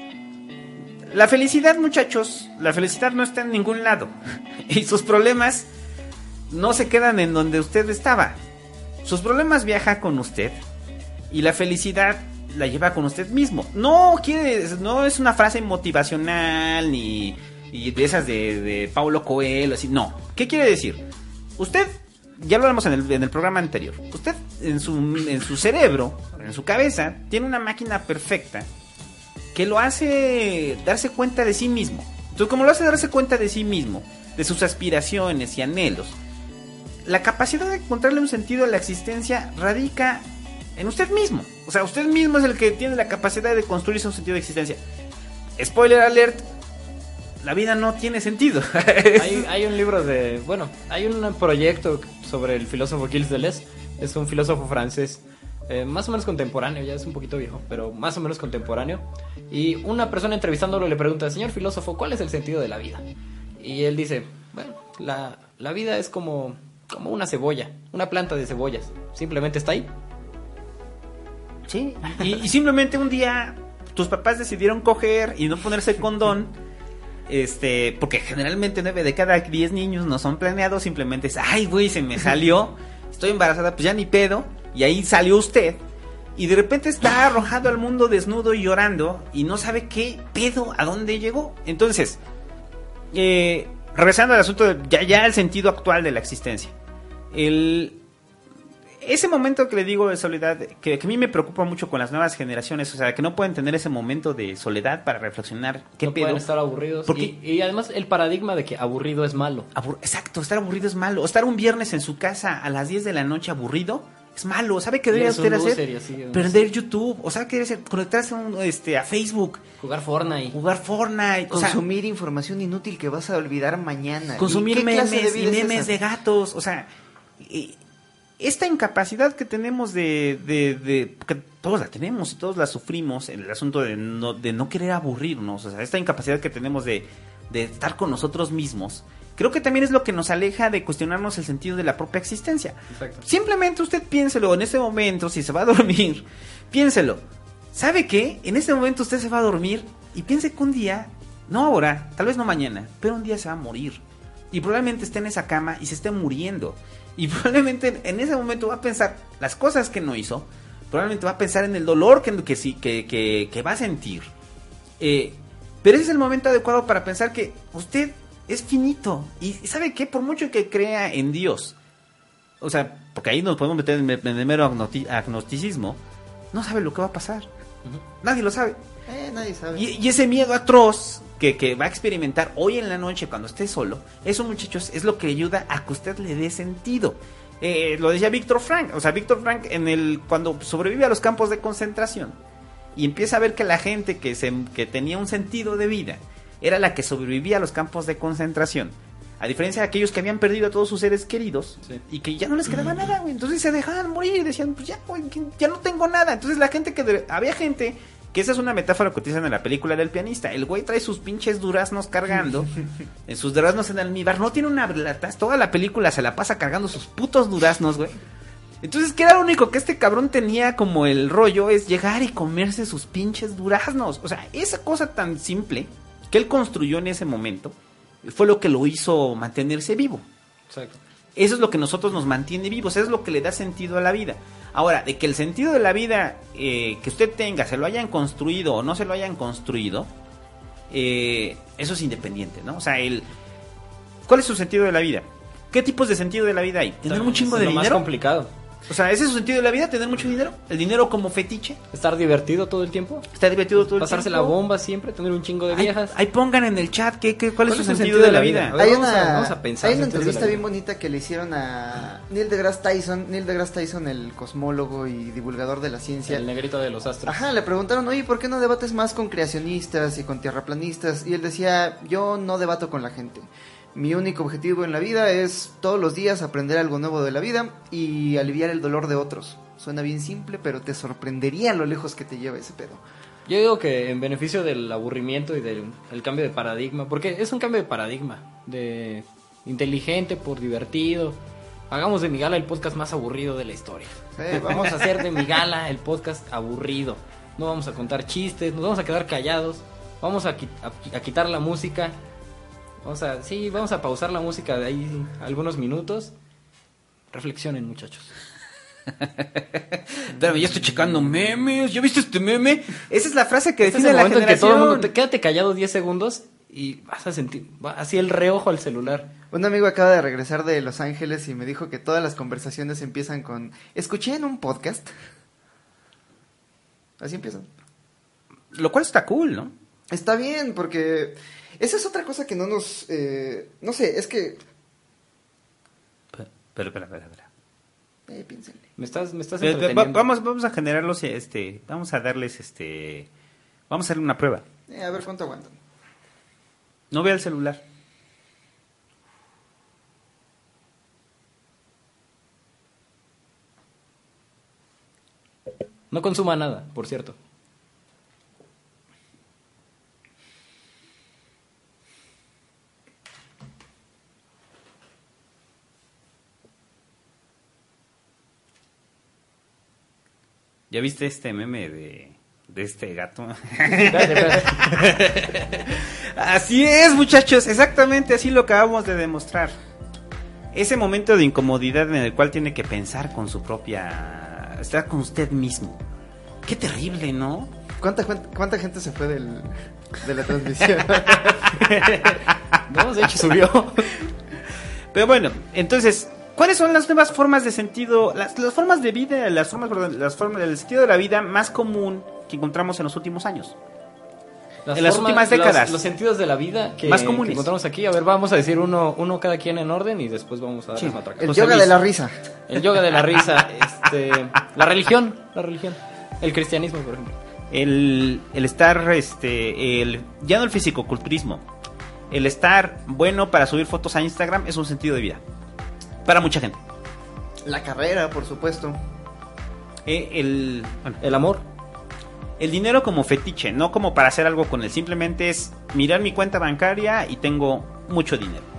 Speaker 2: la felicidad, muchachos, la felicidad no está en ningún lado. Y sus problemas no se quedan en donde usted estaba. Sus problemas viajan con usted y la felicidad la lleva con usted mismo. No es una frase motivacional ni de esas de Paulo Coelho, así. No. ¿Qué quiere decir? Usted, ya lo hablamos en el programa anterior. Usted en su cerebro, en su cabeza, tiene una máquina perfecta que lo hace darse cuenta de sí mismo. Entonces, como lo hace darse cuenta de sí mismo, de sus aspiraciones y anhelos, la capacidad de encontrarle un sentido a la existencia radica en usted mismo. O sea, usted mismo es el que tiene la capacidad de construirse un sentido de existencia. Spoiler alert, la vida no tiene sentido.
Speaker 3: Hay un libro hay un proyecto sobre el filósofo Gilles Deleuze. Es un filósofo francés, más o menos contemporáneo, ya es un poquito viejo, pero más o menos contemporáneo. Y una persona entrevistándolo le pregunta, señor filósofo, ¿cuál es el sentido de la vida? Y él dice, bueno, la vida es como una cebolla, una planta de cebollas, simplemente está ahí.
Speaker 2: Sí. Y simplemente un día tus papás decidieron coger y no ponerse condón, porque generalmente 9 de cada 10 niños no son planeados, simplemente es, ay güey, se me salió, estoy embarazada, pues ya ni pedo. Y ahí salió usted y de repente está arrojado al mundo desnudo y llorando y no sabe qué pedo, a dónde llegó. Entonces, regresando al asunto de ya el sentido actual de la existencia, ese momento que le digo de soledad, que a mí me preocupa mucho con las nuevas generaciones, o sea, que no pueden tener ese momento de soledad para reflexionar qué
Speaker 3: no
Speaker 2: pedo.
Speaker 3: Pueden estar aburridos. Y además el paradigma de que aburrido es malo.
Speaker 2: Exacto, estar aburrido es malo. O estar un viernes en su casa a las 10 de la noche aburrido es malo. ¿Sabe qué debería usted hacer? Perder YouTube. O sabe qué debería hacer? Conectarse a Facebook.
Speaker 3: Jugar Fortnite.
Speaker 1: Consumir información inútil que vas a olvidar mañana.
Speaker 2: Consumir memes de gatos. O sea, esta incapacidad que tenemos que todos la tenemos y todos la sufrimos, el asunto de no querer aburrirnos. O sea, esta incapacidad que tenemos de estar con nosotros mismos, creo que también es lo que nos aleja de cuestionarnos el sentido de la propia existencia.
Speaker 3: Exacto.
Speaker 2: Simplemente usted piénselo en ese momento, si se va a dormir, piénselo. ¿Sabe qué? En este momento usted se va a dormir y piense que un día, no ahora, tal vez no mañana, pero un día se va a morir. Y probablemente esté en esa cama y se esté muriendo. Y probablemente en ese momento va a pensar las cosas que no hizo. Probablemente va a pensar en el dolor que va a sentir. Pero ese es el momento adecuado para pensar que usted es finito. Y ¿sabe qué? Por mucho que crea en Dios, o sea, porque ahí nos podemos meter en el mero agnosticismo, no sabe lo que va a pasar. Nadie lo sabe.
Speaker 1: Nadie sabe.
Speaker 2: Y ese miedo atroz que va a experimentar hoy en la noche cuando esté solo, eso, muchachos, es lo que ayuda a que usted le dé sentido. Lo decía Víctor Frank. O sea, Víctor Frank cuando sobrevive a los campos de concentración y empieza a ver que la gente que tenía un sentido de vida era la que sobrevivía a los campos de concentración, a diferencia de aquellos que habían perdido a todos sus seres queridos, sí, y que ya no les quedaba nada, güey. Entonces se dejaban morir y decían, pues ya, güey, ya no tengo nada. Entonces había gente, que esa es una metáfora que utilizan en la película del pianista. El güey trae sus pinches duraznos cargando, en sus duraznos en almíbar, no tiene una lata, toda la película se la pasa cargando sus putos duraznos, güey. Entonces, ¿qué era lo único que este cabrón tenía como el rollo? Es llegar y comerse sus pinches duraznos. O sea, esa cosa tan simple que él construyó en ese momento fue lo que lo hizo mantenerse vivo.
Speaker 3: Exacto.
Speaker 2: Eso es lo que nosotros nos mantiene vivos, eso es lo que le da sentido a la vida. Ahora, de que el sentido de la vida que usted tenga, se lo hayan construido o no se lo hayan construido, eso es independiente, ¿no? O sea, ¿cuál es su sentido de la vida? ¿Qué tipos de sentido de la vida hay? ¿Tener un chingo de dinero?
Speaker 3: Es lo más complicado.
Speaker 2: O sea, ¿ese es su sentido de la vida? ¿Tener mucho dinero? ¿El dinero como fetiche?
Speaker 3: ¿Estar divertido todo el tiempo?
Speaker 2: ¿Estar divertido todo el
Speaker 3: ¿Pasarse
Speaker 2: tiempo?
Speaker 3: la bomba siempre? ¿Tener un chingo de viejas?
Speaker 2: Ahí pongan en el chat cuál es su sentido de la vida.
Speaker 1: Hay
Speaker 3: vamos a pensar.
Speaker 1: Hay una entrevista bien bonita que le hicieron a Neil deGrasse Tyson, el cosmólogo y divulgador de la ciencia.
Speaker 3: El negrito de los astros.
Speaker 1: Ajá, le preguntaron, oye, ¿por qué no debates más con creacionistas y con tierraplanistas? Y él decía, yo no debato con la gente. Mi único objetivo en la vida es todos los días aprender algo nuevo de la vida y aliviar el dolor de otros. Suena bien simple, pero te sorprendería lo lejos que te lleva ese pedo.
Speaker 3: Yo digo que en beneficio del aburrimiento y del cambio de paradigma, porque es un cambio de paradigma, de inteligente por divertido. Hagamos de Migala el podcast más aburrido de la historia. Sí, vamos a hacer de Migala el podcast aburrido. No vamos a contar chistes, nos vamos a quedar callados, vamos a quitar la música. Vamos a pausar la música de ahí algunos minutos. Reflexionen, muchachos.
Speaker 2: Pero ya estoy checando memes. ¿Ya viste este meme? Esa es la frase que define la generación.
Speaker 3: Que todo el mundo quédate callado 10 segundos y vas a sentir así el reojo al celular.
Speaker 1: Un amigo acaba de regresar de Los Ángeles y me dijo que todas las conversaciones empiezan con escuché en un podcast. Así empiezan.
Speaker 2: Lo cual está cool, ¿no?
Speaker 1: Está bien, porque esa es otra cosa que no nos... no sé, es que...
Speaker 2: Pero.
Speaker 1: Piénsenle.
Speaker 3: Me estás entreteniendo.
Speaker 2: Vamos a generarlos, vamos a darles, vamos a hacerle una prueba.
Speaker 1: A ver cuánto aguantan.
Speaker 2: No vea el celular.
Speaker 3: No consuma nada, por cierto.
Speaker 2: ¿Ya viste este meme de este gato? Así es, muchachos, exactamente así lo acabamos de demostrar. Ese momento de incomodidad en el cual tiene que pensar con su propia... estar con usted mismo. Qué terrible, ¿no?
Speaker 1: ¿Cuánta gente se fue de la transmisión?
Speaker 3: No, de hecho subió.
Speaker 2: Pero bueno, entonces... ¿cuáles son las nuevas formas de sentido, las formas de vida, las formas del sentido de la vida más común que encontramos en los últimos años? En las últimas décadas.
Speaker 3: Los sentidos de la vida
Speaker 2: más comunes
Speaker 3: que encontramos aquí. A ver, vamos a decir uno cada quien en orden y después vamos a darles otra cosa.
Speaker 1: El yoga de la risa.
Speaker 3: El yoga de la risa. La religión. El cristianismo, por ejemplo.
Speaker 2: El estar, ya no el fisicoculturismo. El estar bueno para subir fotos a Instagram es un sentido de vida. Para mucha gente.
Speaker 1: La carrera, por supuesto.
Speaker 2: El
Speaker 3: amor.
Speaker 2: El dinero como fetiche, no como para hacer algo con él. Simplemente es mirar mi cuenta bancaria y tengo mucho dinero.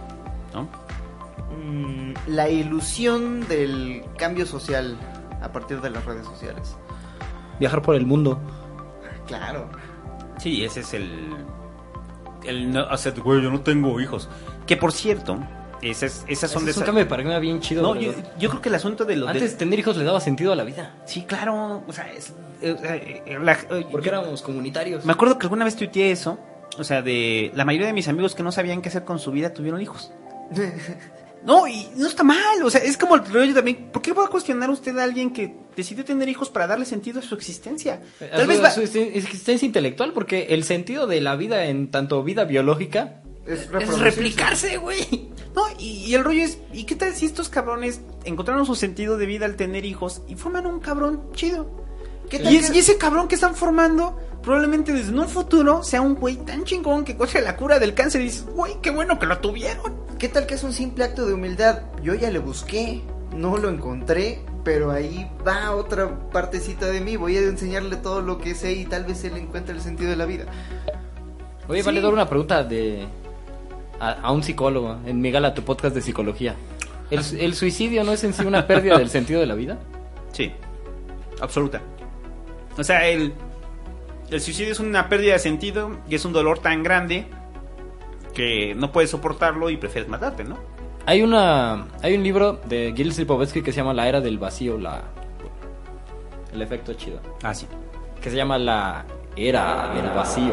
Speaker 2: ¿no?
Speaker 1: La ilusión del cambio social a partir de las redes sociales.
Speaker 3: Viajar por el mundo.
Speaker 1: Claro.
Speaker 2: Sí, ese es el no, o sea, güey, yo no tengo hijos. Que por cierto, esas son
Speaker 3: Ese
Speaker 2: de
Speaker 3: es un
Speaker 2: esas...
Speaker 3: cambio de paradigma bien chido.
Speaker 2: No,
Speaker 3: ¿verdad?
Speaker 2: yo creo que el asunto de lo
Speaker 3: Antes tener hijos le daba sentido a la vida.
Speaker 2: Sí, claro, o sea,
Speaker 3: Porque éramos comunitarios.
Speaker 2: me acuerdo que alguna vez tuiteé eso, o sea, de la mayoría de mis amigos que no sabían qué hacer con su vida tuvieron hijos. No, y no está mal, o sea, es como el rollo también, ¿por qué va a cuestionar usted a alguien que decidió tener hijos para darle sentido a su existencia? Tal vez
Speaker 3: Su existencia intelectual, porque el sentido de la vida en tanto vida biológica
Speaker 1: Es
Speaker 3: es replicarse, güey.
Speaker 2: No, y el rollo es, ¿y qué tal si estos cabrones encontraron su sentido de vida al tener hijos y forman un cabrón chido?
Speaker 1: ¿Qué tal
Speaker 2: Y
Speaker 1: que-
Speaker 2: ese cabrón que están formando, probablemente desde un futuro sea un güey tan chingón que coge la cura del cáncer y dices, güey, qué bueno que lo tuvieron.
Speaker 1: ¿Qué tal que es un simple acto de humildad? Yo ya le busqué, no lo encontré, pero ahí va otra partecita de mí. Voy a enseñarle todo lo que sé y tal vez él encuentre el sentido de la vida.
Speaker 3: Oye,
Speaker 2: Sí.
Speaker 3: vale dar una pregunta a un psicólogo en mi gala, tu podcast de psicología. ¿El suicidio no es en sí una pérdida del sentido de la vida?
Speaker 2: Sí, absoluta. O sea, el suicidio es una pérdida de sentido y es un dolor tan grande que no puedes soportarlo y prefieres matarte, ¿no?
Speaker 3: Hay un libro de Gil Lipovetsky que se llama La Era del Vacío, el efecto chido,
Speaker 2: Ah, sí.
Speaker 3: que se llama La Era del Vacío.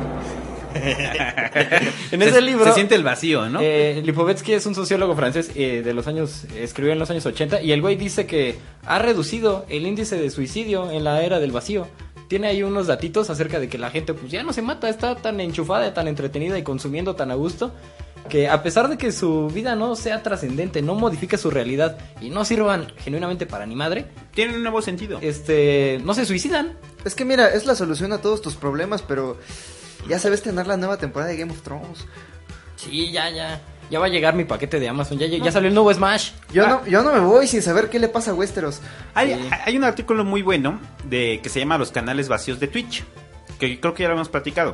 Speaker 3: En
Speaker 2: Se-
Speaker 3: ese libro
Speaker 2: se siente el vacío, ¿no?
Speaker 3: Lipovetsky es un sociólogo francés escribió en los años 80 y el güey dice que ha reducido el índice de suicidio en la era del vacío. Tiene ahí unos datitos acerca de que la gente pues ya no se mata, está tan enchufada, tan entretenida y consumiendo tan a gusto que a pesar de que su vida no sea trascendente, no modifique su realidad y no sirvan genuinamente para ni madre,
Speaker 2: Tiene un nuevo sentido.
Speaker 3: no se suicidan.
Speaker 1: Es que mira, es la solución a todos tus problemas, pero ya sabes tener la nueva temporada de Game of Thrones.
Speaker 3: Sí, ya va a llegar mi paquete de Amazon, ya salió el nuevo Smash.
Speaker 1: Yo no me voy sin saber qué le pasa a Westeros.
Speaker 2: Hay un artículo muy bueno que se llama Los canales vacíos de Twitch, que creo que ya lo hemos platicado.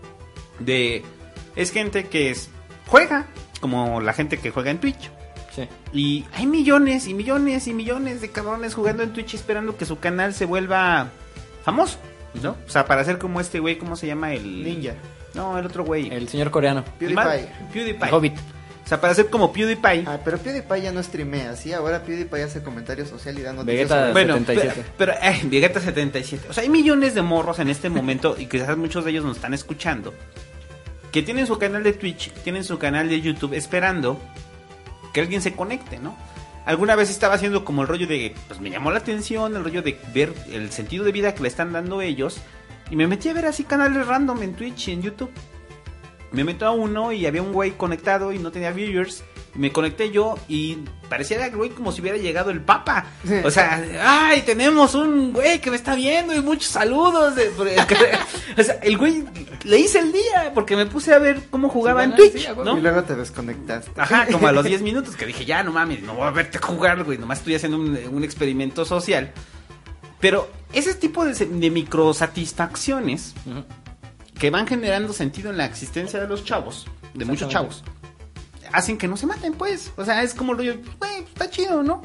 Speaker 2: Es gente que juega, como la gente que juega en Twitch.
Speaker 3: Sí.
Speaker 2: Y hay millones y millones y millones de cabrones jugando en Twitch esperando que su canal se vuelva famoso, ¿no? O sea, para ser como este güey, ¿cómo se llama? El
Speaker 1: Ninja.
Speaker 2: No, el otro güey.
Speaker 3: El señor coreano,
Speaker 1: PewDiePie.
Speaker 2: PewDiePie.
Speaker 3: el Hobbit.
Speaker 2: O sea, para ser como PewDiePie.
Speaker 1: Ah, pero PewDiePie ya no streamea, ¿sí? Ahora PewDiePie hace comentario social y da noticias
Speaker 3: Vegeta-
Speaker 1: sobre-
Speaker 2: Bueno,
Speaker 3: 77.
Speaker 2: pero Vegeta 77. O sea, hay millones de morros en este momento y quizás muchos de ellos nos están escuchando que tienen su canal de Twitch, tienen su canal de YouTube esperando que alguien se conecte, ¿no? Alguna vez estaba haciendo como el rollo de, pues me llamó la atención el rollo de ver el sentido de vida que le están dando ellos y me metí a ver así canales random en Twitch y en YouTube. Me meto a uno y había un güey conectado y no tenía viewers. Me conecté yo y parecía el güey como si hubiera llegado el Papa. O sea, ¡ay! Tenemos un güey que me está viendo y muchos saludos. O sea, el güey le hice el día porque me puse a ver cómo jugaba
Speaker 3: Sí,
Speaker 2: en
Speaker 3: ¿no?
Speaker 2: Twitch,
Speaker 3: Sí, a huevo.
Speaker 2: ¿no?
Speaker 1: Y luego te desconectaste.
Speaker 2: Ajá, como a los 10 minutos que dije, ya no mames, no voy a verte jugar, güey. Nomás estoy haciendo un experimento social. Pero ese tipo de microsatisfacciones
Speaker 3: Ujú.
Speaker 2: que van generando sentido en la existencia de los chavos, de muchos chavos, hacen que no se maten, pues. O sea, es como el rollo, güey, está chido, ¿no?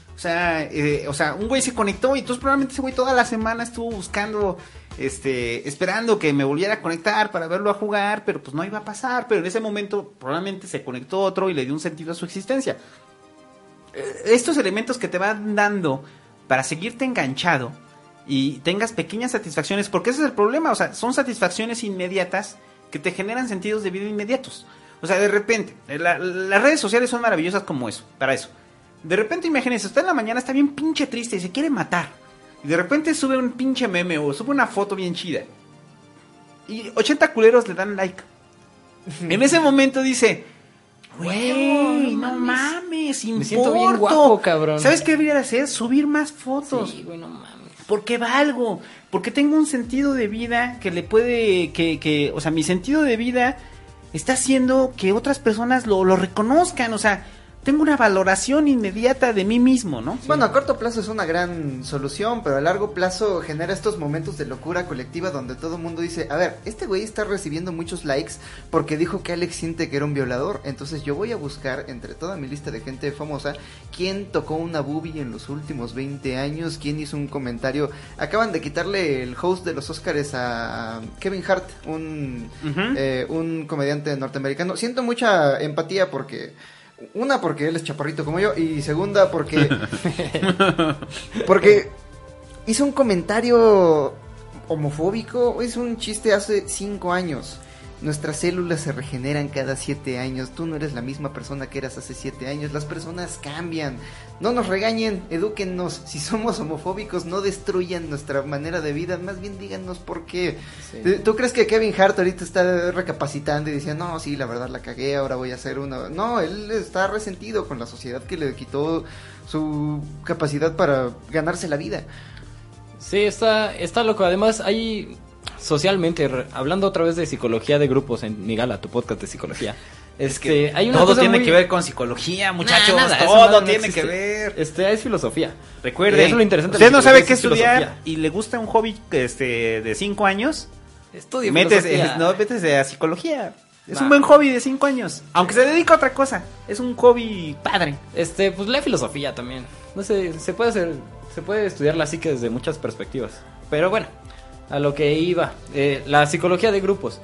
Speaker 2: O sea, un güey se conectó y entonces probablemente ese güey toda la semana estuvo buscando, esperando que me volviera a conectar para verlo a jugar, pero pues no iba a pasar. Pero en ese momento probablemente se conectó otro y le dio un sentido a su existencia. Estos elementos que te van dando para seguirte enganchado y tengas pequeñas satisfacciones, porque ese es el problema, o sea, son satisfacciones inmediatas que te generan sentidos de vida inmediatos. O sea, de repente, las redes sociales son maravillosas como eso, para eso. De repente, imagínense, usted en la mañana está bien pinche triste y se quiere matar. Y de repente sube un pinche meme o sube una foto bien chida. Y 80 culeros le dan like. En ese momento dice, güey, no mames,
Speaker 3: Me siento bien
Speaker 2: importo.
Speaker 3: guapo, cabrón.
Speaker 2: ¿Sabes qué debería hacer? Subir más fotos.
Speaker 3: Sí, güey, no mames.
Speaker 2: Porque valgo, porque tengo un sentido de vida que le puede, o sea, mi sentido de vida está haciendo que otras personas lo reconozcan, o sea, tengo una valoración inmediata de mí mismo, ¿no?
Speaker 1: Bueno, a corto plazo es una gran solución, pero a largo plazo genera estos momentos de locura colectiva donde todo el mundo dice, a ver, este güey está recibiendo muchos likes porque dijo que Alex Sintek era un violador, entonces yo voy a buscar entre toda mi lista de gente famosa quién tocó una boobie en los últimos 20 años, quién hizo un comentario. Acaban de quitarle el host de los Óscares a Kevin Hart, un comediante norteamericano. Siento mucha empatía porque... Una, porque él es chaparrito como yo. Y segunda, porque hizo un comentario homofóbico. Es un chiste hace 5 años. Nuestras células se regeneran cada 7 años. Tú no eres la misma persona que eras hace 7 años. Las personas cambian. No nos regañen, edúquennos. Si somos homofóbicos, no destruyan nuestra manera de vida. Más bien díganos por qué. Sí. ¿Tú crees que Kevin Hart ahorita está recapacitando y diciendo, no, sí, la verdad la cagué, ahora voy a hacer uno? No, él está resentido con la sociedad que le quitó su capacidad para ganarse la vida.
Speaker 3: Sí, está loco. Además, hay... Socialmente, hablando otra vez de psicología de grupos en Migala, tu podcast de psicología. Hay una
Speaker 2: todo
Speaker 3: cosa
Speaker 2: tiene
Speaker 3: muy...
Speaker 2: que ver con psicología, muchachos.
Speaker 3: Nada,
Speaker 2: todo tiene que ver.
Speaker 3: Es filosofía.
Speaker 2: Recuerden,
Speaker 3: eso es lo interesante.
Speaker 2: Usted no sabe qué estudiar y le gusta un hobby de 5 años.
Speaker 3: Estudie
Speaker 2: filosofía. Métese a psicología. Es un buen hobby de 5 años. Aunque se dedica a otra cosa. Es un hobby padre.
Speaker 3: Pues lee filosofía también. No sé, se puede estudiar la psique desde muchas perspectivas. Pero bueno, a lo que iba, la psicología de grupos.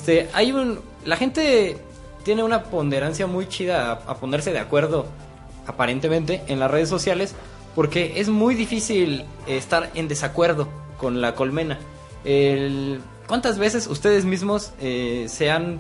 Speaker 3: La gente tiene una ponderancia muy chida a ponerse de acuerdo, aparentemente, en las redes sociales, porque es muy difícil estar en desacuerdo con la colmena. ¿Cuántas veces ustedes mismos se han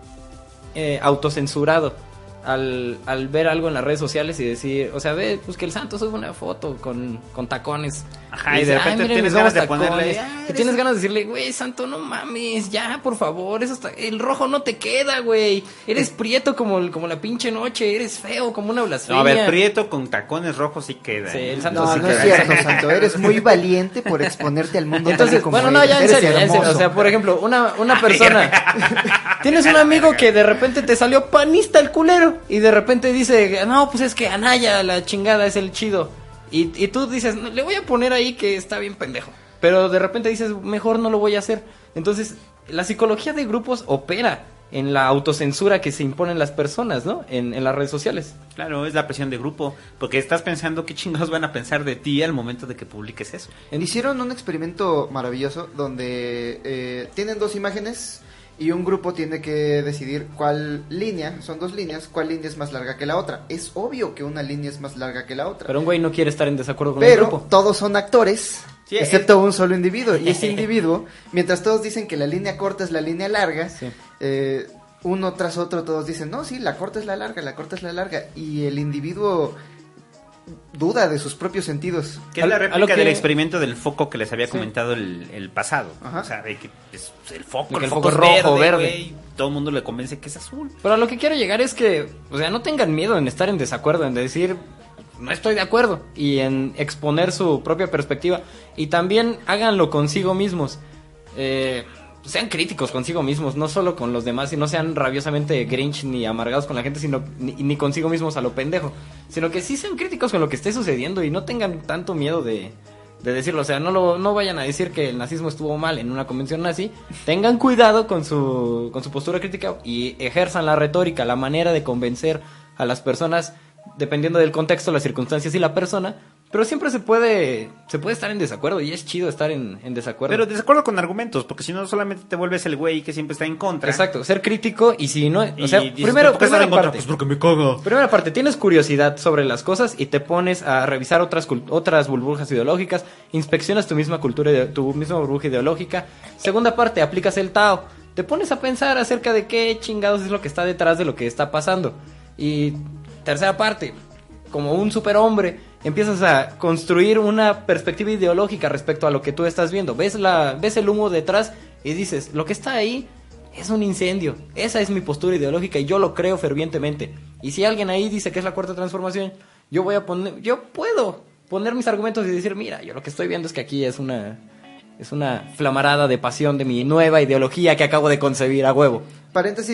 Speaker 3: autocensurado al ver algo en las redes sociales y decir, o sea, ve, pues que el santo sube una foto con tacones?
Speaker 2: Ajá, y de repente tienes ganas de ponerle...
Speaker 3: Y tienes ganas de decirle, güey, santo, no mames, ya, por favor, el rojo no te queda, güey. Eres prieto como la pinche noche, eres feo como una blasfemia.
Speaker 2: No, a ver, prieto con tacones rojos sí queda.
Speaker 3: Sí, el santo
Speaker 1: no,
Speaker 3: sí
Speaker 1: no
Speaker 3: queda.
Speaker 1: es cierto, santo, eres muy valiente por exponerte al mundo.
Speaker 3: Entonces,
Speaker 1: como
Speaker 3: bueno, no, ya en
Speaker 1: eres
Speaker 3: serio,
Speaker 1: hermoso.
Speaker 3: o sea, por ejemplo, una persona, tienes un amigo que de repente te salió panista el culero y de repente dice, no, pues es que Anaya, la chingada, es el chido. Y tú dices, no, le voy a poner ahí que está bien pendejo. Pero de repente dices, mejor no lo voy a hacer. Entonces, la psicología de grupos opera en la autocensura que se imponen las personas, ¿no? En las redes sociales.
Speaker 2: Claro, es la presión de grupo. Porque estás pensando qué chingados van a pensar de ti al momento de que publiques eso.
Speaker 1: Hicieron un experimento maravilloso donde tienen 2 imágenes y un grupo tiene que decidir cuál línea, son 2 líneas, cuál línea es más larga que la otra. Es obvio que una línea es más larga que la otra.
Speaker 3: Pero un güey no quiere estar en desacuerdo con el grupo.
Speaker 1: Pero todos son actores, sí, excepto un solo individuo. Y ese individuo, mientras todos dicen que la línea corta es la línea larga, sí. Uno tras otro todos dicen, no, sí, la corta es la larga, la corta es la larga. Y el individuo duda de sus propios sentidos.
Speaker 2: Que es la réplica del experimento del foco que les había comentado el pasado.
Speaker 1: Ajá.
Speaker 2: O sea, de que es el foco
Speaker 3: es
Speaker 2: rojo,
Speaker 3: verde.
Speaker 2: Wey, todo el mundo le convence que es azul.
Speaker 3: Pero a lo que quiero llegar es que, o sea, no tengan miedo en estar en desacuerdo, en decir, no estoy de acuerdo, y en exponer su propia perspectiva. Y también háganlo consigo mismos. Sean críticos consigo mismos, no solo con los demás, y no sean rabiosamente grinch ni amargados con la gente, sino ni consigo mismos a lo pendejo, sino que sí sean críticos con lo que esté sucediendo y no tengan tanto miedo de decirlo. O sea, no vayan a decir que el nazismo estuvo mal en una convención nazi. Tengan cuidado con su postura crítica y ejerzan la retórica, la manera de convencer a las personas dependiendo del contexto, las circunstancias y la persona. Pero siempre se puede estar en desacuerdo y es chido estar en desacuerdo.
Speaker 2: Pero desacuerdo con argumentos, porque si no solamente te vuelves el güey que siempre está en contra.
Speaker 3: Exacto, ser crítico y si no...
Speaker 2: O sea, primera parte, pues porque me caga.
Speaker 3: Primera parte, tienes curiosidad sobre las cosas y te pones a revisar otras burbujas ideológicas, inspeccionas tu misma cultura, tu misma burbuja ideológica. Segunda parte, aplicas el Tao. Te pones a pensar acerca de qué chingados es lo que está detrás de lo que está pasando. Y tercera parte, como un superhombre, empiezas a construir una perspectiva ideológica respecto a lo que tú estás viendo. Ves el humo detrás y dices, lo que está ahí es un incendio. Esa es mi postura ideológica y yo lo creo fervientemente. Y si alguien ahí dice que es la cuarta transformación, yo puedo poner mis argumentos y decir, mira, yo lo que estoy viendo es que aquí es una flamarada de pasión de mi nueva ideología que acabo de concebir a huevo.
Speaker 1: Paréntesis,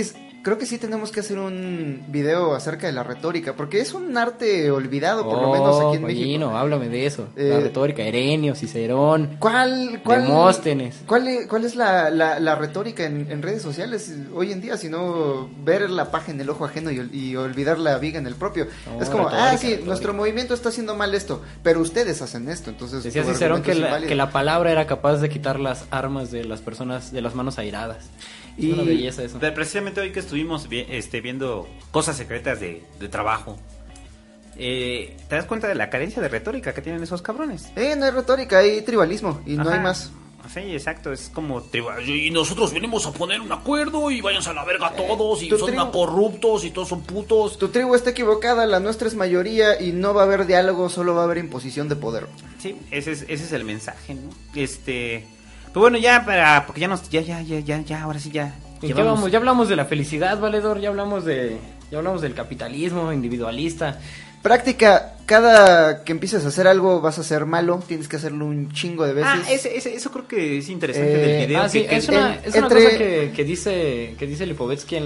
Speaker 1: creo que sí tenemos que hacer un video acerca de la retórica, porque es un arte olvidado, por lo menos aquí en México.
Speaker 3: Gino, háblame de eso. La retórica, Herenio, Cicerón,
Speaker 1: ¿Cuál
Speaker 3: Demóstenes.
Speaker 1: ¿Cuál es la retórica en redes sociales hoy en día? Sino ver la paja en el ojo ajeno y olvidar la viga en el propio.
Speaker 3: No,
Speaker 1: es como,
Speaker 3: retórica.
Speaker 1: nuestro movimiento está haciendo mal esto, pero ustedes hacen esto, entonces...
Speaker 3: Decía
Speaker 1: tu
Speaker 3: Cicerón
Speaker 1: argumento es inválido.
Speaker 3: que la palabra era capaz de quitar las armas de las personas de las manos airadas.
Speaker 1: Y-
Speaker 3: Es una belleza eso.
Speaker 2: Pero precisamente hoy que estuvimos viendo cosas secretas de trabajo, te das cuenta de la carencia de retórica que tienen esos cabrones.
Speaker 1: No hay retórica, hay tribalismo y no
Speaker 2: Ajá.
Speaker 1: hay más.
Speaker 2: Sí, exacto, es como
Speaker 4: Y nosotros venimos a poner un acuerdo y váyanse a la verga todos y
Speaker 1: tu
Speaker 4: son
Speaker 1: tribu-
Speaker 4: corruptos y todos son putos.
Speaker 1: Tu tribu está equivocada, la nuestra es mayoría y no va a haber diálogo, solo va a haber imposición de poder.
Speaker 2: Sí, ese es el mensaje, ¿no? Pero bueno, ya porque ya ahora sí ya.
Speaker 3: ¿En qué vamos? Ya hablamos de la felicidad, valedor, ya hablamos del capitalismo individualista.
Speaker 1: Práctica, cada que empieces a hacer algo vas a ser malo, tienes que hacerlo un chingo de veces.
Speaker 2: Eso creo que es interesante del video.
Speaker 3: Sí,
Speaker 2: que
Speaker 3: es una
Speaker 1: entre-
Speaker 3: cosa que dice Lipovetsky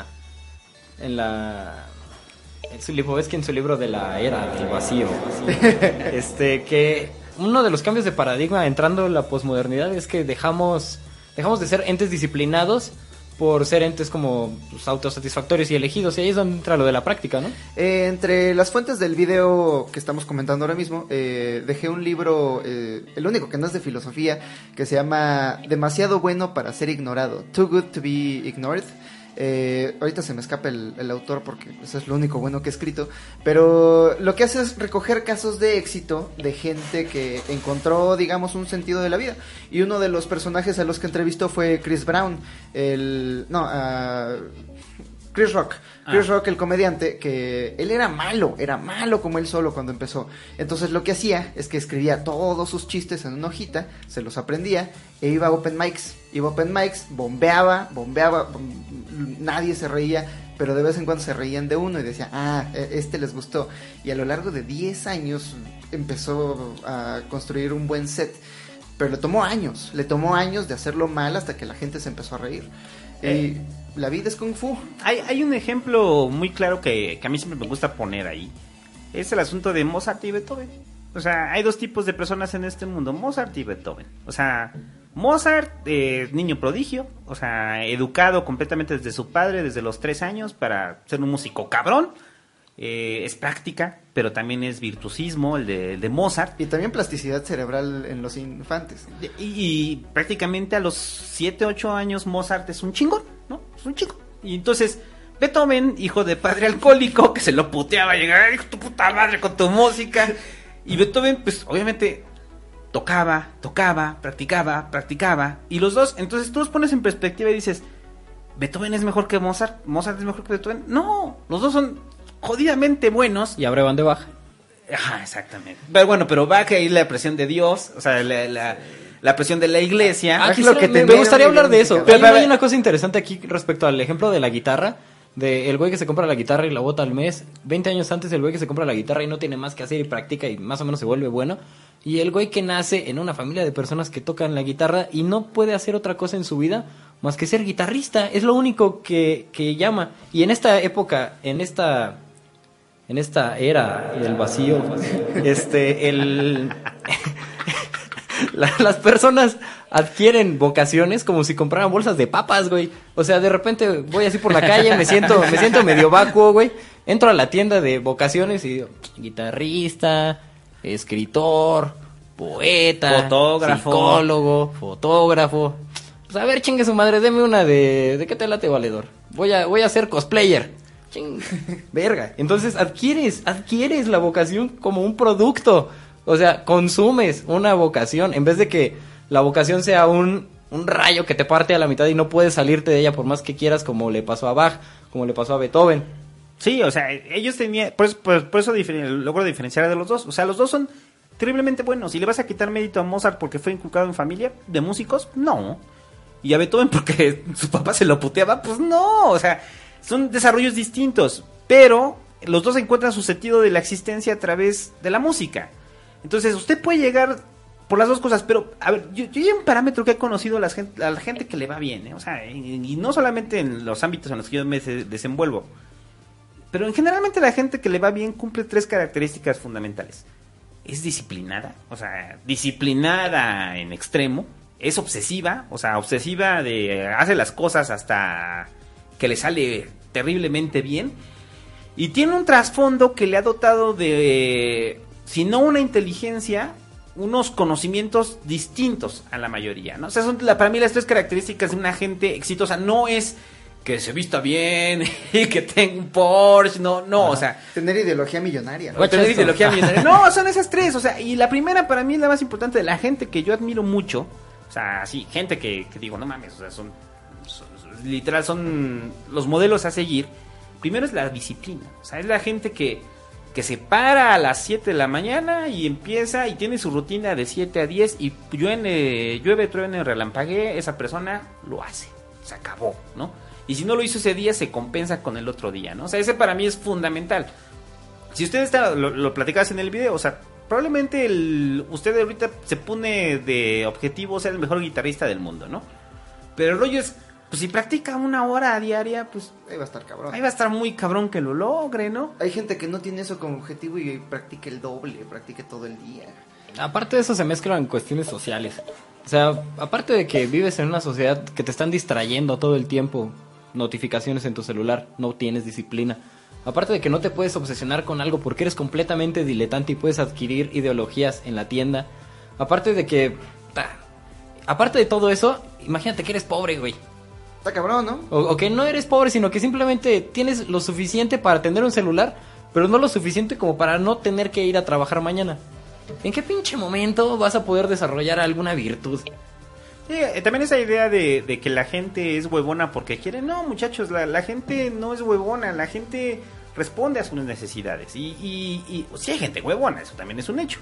Speaker 3: Lipovetsky en su libro de la era del vacío. Que uno de los cambios de paradigma entrando en la posmodernidad es que dejamos de ser entes disciplinados por ser entes como autosatisfactorios y elegidos, y ahí es donde entra lo de la práctica, ¿no?
Speaker 1: Entre las fuentes del video que estamos comentando ahora mismo, dejé un libro, el único que no es de filosofía, que se llama Demasiado bueno para ser ignorado, Too Good to be Ignored. Ahorita se me escapa el autor porque eso es lo único bueno que he escrito, pero lo que hace es recoger casos de éxito de gente que encontró, digamos, un sentido de la vida, y uno de los personajes a los que entrevistó fue Chris Brown, Chris Rock. Chris Rock, el comediante, que él era malo como él solo cuando empezó. Entonces lo que hacía es que escribía todos sus chistes en una hojita, se los aprendía e iba a open mics, bombeaba, nadie se reía, pero de vez en cuando se reían de uno y decía, este les gustó. Y a lo largo de 10 años empezó a construir un buen set, pero le tomó años de hacerlo mal hasta que la gente se empezó a reír. Y la vida es kung fu.
Speaker 2: Hay un ejemplo muy claro que a mí siempre me gusta poner ahí. Es el asunto de Mozart y Beethoven. O sea, hay dos tipos de personas en este mundo, Mozart y Beethoven. O sea, Mozart, niño prodigio, o sea, educado completamente desde su padre, desde los 3 años, para ser un músico cabrón. Es práctica, pero también es virtuosismo el de Mozart.
Speaker 1: Y también plasticidad cerebral en los infantes.
Speaker 2: Y prácticamente a los 7, 8 años Mozart es un chingón, ¿no? Es un chingón. Y entonces Beethoven, hijo de padre alcohólico, que se lo puteaba, llegaba, hijo tu puta madre con tu música. Y Beethoven, pues obviamente tocaba, practicaba. Y los dos, entonces tú los pones en perspectiva y dices, ¿Beethoven es mejor que Mozart? ¿Mozart es mejor que Beethoven? No, los dos son jodidamente buenos.
Speaker 3: Y abrevan de Bach.
Speaker 2: Ajá, exactamente. Pero bueno, pero Bach ahí la presión de Dios, o sea, la presión de la iglesia.
Speaker 1: Ah, lo que
Speaker 3: me
Speaker 1: tenía
Speaker 3: gustaría hablar de eso.
Speaker 1: musical.
Speaker 3: Hay una cosa interesante aquí respecto al ejemplo de la guitarra. De el güey que se compra la guitarra y la bota al mes. 20 años antes el güey que se compra la guitarra y no tiene más que hacer y practica y más o menos se vuelve bueno. Y el güey que nace en una familia de personas que tocan la guitarra y no puede hacer otra cosa en su vida más que ser guitarrista. Es lo único que llama. Y en esta época, en esta era del vacío, las personas adquieren vocaciones como si compraran bolsas de papas, güey. O sea, de repente voy así por la calle, me siento medio vacuo, güey. Entro a la tienda de vocaciones y digo, guitarrista, escritor, poeta,
Speaker 2: Fotógrafo.
Speaker 3: psicólogo, fotógrafo. Pues a ver, chingue su madre, deme una ¿de qué te late, valedor? Voy a ser cosplayer. Verga. Entonces adquieres la vocación como un producto. O sea, consumes una vocación en vez de que la vocación sea un rayo que te parte a la mitad y no puedes salirte de ella por más que quieras, como le pasó a Bach, como le pasó a Beethoven.
Speaker 2: Sí, o sea, ellos tenían, por eso logro diferenciar de los dos. O sea, los dos son terriblemente buenos. ¿Y le vas a quitar mérito a Mozart porque fue inculcado en familia de músicos? No. ¿Y a Beethoven porque su papá se lo puteaba? Pues no. O sea, son desarrollos distintos. Pero los dos encuentran su sentido de la existencia a través de la música. Entonces, usted puede llegar por las dos cosas, pero a ver, yo hay un parámetro que he conocido a la gente que le va bien, ¿eh? O sea, y no solamente en los ámbitos en los que yo me desenvuelvo, pero en generalmente la gente que le va bien cumple 3 características fundamentales. Es disciplinada, o sea, disciplinada en extremo, es obsesiva, o sea, obsesiva de hace las cosas hasta que le sale terriblemente bien, y tiene un trasfondo que le ha dotado de, si no una inteligencia, unos conocimientos distintos a la mayoría, ¿no? O sea, son para mí las 3 características de una gente exitosa. No es que se vista bien y que tenga un Porsche, no, o sea...
Speaker 1: Tener ideología millonaria, ¿no?
Speaker 2: Tener ideología millonaria. No, son esas 3, o sea, y la primera para mí es la más importante de la gente que yo admiro mucho. O sea, sí, gente que digo, no mames, o sea, son literal, son los modelos a seguir. Primero es la disciplina, o sea, es la gente que se para a las 7 de la mañana y empieza y tiene su rutina de 7 a 10 y llueve, truene, relampaguee, esa persona lo hace, se acabó, ¿no? Y si no lo hizo ese día, se compensa con el otro día, ¿no? O sea, ese para mí es fundamental. Si usted lo platicabas en el video, o sea, probablemente usted ahorita se pone de objetivo ser el mejor guitarrista del mundo, ¿no? Pero el rollo es, pues si practica 1 hora diaria, pues...
Speaker 1: Ahí va a estar cabrón.
Speaker 2: Ahí va a estar muy cabrón que lo logre, ¿no?
Speaker 1: Hay gente que no tiene eso como objetivo y practica el doble, practica todo el día.
Speaker 3: Aparte de eso se mezclan cuestiones sociales. O sea, aparte de que vives en una sociedad que te están distrayendo todo el tiempo, notificaciones en tu celular, no tienes disciplina. Aparte de que no te puedes obsesionar con algo porque eres completamente diletante y puedes adquirir ideologías en la tienda. Aparte de que... Aparte de todo eso, imagínate que eres pobre, güey.
Speaker 1: Está cabrón, ¿no?
Speaker 3: O que no eres pobre, sino que simplemente tienes lo suficiente para tener un celular, pero no lo suficiente como para no tener que ir a trabajar mañana. ¿En qué pinche momento vas a poder desarrollar alguna virtud?
Speaker 2: Sí, también esa idea de que la gente es huevona porque quiere. No, muchachos, la gente no es huevona, la gente responde a sus necesidades. Y sí hay gente huevona, eso también es un hecho.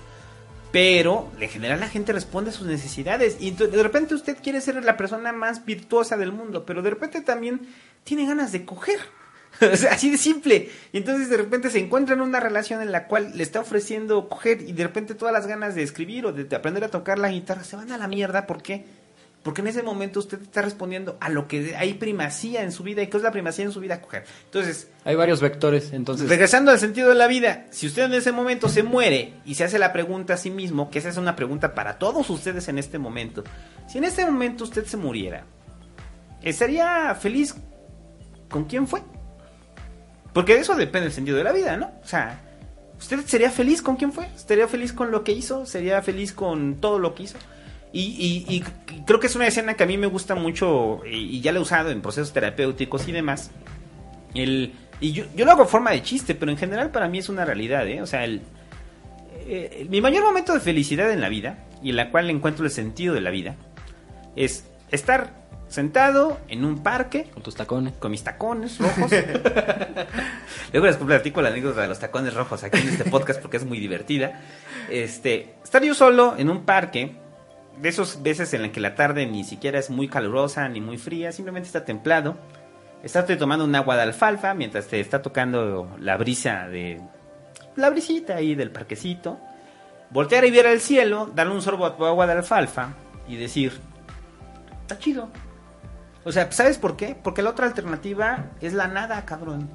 Speaker 2: Pero en general la gente responde a sus necesidades. Y de repente usted quiere ser la persona más virtuosa del mundo, pero de repente también tiene ganas de coger. O sea, así de simple. Y entonces de repente se encuentra en una relación en la cual le está ofreciendo coger y de repente todas las ganas de escribir o de aprender a tocar la guitarra se van a la mierda. ¿Por qué? Porque en ese momento usted está respondiendo a lo que hay primacía en su vida. ¿Y qué es la primacía en su vida? Coger. Entonces,
Speaker 3: hay varios vectores, entonces...
Speaker 2: regresando al sentido de la vida, si usted en ese momento se muere y se hace la pregunta a sí mismo, que esa es una pregunta para todos ustedes en este momento. Si en este momento usted se muriera, ¿estaría feliz con quién fue? Porque de eso depende el sentido de la vida, ¿no? O sea, ¿usted sería feliz con quién fue? ¿Estaría feliz con lo que hizo? ¿Sería feliz con todo lo que hizo? Y creo que es una escena que a mí me gusta mucho y ya la he usado en procesos terapéuticos y demás. Y yo lo hago en forma de chiste, pero en general para mí es una realidad, ¿eh? O sea, mi mayor momento de felicidad en la vida, y en la cual encuentro el sentido de la vida, es estar sentado en un parque
Speaker 3: con tus tacones,
Speaker 2: con mis tacones rojos. Luego les platico la anécdota de los tacones rojos aquí en este podcast porque es muy divertida. Estar yo solo en un parque, de esos veces en las que la tarde ni siquiera es muy calurosa ni muy fría, simplemente está templado. Estarte tomando un agua de alfalfa mientras te está tocando la brisita ahí del parquecito. Voltear y ver al cielo, darle un sorbo a tu agua de alfalfa y decir, está chido. O sea, ¿sabes por qué? Porque la otra alternativa es la nada, cabrón.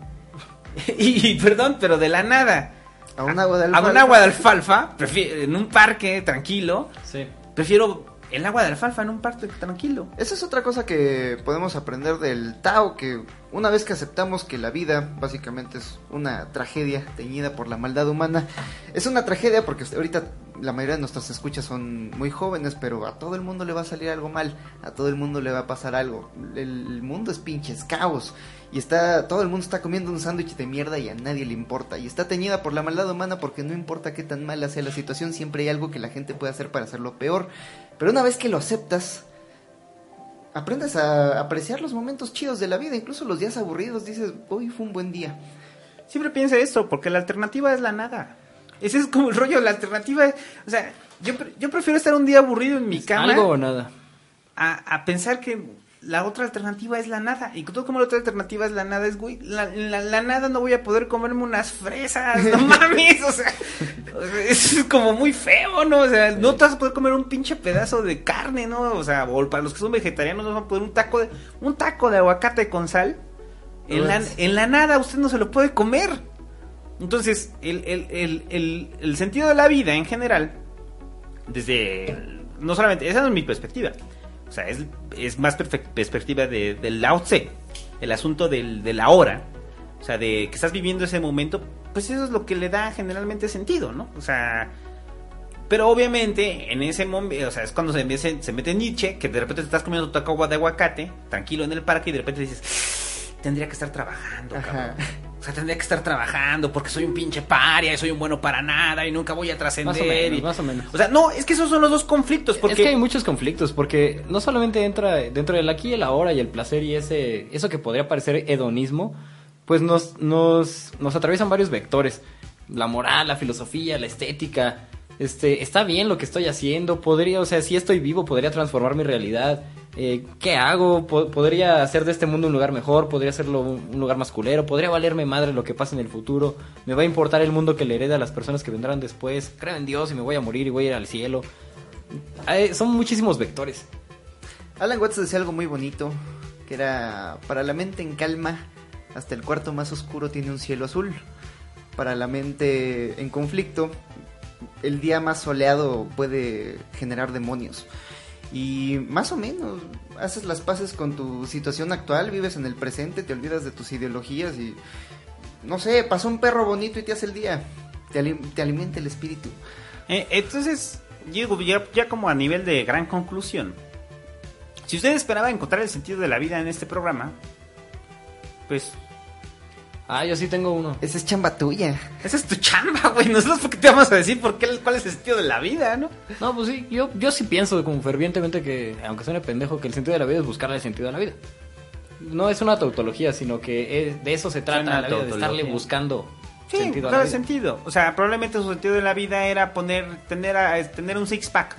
Speaker 2: y perdón, pero de la nada.
Speaker 1: A un agua de alfalfa.
Speaker 2: A un agua de alfalfa, en un parque tranquilo.
Speaker 3: Sí.
Speaker 2: Prefiero el agua de alfalfa en un parque tranquilo.
Speaker 1: Esa es otra cosa que podemos aprender del Tao, que una vez que aceptamos que la vida básicamente es una tragedia teñida por la maldad humana, es una tragedia porque ahorita la mayoría de nuestras escuchas son muy jóvenes, pero a todo el mundo le va a salir algo mal, a todo el mundo le va a pasar algo. El mundo es pinches caos y todo el mundo está comiendo un sándwich de mierda y a nadie le importa, y está teñida por la maldad humana porque no importa qué tan mala sea la situación, siempre hay algo que la gente puede hacer para hacerlo peor. Pero una vez que lo aceptas, aprendes a apreciar los momentos chidos de la vida, incluso los días aburridos, dices, hoy fue un buen día.
Speaker 2: Siempre piensa esto, porque la alternativa es la nada. Ese es como el rollo, la alternativa, o sea, yo prefiero estar un día aburrido en mi cama.
Speaker 3: ¿Algo o nada?
Speaker 2: A pensar que la otra alternativa es la nada. Y todo como la otra alternativa es la nada, es, güey, la nada no voy a poder comerme unas fresas, no mames, o sea, es como muy feo, ¿no? O sea, no te vas a poder comer un pinche pedazo de carne, ¿no? O sea, o para los que son vegetarianos no van a poder un taco de aguacate con sal. En la nada usted no se lo puede comer. Entonces, el sentido de la vida en general, no solamente, esa no es mi perspectiva. O sea, es más perspectiva del Lao Tse, el asunto de la hora. O sea, de que estás viviendo ese momento, pues eso es lo que le da generalmente sentido, ¿no? O sea, pero obviamente en ese momento, o sea, es cuando se mete Nietzsche, que de repente te estás comiendo tu taco de aguacate, tranquilo en el parque, y de repente dices, tendría que estar trabajando, cabrón. O sea, tendría que estar trabajando porque soy un pinche paria y soy un bueno para nada y nunca voy a trascender.
Speaker 3: Más o menos.
Speaker 2: O sea, no, es que esos son los dos conflictos. Porque...
Speaker 3: Es que hay muchos conflictos, porque no solamente entra dentro del aquí y el ahora y el placer y eso que podría parecer hedonismo, pues nos atraviesan varios vectores. La moral, la filosofía, la estética. Está bien lo que estoy haciendo, o sea, si estoy vivo, podría transformar mi realidad. ¿Qué hago? Podría hacer de este mundo un lugar mejor, podría hacerlo un lugar más culero, podría valerme madre lo que pase en el futuro, me va a importar el mundo que le hereda a las personas que vendrán después, creo en Dios y me voy a morir y voy a ir al cielo. Son muchísimos vectores.
Speaker 1: Alan Watts decía algo muy bonito, que era: para la mente en calma, hasta el cuarto más oscuro tiene un cielo azul. Para la mente en conflicto, el día más soleado puede generar demonios. Y más o menos haces las paces con tu situación actual, vives en el presente, te olvidas de tus ideologías y, no sé, pasó un perro bonito y te hace el día, te alimenta el espíritu.
Speaker 2: Entonces, digo, ya como a nivel de gran conclusión, si usted esperaba encontrar el sentido de la vida en este programa, pues...
Speaker 3: yo sí tengo uno.
Speaker 1: Esa es chamba tuya.
Speaker 2: Esa es tu chamba, güey. Nosotros porque te vamos a decir cuál es el sentido de la vida, ¿no?
Speaker 3: No, pues sí, yo sí pienso como fervientemente que, aunque suene pendejo, que el sentido de la vida es buscarle el sentido de la vida. No es una tautología, sino que de eso se trata la vida, de estarle buscando sentido a la vida.
Speaker 2: Sentido. O sea, probablemente su sentido de la vida era tener un six-pack.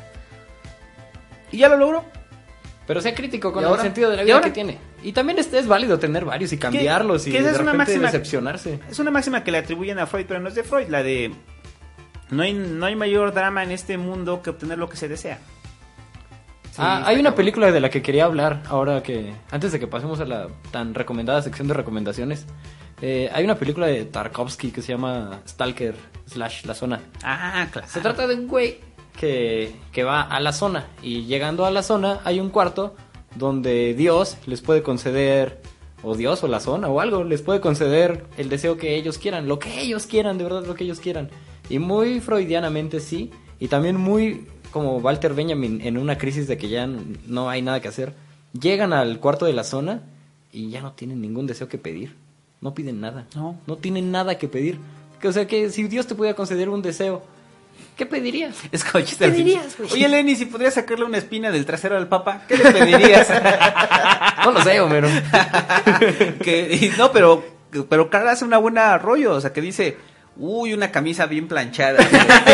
Speaker 2: Y ya lo logró.
Speaker 3: Pero sea crítico con el sentido de la vida que tiene. Y también es válido tener varios y cambiarlos y de repente decepcionarse.
Speaker 2: Es una máxima que le atribuyen a Freud, pero no es de Freud, la de no hay mayor drama en este mundo que obtener lo que se desea.
Speaker 3: Sí, hay una película de la que quería hablar ahora que antes de que pasemos a la tan recomendada sección de recomendaciones. Hay una película de Tarkovsky que se llama Stalker / La Zona.
Speaker 2: Claro.
Speaker 3: Se trata de un güey que va a la zona y llegando a la zona hay un cuarto donde Dios les puede conceder, o Dios o la zona o algo, les puede conceder el deseo que ellos quieran, lo que ellos quieran, de verdad lo que ellos quieran. Y muy freudianamente sí, y también muy como Walter Benjamin en una crisis de que ya no hay nada que hacer, llegan al cuarto de la zona y ya no tienen ningún deseo que pedir, no piden nada, no tienen nada que pedir. O sea que si Dios te pudiera conceder un deseo, ¿qué pedirías?
Speaker 2: Es como chiste. ¿Qué pedirías, güey? Oye, Lenny, si podrías sacarle una espina del trasero al Papa, ¿qué le pedirías?
Speaker 3: No lo sé, Homero.
Speaker 2: No, pero Carl hace una buena rollo, o sea, que dice, uy, una camisa bien planchada.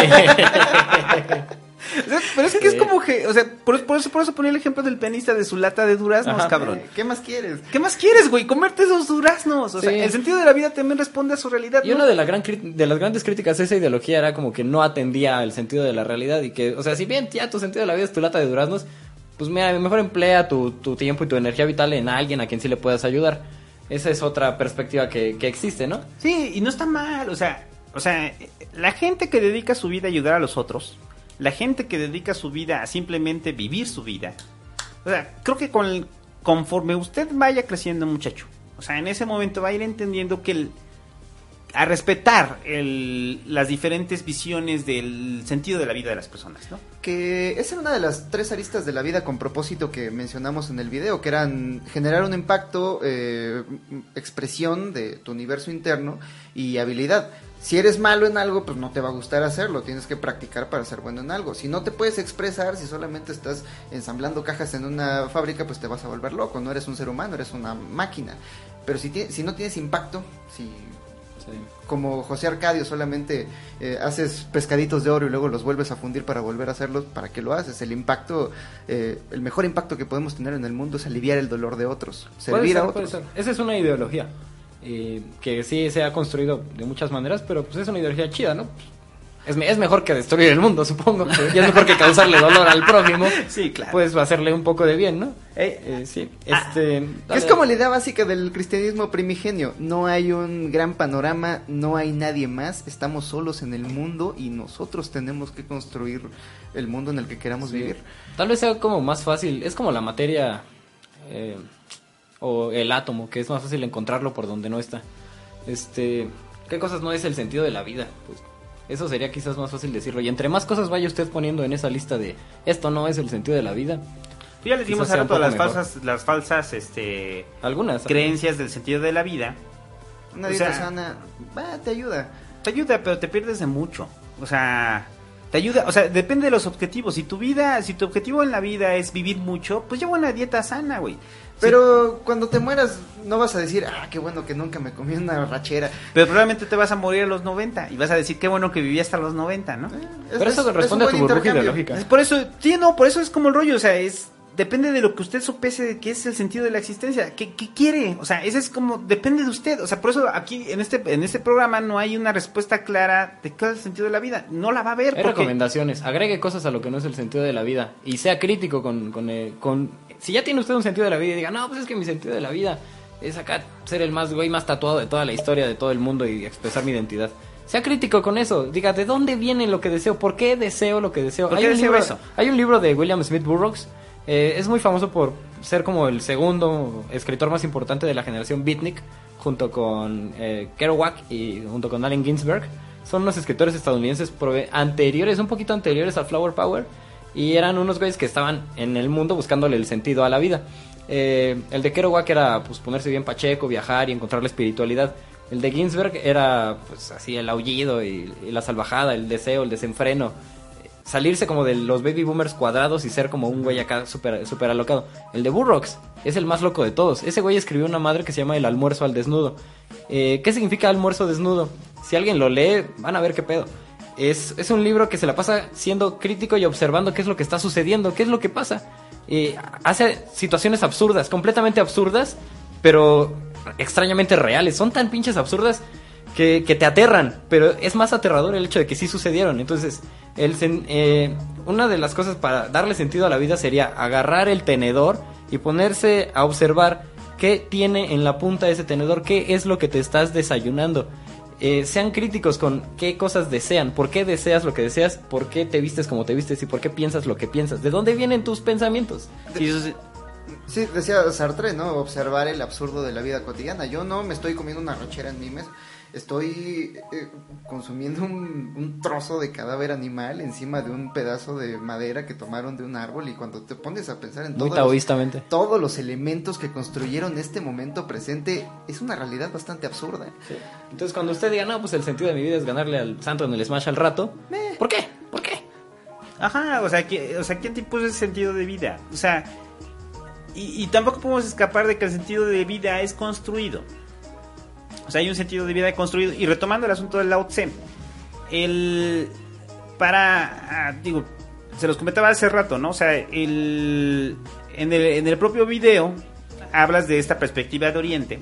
Speaker 2: Pero es que es como que, o sea, por eso ponía el ejemplo del pianista de su lata de duraznos, cabrón.
Speaker 1: ¿Qué más quieres?
Speaker 2: ¿Qué más quieres, güey? Comerte esos duraznos. O sea, el sentido de la vida también responde a su realidad.
Speaker 3: Y una de las grandes críticas a esa ideología era como que no atendía al sentido de la realidad y que, o sea, si bien ya tu sentido de la vida es tu lata de duraznos, pues mira, mejor emplea tu tiempo y tu energía vital en alguien a quien sí le puedas ayudar. Esa es otra perspectiva que existe, ¿no?
Speaker 2: Sí, y no está mal, o sea, la gente que dedica su vida a ayudar a los otros, la gente que dedica su vida a simplemente vivir su vida, o sea, creo que conforme usted vaya creciendo, muchacho, o sea, en ese momento va a ir entendiendo que a respetar las diferentes visiones del sentido de la vida de las personas, ¿no?
Speaker 1: Que esa era una de las 3 aristas de la vida con propósito que mencionamos en el video, que eran generar un impacto, expresión de tu universo interno y habilidad. Si eres malo en algo, pues no te va a gustar hacerlo, tienes que practicar para ser bueno en algo. Si no te puedes expresar, si solamente estás ensamblando cajas en una fábrica, pues te vas a volver loco, no eres un ser humano, eres una máquina. Pero si no tienes impacto, si como José Arcadio, solamente haces pescaditos de oro y luego los vuelves a fundir para volver a hacerlos, ¿para qué lo haces? El impacto, el mejor impacto que podemos tener en el mundo es aliviar el dolor de otros, servir a otros.
Speaker 3: Puede ser. Esa es una ideología que sí se ha construido de muchas maneras, pero pues es una ideología chida, ¿no? Es mejor que destruir el mundo, supongo. Y es mejor que causarle dolor al prójimo.
Speaker 2: Sí, claro.
Speaker 3: Pues hacerle un poco de bien, ¿no? Sí.
Speaker 1: Que es como la idea básica del cristianismo primigenio. No hay un gran panorama, no hay nadie más. Estamos solos en el mundo y nosotros tenemos que construir el mundo en el que queramos vivir.
Speaker 3: Tal vez sea como más fácil. Es como la materia o el átomo, que es más fácil encontrarlo por donde no está. ¿Qué cosas no es el sentido de la vida? Pues eso sería quizás más fácil decirlo. Y entre más cosas vaya usted poniendo en esa lista de esto no es el sentido de la vida.
Speaker 2: Ya les dimos a rato las falsas
Speaker 3: algunas
Speaker 2: creencias del sentido de la vida.
Speaker 1: Una dieta sana te ayuda.
Speaker 2: Te ayuda, pero te pierdes de mucho. O sea, te ayuda, o sea, depende de los objetivos. Si tu objetivo en la vida es vivir mucho, pues lleva una dieta sana, güey.
Speaker 1: Pero cuando te mueras no vas a decir, qué bueno que nunca me comí una rachera.
Speaker 2: Pero probablemente te vas a morir a los 90 y vas a decir, qué bueno que viví hasta los 90, ¿no?
Speaker 3: Pero eso responde a tu burbuja ideológica.
Speaker 2: Por eso, por eso es como el rollo, o sea, depende de lo que usted sopese de qué es el sentido de la existencia, qué quiere, o sea, ese es como, depende de usted, o sea, por eso aquí en este programa no hay una respuesta clara de qué es el sentido de la vida, no la va a ver.
Speaker 3: Hay recomendaciones, agregue cosas a lo que no es el sentido de la vida y sea crítico con si ya tiene usted un sentido de la vida y diga, no, pues es que mi sentido de la vida es acá ser el más güey más tatuado de toda la historia de todo el mundo y expresar mi identidad. Sea crítico con eso, diga, ¿de dónde viene lo que deseo? ¿Por qué deseo lo que deseo?
Speaker 2: ¿Por qué deseo eso?
Speaker 3: Hay un libro de William Smith Burroughs. Es muy famoso por ser como el segundo escritor más importante de la generación beatnik, junto con Kerouac y junto con Allen Ginsberg. Son unos escritores estadounidenses anteriores, un poquito anteriores al Flower Power, y eran unos güeyes que estaban en el mundo buscándole el sentido a la vida. El de Kerouac era pues ponerse bien pacheco, viajar y encontrar la espiritualidad. El de Ginsberg era pues así el aullido y la salvajada, el deseo, el desenfreno. Salirse como de los baby boomers cuadrados y ser como un güey acá súper alocado. El de Burroughs es el más loco de todos. Ese güey escribió una madre que se llama El almuerzo al desnudo. ¿Qué significa almuerzo desnudo? Si alguien lo lee, van a ver qué pedo. Es un libro que se la pasa siendo crítico y observando qué es lo que está sucediendo, qué es lo que pasa. Hace situaciones absurdas, completamente absurdas, pero extrañamente reales. Son tan pinches absurdas que te aterran, pero es más aterrador el hecho de que sí sucedieron. Entonces, una de las cosas para darle sentido a la vida sería agarrar el tenedor y ponerse a observar qué tiene en la punta de ese tenedor, qué es lo que te estás desayunando. Sean críticos con qué cosas desean, por qué deseas lo que deseas, por qué te vistes como te vistes y por qué piensas lo que piensas, de dónde vienen tus pensamientos.
Speaker 1: Sí, decía Sartre, ¿no? Observar el absurdo de la vida cotidiana. Yo no me estoy comiendo una rachera en mi mesa, estoy consumiendo un trozo de cadáver animal encima de un pedazo de madera que tomaron de un árbol, y cuando te pones a pensar en todos los elementos que construyeron este momento presente, es una realidad bastante absurda.
Speaker 3: Sí. Entonces cuando usted diga, no, pues el sentido de mi vida es ganarle al santo en el Smash al rato, ¿por qué?
Speaker 2: Ajá, o sea, ¿quién te puso ese sentido de vida? O sea, y tampoco podemos escapar de que el sentido de vida es construido. O sea, hay un sentido de vida construido. Y retomando el asunto del Lao Tse, se los comentaba hace rato, ¿no? O sea, en el propio video hablas de esta perspectiva de Oriente,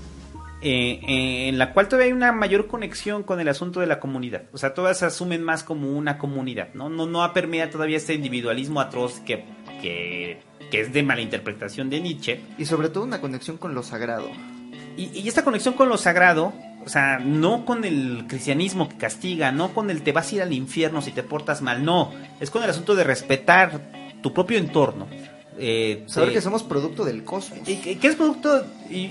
Speaker 2: en la cual todavía hay una mayor conexión con el asunto de la comunidad. O sea, todas se asumen más como una comunidad, ¿no? No ha permeado todavía este individualismo atroz que es de malinterpretación de Nietzsche.
Speaker 1: Y sobre todo una conexión con lo sagrado.
Speaker 2: Y esta conexión con lo sagrado, o sea, no con el cristianismo que castiga, no con el te vas a ir al infierno si te portas mal, no. Es con el asunto de respetar tu propio entorno.
Speaker 1: Saber que somos producto del cosmos.
Speaker 2: Que es producto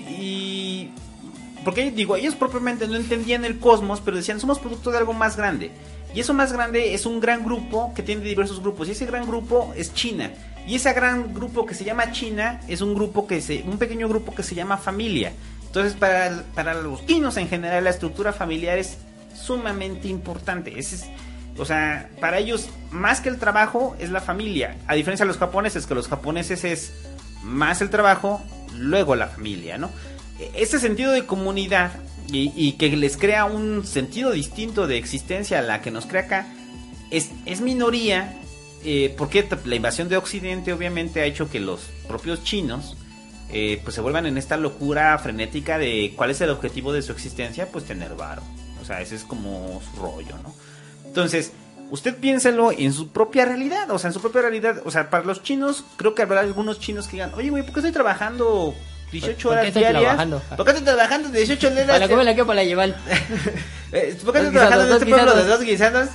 Speaker 2: porque digo, ellos propiamente no entendían el cosmos, pero decían, somos producto de algo más grande. Y eso más grande es un gran grupo que tiene diversos grupos. Y ese gran grupo es China. Y ese gran grupo que se llama China es un pequeño grupo que se llama familia. Entonces, para los chinos en general, la estructura familiar es sumamente importante. O sea, para ellos, más que el trabajo, es la familia. A diferencia de los japoneses, que los japoneses es más el trabajo, luego la familia, ¿no? ese sentido de comunidad y que les crea un sentido distinto de existencia a la que nos crea acá, es minoría, porque la invasión de Occidente obviamente ha hecho que los propios chinos pues se vuelvan en esta locura frenética de cuál es el objetivo de su existencia, pues tener varo. O sea, ese es como su rollo, ¿no? Entonces, usted piénselo en su propia realidad, o sea, en su propia realidad, o sea, para los chinos, creo que habrá algunos chinos que digan, oye, güey, ¿por qué estoy trabajando 18 horas diarias? ¿Por qué estoy trabajando 18 horas?
Speaker 3: Para la comer, para la llevar.
Speaker 2: ¿Por qué estoy trabajando en este pueblo de 2 guisados?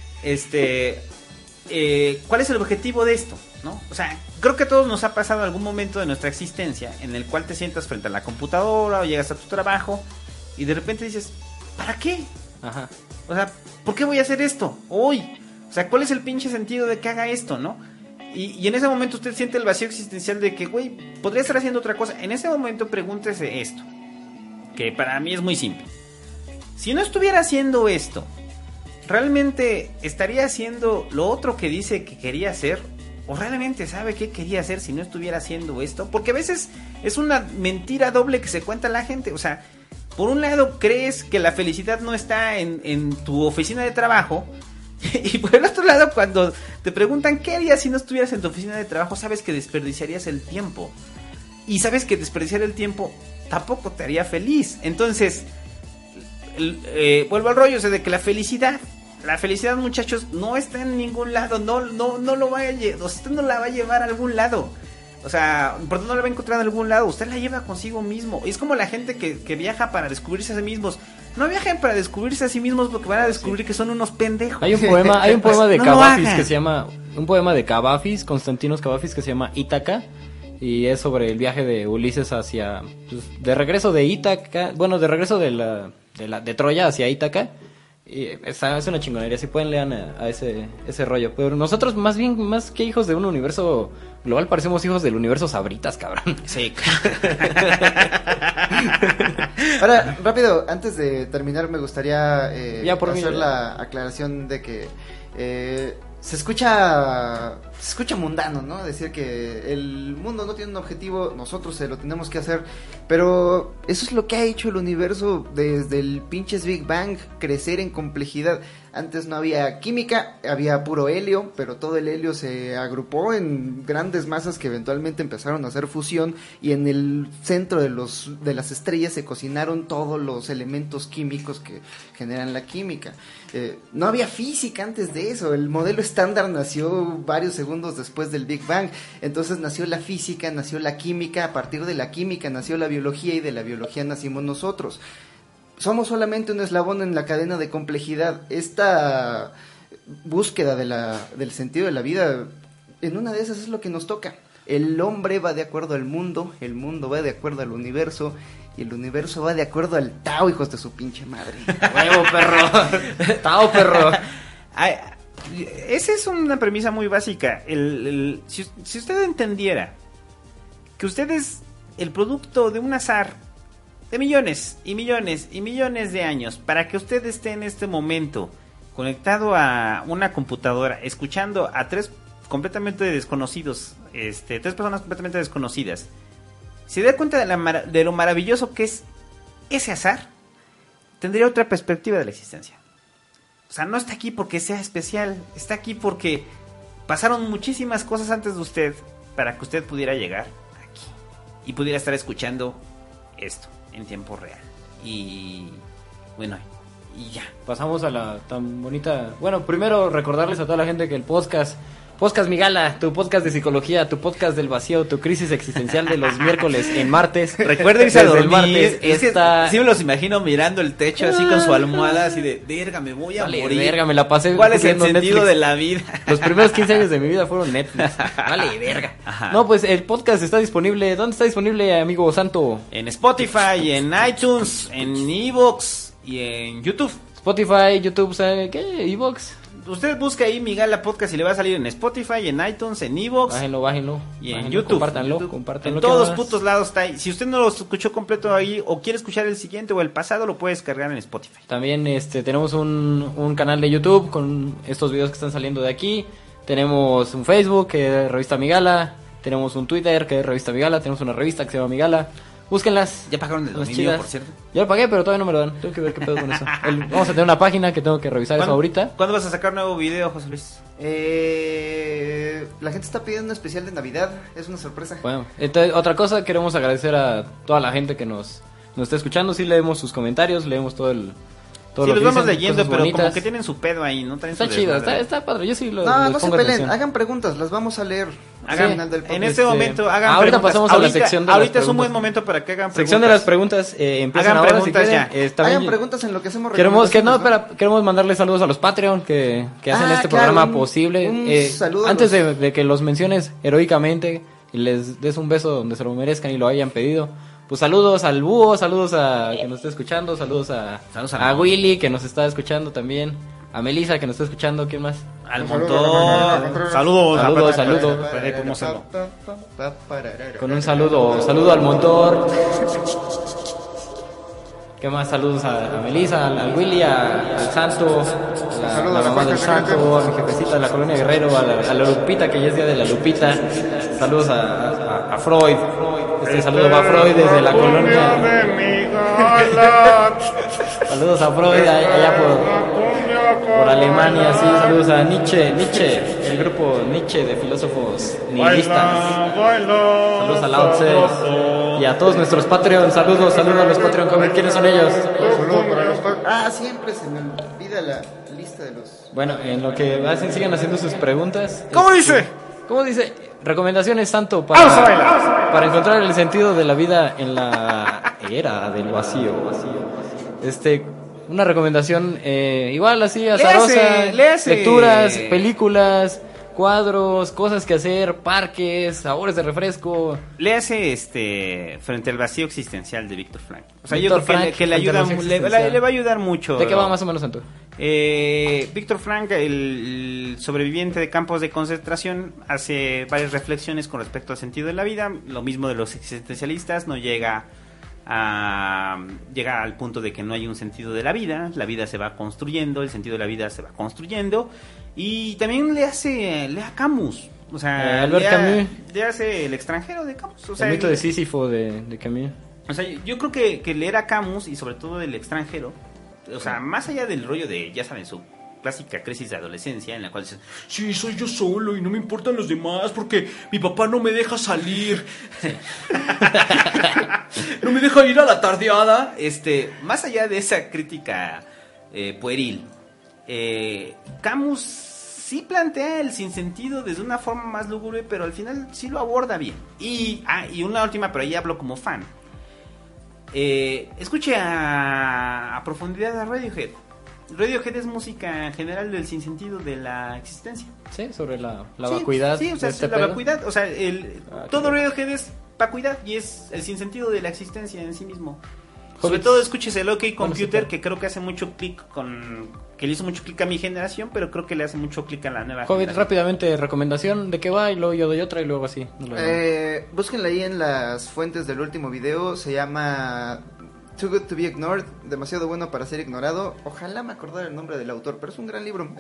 Speaker 2: ¿Cuál es el objetivo de esto? ¿No? O sea, creo que a todos nos ha pasado algún momento de nuestra existencia en el cual te sientas frente a la computadora o llegas a tu trabajo y de repente dices, ¿para qué?
Speaker 3: Ajá.
Speaker 2: O sea, ¿por qué voy a hacer esto hoy? O sea, ¿cuál es el pinche sentido de que haga esto, no? Y en ese momento usted siente el vacío existencial de que, güey, podría estar haciendo otra cosa. En ese momento pregúntese esto, que para mí es muy simple. Si no estuviera haciendo esto, ¿realmente estaría haciendo lo otro que dice que quería hacer? ¿O realmente sabe qué quería hacer si no estuviera haciendo esto? Porque a veces es una mentira doble que se cuenta la gente. O sea, por un lado crees que la felicidad no está en tu oficina de trabajo. Y por el otro lado, cuando te preguntan qué harías si no estuvieras en tu oficina de trabajo, sabes que desperdiciarías el tiempo. Y sabes que desperdiciar el tiempo tampoco te haría feliz. Entonces, vuelvo al rollo, o sea, de que la felicidad, muchachos, no está en ningún lado. No lo vaya a llevar, usted no la va a llevar a algún lado. O sea, ¿por qué no la va a encontrar en algún lado? Usted la lleva consigo mismo. Es como la gente que viaja para descubrirse a sí mismos. No viajen para descubrirse a sí mismos porque van a descubrir que son unos pendejos.
Speaker 3: Hay un poema de
Speaker 2: no
Speaker 3: Cavafis que se llama, un poema de Cavafis, Constantinos Cavafis, que se llama Ítaca, y es sobre el viaje de Ulises hacia, pues, de regreso de Ítaca, bueno, de regreso de Troya hacia Ítaca. Y es una chingonería, si pueden lean a ese rollo. Pero nosotros más que hijos de un universo global parecemos hijos del universo Sabritas, cabrón.
Speaker 2: Sí.
Speaker 1: Ahora, rápido, antes de terminar me gustaría hacer
Speaker 3: mí,
Speaker 1: la aclaración de que se escucha mundano, ¿no? Decir que el mundo no tiene un objetivo, nosotros se lo tenemos que hacer, pero eso es lo que ha hecho el universo desde el pinches Big Bang, crecer en complejidad. Antes no había química, había puro helio, pero todo el helio se agrupó en grandes masas que eventualmente empezaron a hacer fusión, y en el centro de las estrellas se cocinaron todos los elementos químicos que generan la química. No había física antes de eso, el modelo estándar nació varios segundos después del Big Bang, entonces nació la física, nació la química, a partir de la química nació la biología, y de la biología nacimos nosotros. Somos solamente un eslabón en la cadena de complejidad. Esta búsqueda del sentido de la vida, en una de esas es lo que nos toca. El hombre va de acuerdo al mundo, el mundo va de acuerdo al universo, y el universo va de acuerdo al Tao, hijos de su pinche madre.
Speaker 3: ¡Huevo, perro! ¡Tao, perro!
Speaker 2: Esa es una premisa muy básica. Si usted entendiera que usted es el producto de un azar de millones y millones y millones de años, para que usted esté en este momento conectado a una computadora, escuchando a tres completamente desconocidos, tres personas completamente desconocidas, se da cuenta de lo maravilloso que es ese azar, tendría otra perspectiva de la existencia. O sea, no está aquí porque sea especial, está aquí porque pasaron muchísimas cosas antes de usted para que usted pudiera llegar aquí y pudiera estar escuchando esto en tiempo real. Y bueno, y ya.
Speaker 3: Pasamos a la tan bonita... Bueno, primero recordarles a toda la gente que el podcast Migala, tu podcast de psicología, tu podcast del vacío, tu crisis existencial de los miércoles en martes.
Speaker 2: Recuerda irse a dormir.
Speaker 3: El martes
Speaker 2: está... Sí me los imagino mirando el techo así con su almohada, así de, verga, me voy a morir.
Speaker 3: Verga, me la pasé.
Speaker 2: ¿Cuál es el sentido
Speaker 3: Netflix
Speaker 2: de la vida?
Speaker 3: Los primeros 15 años de mi vida fueron Netflix. Vale, verga.
Speaker 2: Ajá.
Speaker 3: No, pues el podcast está disponible. ¿Dónde está disponible, amigo Santo?
Speaker 2: En Spotify, en iTunes, en Evox y en YouTube.
Speaker 3: Spotify, YouTube, ¿sabe qué? Evox.
Speaker 2: Usted busca ahí Migala Podcast y le va a salir en Spotify, en iTunes, en Evox.
Speaker 3: Bájenlo.
Speaker 2: Y en YouTube.
Speaker 3: Compártanlo.
Speaker 2: En todos putos lados está ahí. Si usted no lo escuchó completo ahí o quiere escuchar el siguiente o el pasado, lo puede descargar en Spotify.
Speaker 3: También tenemos un canal de YouTube con estos videos que están saliendo de aquí. Tenemos un Facebook que es Revista Migala. Tenemos un Twitter que es Revista Migala. Tenemos una revista que se llama Migala. Búsquenlas.
Speaker 2: ¿Ya pagaron el
Speaker 3: Las
Speaker 2: dominio,
Speaker 3: chidas.
Speaker 2: por cierto?
Speaker 3: Yo lo pagué, pero todavía no me lo dan. Tengo que ver qué pedo con eso. Vamos a tener una página que tengo que revisar eso ahorita.
Speaker 2: ¿Cuándo vas a sacar nuevo video, José Luis?
Speaker 1: La gente está pidiendo un especial de Navidad. Es una sorpresa.
Speaker 3: Bueno, entonces, otra cosa, queremos agradecer a toda la gente que nos está escuchando. Sí leemos sus comentarios, leemos todo lo
Speaker 2: Sí,
Speaker 3: que
Speaker 2: los vamos
Speaker 3: dicen,
Speaker 2: leyendo,
Speaker 3: cosas
Speaker 2: pero
Speaker 3: bonitas.
Speaker 2: como que tienen su pedo ahí, ¿no? Traen
Speaker 3: Está
Speaker 2: su
Speaker 3: chido,
Speaker 2: desmadre.
Speaker 3: está padre. Yo sí lo
Speaker 1: No,
Speaker 3: les
Speaker 1: no se
Speaker 3: pongo
Speaker 1: peleen.
Speaker 3: atención.
Speaker 1: Hagan preguntas. Las vamos a leer al
Speaker 2: Hagan,
Speaker 1: final del podcast.
Speaker 2: en este momento hagan
Speaker 3: ahorita
Speaker 2: preguntas.
Speaker 3: pasamos a la sección de las
Speaker 2: Ahorita es un
Speaker 3: preguntas.
Speaker 2: buen momento para que hagan preguntas.
Speaker 3: Sección de las preguntas, empiezan
Speaker 2: Hagan
Speaker 3: ahora
Speaker 2: preguntas
Speaker 3: si quieren.
Speaker 2: ya.
Speaker 3: También
Speaker 1: Hagan preguntas en lo que hacemos
Speaker 3: queremos mandarle saludos a los Patreon que hacen este
Speaker 1: claro,
Speaker 3: programa posible.
Speaker 1: un saludo a
Speaker 3: Antes
Speaker 1: los-
Speaker 3: de que los menciones heroicamente y les des un beso donde se lo merezcan y lo hayan pedido. Pues saludos al Búho, saludos a que nos está escuchando, saludos a Willy que nos está escuchando también, a Melissa que nos está escuchando, ¿quién más?
Speaker 2: Al montón. Saludos.
Speaker 3: Saludos.
Speaker 2: Ahí podemos hacerlo.
Speaker 3: Con un saludo al motor. ¿Qué más? Saludos a Melissa, al Willy, al Santo, a la mamá del Santo, a mi jefecita de la Colonia Guerrero, a la Lupita, que ya es día de la Lupita. Saludos a Freud. Este saludo va a Freud desde la colonia. Saludos a Freud allá por Alemania, sí. Saludos a Nietzsche, el grupo Nietzsche de filósofos nihilistas. Saludos a Lao Tse y a todos nuestros Patreon. Saludos a los Patreon. ¿Quiénes son ellos?
Speaker 1: Siempre se me olvida la lista de los...
Speaker 3: Bueno, en lo que hacen, sigan haciendo sus preguntas.
Speaker 2: ¿Cómo dice?
Speaker 3: ¿Cómo dice? Recomendaciones, Santo, para encontrar el sentido de la vida en la era del vacío. Una recomendación igual así, azarosa.
Speaker 2: Léase.
Speaker 3: Lecturas, películas, cuadros, cosas que hacer, parques, sabores de refresco.
Speaker 2: Léase Frente al vacío existencial de Víctor Frank. O sea,
Speaker 3: Víctor
Speaker 2: yo creo
Speaker 3: Frank,
Speaker 2: que le ayuda,
Speaker 3: Frente al vacío existencial.
Speaker 2: le va a ayudar mucho.
Speaker 3: ¿De qué va más o menos, Santo?
Speaker 2: Víctor Frank, el sobreviviente de campos de concentración, hace varias reflexiones con respecto al sentido de la vida. Lo mismo de los existencialistas, no llega al punto de que no hay un sentido de la vida se va construyendo, el sentido de la vida se va construyendo. Y también lea Camus, o sea,
Speaker 3: Albert Camus.
Speaker 2: le hace El extranjero de Camus, o sea,
Speaker 3: El mito de Sísifo de Camus.
Speaker 2: o sea, yo creo que leer a Camus y sobre todo El extranjero, o sea, más allá del rollo de, ya saben, su clásica crisis de adolescencia en la cual dices,
Speaker 4: Sí, soy yo solo y no me importan los demás porque mi papá no me deja salir. No me deja ir a la tardeada.
Speaker 2: más allá de esa crítica pueril, Camus sí plantea el sinsentido desde una forma más lúgubre, pero al final sí lo aborda bien. Y una última, pero ahí hablo como fan. Escuche a profundidad a Radiohead. Radiohead es música en general del sinsentido de la existencia.
Speaker 3: Sí, sobre la
Speaker 2: Sí,
Speaker 3: vacuidad.
Speaker 2: Sí, o sea,
Speaker 3: de este
Speaker 2: la
Speaker 3: pedo.
Speaker 2: vacuidad. O sea, todo
Speaker 3: claro.
Speaker 2: Radiohead es vacuidad y es el sinsentido de la existencia en sí mismo.
Speaker 3: Hobbits.
Speaker 2: Sobre todo escuches el OK
Speaker 3: Bueno,
Speaker 2: Computer,
Speaker 3: sí,
Speaker 2: que creo que hace mucho clic que le hizo mucho clic a mi generación, pero creo que le hace mucho clic a la nueva
Speaker 3: Hobbit,
Speaker 2: generación.
Speaker 3: rápidamente, recomendación de qué va y luego yo doy otra y luego así.
Speaker 1: Búsquenla ahí en las fuentes del último video. Se llama Too Good to be Ignored, demasiado bueno para ser ignorado. Ojalá me acordara el nombre del autor, pero es un gran libro.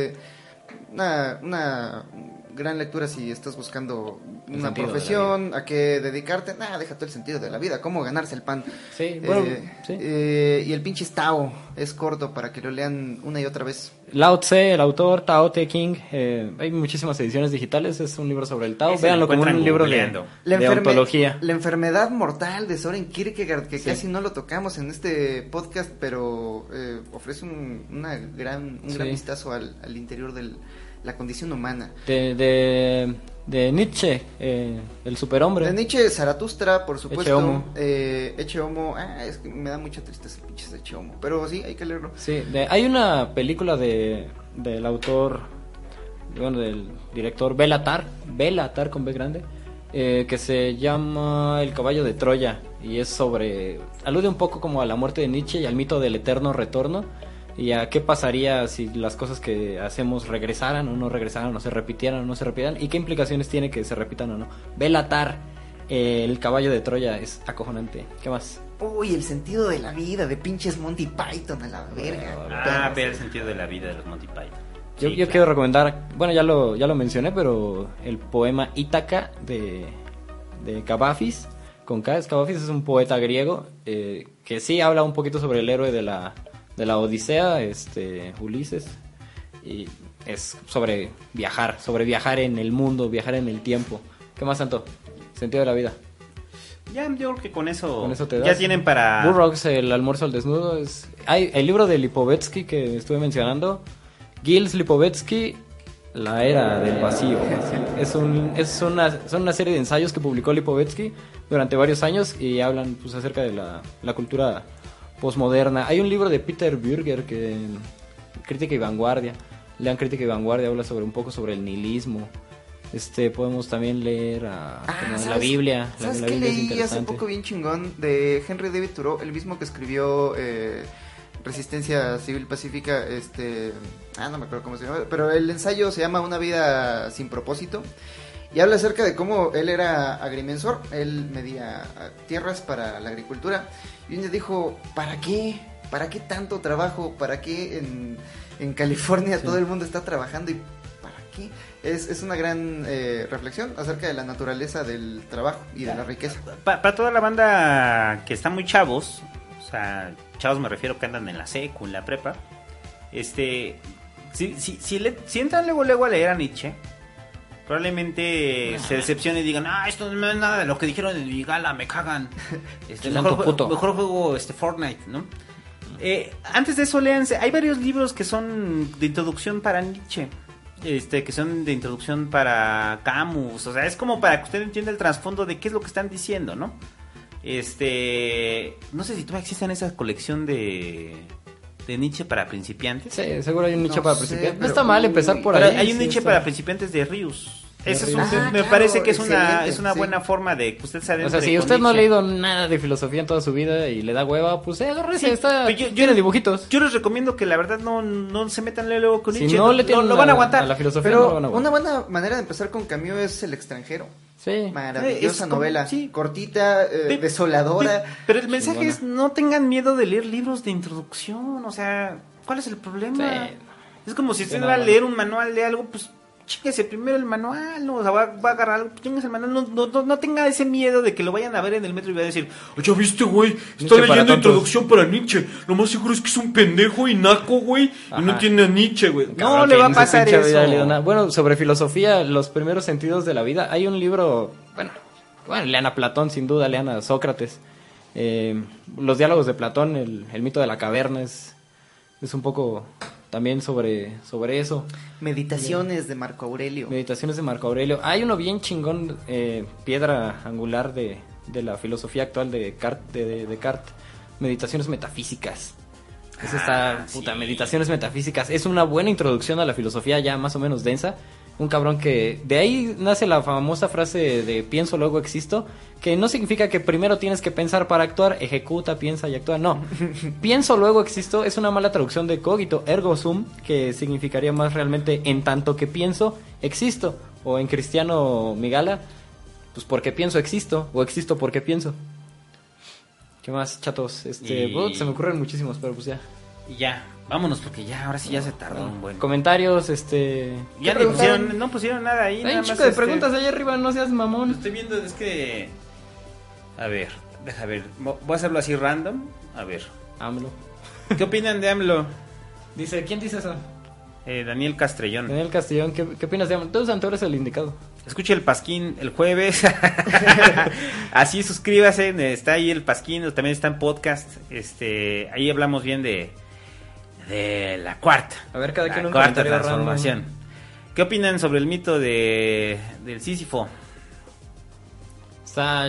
Speaker 1: Una gran lectura si estás buscando
Speaker 3: El
Speaker 1: una
Speaker 3: sentido de
Speaker 1: profesión, a qué dedicarte. Deja todo el sentido de la vida, cómo ganarse el pan.
Speaker 3: Sí, bueno, sí.
Speaker 1: Y el pinche Tao es corto para que lo lean una y otra vez.
Speaker 3: Lao Tse, el autor, Tao Te Ching. Hay muchísimas ediciones digitales. Es un libro sobre el Tao.
Speaker 2: Ese
Speaker 3: Véanlo
Speaker 2: lo
Speaker 3: como un
Speaker 2: encuentran
Speaker 3: libro
Speaker 2: googleando.
Speaker 3: de ontología.
Speaker 1: La enfermedad mortal de Soren Kierkegaard, que
Speaker 3: Sí.
Speaker 1: casi no lo tocamos en este podcast, pero ofrece un gran
Speaker 3: Sí.
Speaker 1: vistazo al interior de la condición humana.
Speaker 3: De Nietzsche, el superhombre.
Speaker 1: De Nietzsche, Zaratustra, por supuesto.
Speaker 3: Ecce Homo.
Speaker 1: es que me da mucha tristeza el pinche Ecce Homo, pero sí, hay que leerlo.
Speaker 3: Sí, hay una película del autor, bueno, del director Belatar con B grande, que se llama El caballo de Troya y es alude un poco como a la muerte de Nietzsche y al mito del eterno retorno y a qué pasaría si las cosas que hacemos regresaran o no regresaran o se repitieran o no se repitieran y qué implicaciones tiene que se repitan o no. Belatar, El caballo de Troya es acojonante. ¿Qué más?
Speaker 1: Uy, el sentido de la vida de pinches Monty Python a la verga.
Speaker 2: Ver el sentido de la vida de los Monty Python.
Speaker 3: Yo
Speaker 2: Sí,
Speaker 3: quiero
Speaker 2: claro.
Speaker 3: recomendar, bueno, ya lo mencioné, pero el poema Ítaca de Cavafis, con K. Skabafis es un poeta griego que sí habla un poquito sobre el héroe de la Odisea, Ulises, y es sobre viajar en el mundo, viajar en el tiempo. ¿Qué más, Santo? Sentido de la vida.
Speaker 2: Ya, yo creo que con eso
Speaker 3: te das.
Speaker 2: ya tienen para...
Speaker 3: Burroughs, el almuerzo al desnudo. Hay el libro de Lipovetsky que estuve mencionando. Gilles Lipovetsky, La era del vacío. Son una serie de ensayos que publicó Lipovetsky durante varios años y hablan pues acerca de la cultura posmoderna. Hay un libro de Peter Bürger que Crítica y Vanguardia. Lean Crítica y Vanguardia, habla un poco sobre el nihilismo. Podemos también leer la Biblia.
Speaker 1: ¿Sabes
Speaker 3: la
Speaker 1: qué
Speaker 3: Biblia es
Speaker 1: leí hace
Speaker 3: interesante.
Speaker 1: poco bien chingón? De Henry David Thoreau, el mismo que escribió Resistencia Civil Pacífica, no me acuerdo cómo se llama, pero el ensayo se llama Una vida sin propósito, y habla acerca de cómo él era agrimensor, él medía tierras para la agricultura, y un día dijo, ¿para qué? ¿Para qué tanto trabajo? ¿Para qué en California todo el mundo está trabajando? ¿Y para qué? Es una gran reflexión acerca de la naturaleza del trabajo y de la riqueza.
Speaker 2: Para toda la banda que está muy chavos, o sea, chavos me refiero que andan en la secu, en la prepa, si entran luego a leer a Nietzsche, probablemente se decepcionen y digan, esto no es nada de lo que dijeron en mi gala, me cagan. Mejor juego Fortnite, ¿no? Antes de eso, léanse, hay varios libros que son de introducción para Nietzsche. Que son de introducción para Camus, o sea, es como para que usted entienda el trasfondo de qué es lo que están diciendo, ¿no? No sé si todavía existe esa colección de Nietzsche para principiantes.
Speaker 3: Sí, seguro hay un Nietzsche para principiantes. No
Speaker 1: pero-
Speaker 3: está mal empezar por
Speaker 2: Pero
Speaker 3: ahí.
Speaker 2: hay un
Speaker 3: sí,
Speaker 2: Nietzsche
Speaker 3: está.
Speaker 2: para principiantes de Rius. Ese es
Speaker 3: Rius.
Speaker 2: me
Speaker 1: claro,
Speaker 2: parece que es una
Speaker 1: excelente, sí.
Speaker 2: buena forma de que usted se adentre
Speaker 3: O sea, si
Speaker 2: con
Speaker 3: usted no ha
Speaker 2: Nietzsche.
Speaker 3: leído nada de filosofía en toda su vida y le da hueva, pues agárrese,
Speaker 2: Sí, pero
Speaker 3: tiene dibujitos.
Speaker 2: Yo les recomiendo que la verdad no se metan luego con
Speaker 3: Si
Speaker 2: Nietzsche.
Speaker 3: no le tienen
Speaker 2: lo van a aguantar.
Speaker 3: a la filosofía, no lo
Speaker 1: Pero
Speaker 3: van a
Speaker 1: una
Speaker 3: aguantar.
Speaker 1: buena manera de empezar con Camus es El extranjero.
Speaker 3: Sí.
Speaker 1: Maravillosa
Speaker 2: Es como-
Speaker 1: novela,
Speaker 2: sí.
Speaker 1: cortita,
Speaker 2: Pe-
Speaker 1: desoladora.
Speaker 2: Pero el mensaje
Speaker 3: Chingona.
Speaker 2: es, no tengan miedo de leer libros de introducción, o sea, ¿cuál es el problema?
Speaker 3: Sí.
Speaker 2: Es como si usted
Speaker 3: Sí,
Speaker 2: va a
Speaker 3: no,
Speaker 2: leer un manual de algo, pues chíquese primero el manual, ¿no? O sea, va a agarrar algo, pues chíquese el manual, no tenga ese miedo de que lo vayan a ver en el metro y va a decir,
Speaker 4: ¿Ya viste, güey? Está
Speaker 3: Nietzsche para
Speaker 4: leyendo
Speaker 3: tontos.
Speaker 4: introducción para Nietzsche. Lo más seguro es que es un pendejo y naco, güey. Y no
Speaker 3: Ajá.
Speaker 4: tiene a Nietzsche, güey.
Speaker 2: No le va a
Speaker 3: en su
Speaker 2: pasar
Speaker 3: pinche vida
Speaker 2: eso.
Speaker 3: ha leído nada. Bueno, sobre filosofía, los primeros sentidos de la vida. Hay un libro, bueno, lean a Platón, sin duda, lean a Sócrates. Los diálogos de Platón, el mito de la caverna es un poco también sobre eso.
Speaker 1: Meditaciones de Marco Aurelio.
Speaker 3: Meditaciones de Marco Aurelio. Hay uno bien chingón, piedra angular de la filosofía actual de Descartes. Meditaciones metafísicas. Eso está, Meditaciones metafísicas. Es una buena introducción a la filosofía ya más o menos densa. Un cabrón que... De ahí nace la famosa frase de pienso, luego existo, que no significa que primero tienes que pensar para actuar, ejecuta, piensa y actúa. No. Pienso, luego existo es una mala traducción de cogito, ergo sum, que significaría más realmente en tanto que pienso, existo. O en cristiano Migala, pues porque pienso, existo. O existo porque pienso. ¿Qué más, chatos? Se me ocurren muchísimos, pero pues ya.
Speaker 2: y ya, vámonos porque ya, ahora sí ya se tardó un buen.
Speaker 3: Comentarios,
Speaker 2: Ya
Speaker 1: ¿Qué
Speaker 2: ni
Speaker 1: preguntaron?
Speaker 2: no pusieron nada ahí,
Speaker 3: Hay
Speaker 2: nada
Speaker 3: un
Speaker 2: más,
Speaker 3: chico de preguntas allá arriba, no seas
Speaker 2: Lo
Speaker 3: mamón.
Speaker 2: estoy viendo, es que... A ver, deja ver. Voy a hacerlo así random. A ver.
Speaker 3: AMLO.
Speaker 2: ¿Qué opinan de AMLO?
Speaker 3: Dice, ¿quién dice eso?
Speaker 2: Daniel Castrellón.
Speaker 3: Daniel Castellón, ¿qué opinas de AMLO? Tú, Santo, eres el indicado.
Speaker 2: Escuche el Pasquín el jueves. Así suscríbase. Está ahí el Pasquín. También está en podcast. Ahí hablamos bien de la cuarta.
Speaker 3: A ver, cada quien
Speaker 2: La
Speaker 3: un
Speaker 2: cuarta
Speaker 3: comentario
Speaker 2: transformación. ¿Qué opinan sobre el mito del Sísifo?
Speaker 3: Está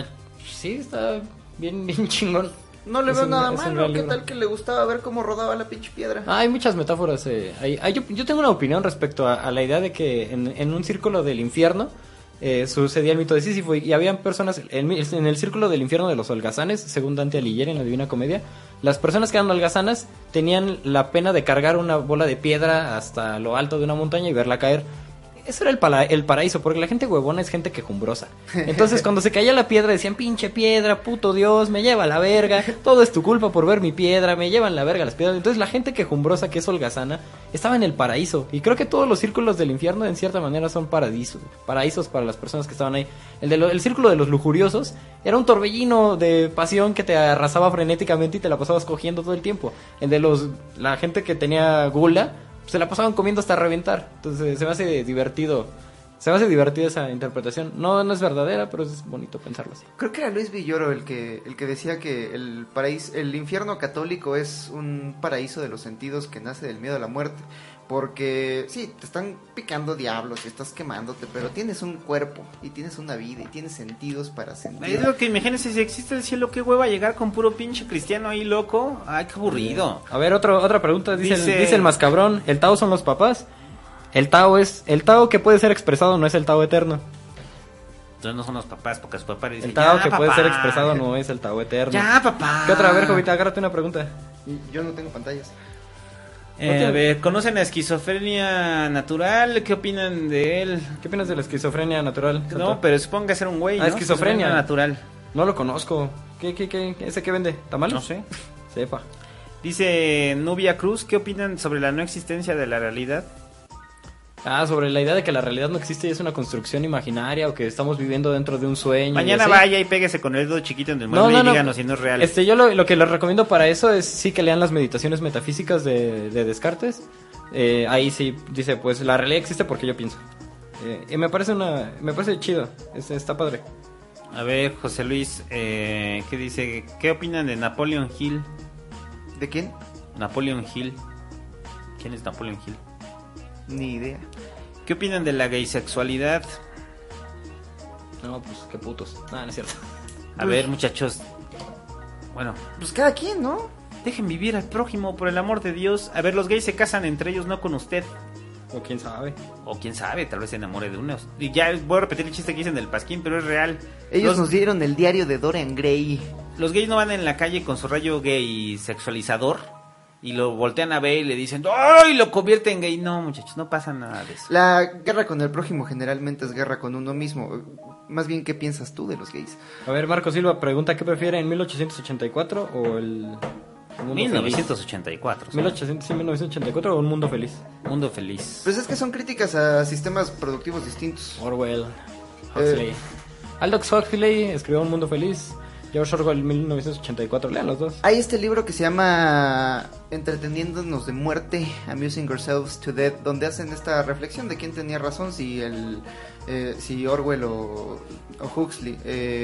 Speaker 3: bien chingón.
Speaker 1: No le
Speaker 3: Es
Speaker 1: veo
Speaker 3: un-
Speaker 1: nada
Speaker 3: es un
Speaker 1: malo.
Speaker 3: gran
Speaker 1: ¿Qué
Speaker 3: libro.
Speaker 1: tal que le gustaba ver cómo rodaba la pinche piedra?
Speaker 3: Hay muchas metáforas. Yo tengo una opinión respecto a la idea de que en un círculo del infierno sucedía el mito de Sísifo y habían personas en el círculo del infierno de los holgazanes, según Dante Alighieri en la Divina Comedia. Las personas que eran holgazanas tenían la pena de cargar una bola de piedra hasta lo alto de una montaña y verla caer. eso era el paraíso, porque la gente huevona es gente quejumbrosa. Entonces, cuando se caía la piedra, decían, pinche piedra, puto Dios, me lleva a la verga, todo es tu culpa por ver mi piedra, me llevan la verga las piedras. Entonces, la gente quejumbrosa, que es holgazana, estaba en el paraíso. Y creo que todos los círculos del infierno, en cierta manera, son paraísos para las personas que estaban ahí. El círculo de los lujuriosos era un torbellino de pasión que te arrasaba frenéticamente y te la pasabas cogiendo todo el tiempo. El de la gente que tenía gula, se la pasaban comiendo hasta reventar. Entonces se me hace divertido. Se me hace divertida esa interpretación. No es verdadera, pero es bonito pensarlo así.
Speaker 1: Creo que era Luis Villoro el que decía que el infierno católico es un paraíso de los sentidos que nace del miedo a la muerte. Porque sí, te están picando diablos y estás quemándote, pero tienes un cuerpo y tienes una vida y tienes sentidos para sentir.
Speaker 2: Es lo que imagínense, si existe el cielo, qué hueva llegar con puro pinche cristiano ahí loco. Ay, qué aburrido.
Speaker 3: A ver, otra pregunta. Dice el más cabrón, ¿el Tao son los papás? El Tao que puede ser expresado no es el Tao eterno.
Speaker 2: Entonces no son los papás, porque su papá dice,
Speaker 3: el Tao que
Speaker 2: papá,
Speaker 3: puede ser expresado no es el Tao eterno.
Speaker 2: Ya, papá.
Speaker 3: ¿Qué otra? A ver, Jovita, agárrate una pregunta.
Speaker 1: Yo no tengo pantallas.
Speaker 2: A ver, ¿conocen la esquizofrenia natural? ¿Qué opinan de él?
Speaker 3: ¿Qué opinas de la esquizofrenia natural?
Speaker 2: No, pero suponga ser un güey, ¿no?
Speaker 3: Esquizofrenia
Speaker 2: natural.
Speaker 3: No lo conozco. ¿Qué? ¿Ese qué vende? ¿Tamal?
Speaker 2: No sé.
Speaker 3: Sepa.
Speaker 2: Dice Nubia Cruz, ¿qué opinan sobre la no existencia de la realidad?
Speaker 3: Sobre la idea de que la realidad no existe y es una construcción imaginaria o que estamos viviendo dentro de un sueño.
Speaker 2: Mañana vaya y péguese con el dedo chiquito en el mueble y díganos si no es real.
Speaker 3: Yo lo que les recomiendo para eso es sí que lean las meditaciones metafísicas de Descartes. Ahí sí dice, pues la realidad existe porque yo pienso. Y me parece chido, está padre.
Speaker 2: A ver, José Luis, ¿qué dice? ¿Qué opinan de Napoleon Hill?
Speaker 1: ¿De quién?
Speaker 2: Napoleon Hill. ¿Quién es Napoleon Hill?
Speaker 1: Ni idea.
Speaker 2: ¿Qué opinan de la gaysexualidad?
Speaker 3: No, pues qué putos. No es cierto.
Speaker 2: A ver, muchachos. Bueno,
Speaker 1: pues cada quien, ¿no?
Speaker 2: Dejen vivir al prójimo, por el amor de Dios. A ver, los gays se casan entre ellos, no con usted.
Speaker 3: O quién sabe.
Speaker 2: O quién sabe, tal vez se enamore de uno. Y ya voy a repetir el chiste que dicen del pasquín, pero es real.
Speaker 1: Ellos nos dieron el diario de Dorian Gray.
Speaker 2: Los gays no van en la calle con su rayo gay sexualizador y lo voltean a ver y le dicen, ¡ay! Lo convierte en gay. No, muchachos, no pasa nada de eso.
Speaker 1: La guerra con el prójimo generalmente es guerra con uno mismo. Más bien, ¿qué piensas tú de los gays?
Speaker 3: A ver, Marco Silva pregunta, ¿qué prefiere, en 1884 o el mundo
Speaker 2: 1984.
Speaker 3: Feliz? 1984 o un mundo feliz.
Speaker 2: Mundo feliz.
Speaker 1: Pues es que son críticas a sistemas productivos distintos.
Speaker 3: Orwell, Huxley. Aldous Huxley escribió Un Mundo Feliz. George Orwell, 1984. Lean los dos.
Speaker 1: Hay este libro que se llama Entreteniéndonos de muerte, Amusing Ourselves to Death, donde hacen esta reflexión de quién tenía razón, si Orwell o Huxley.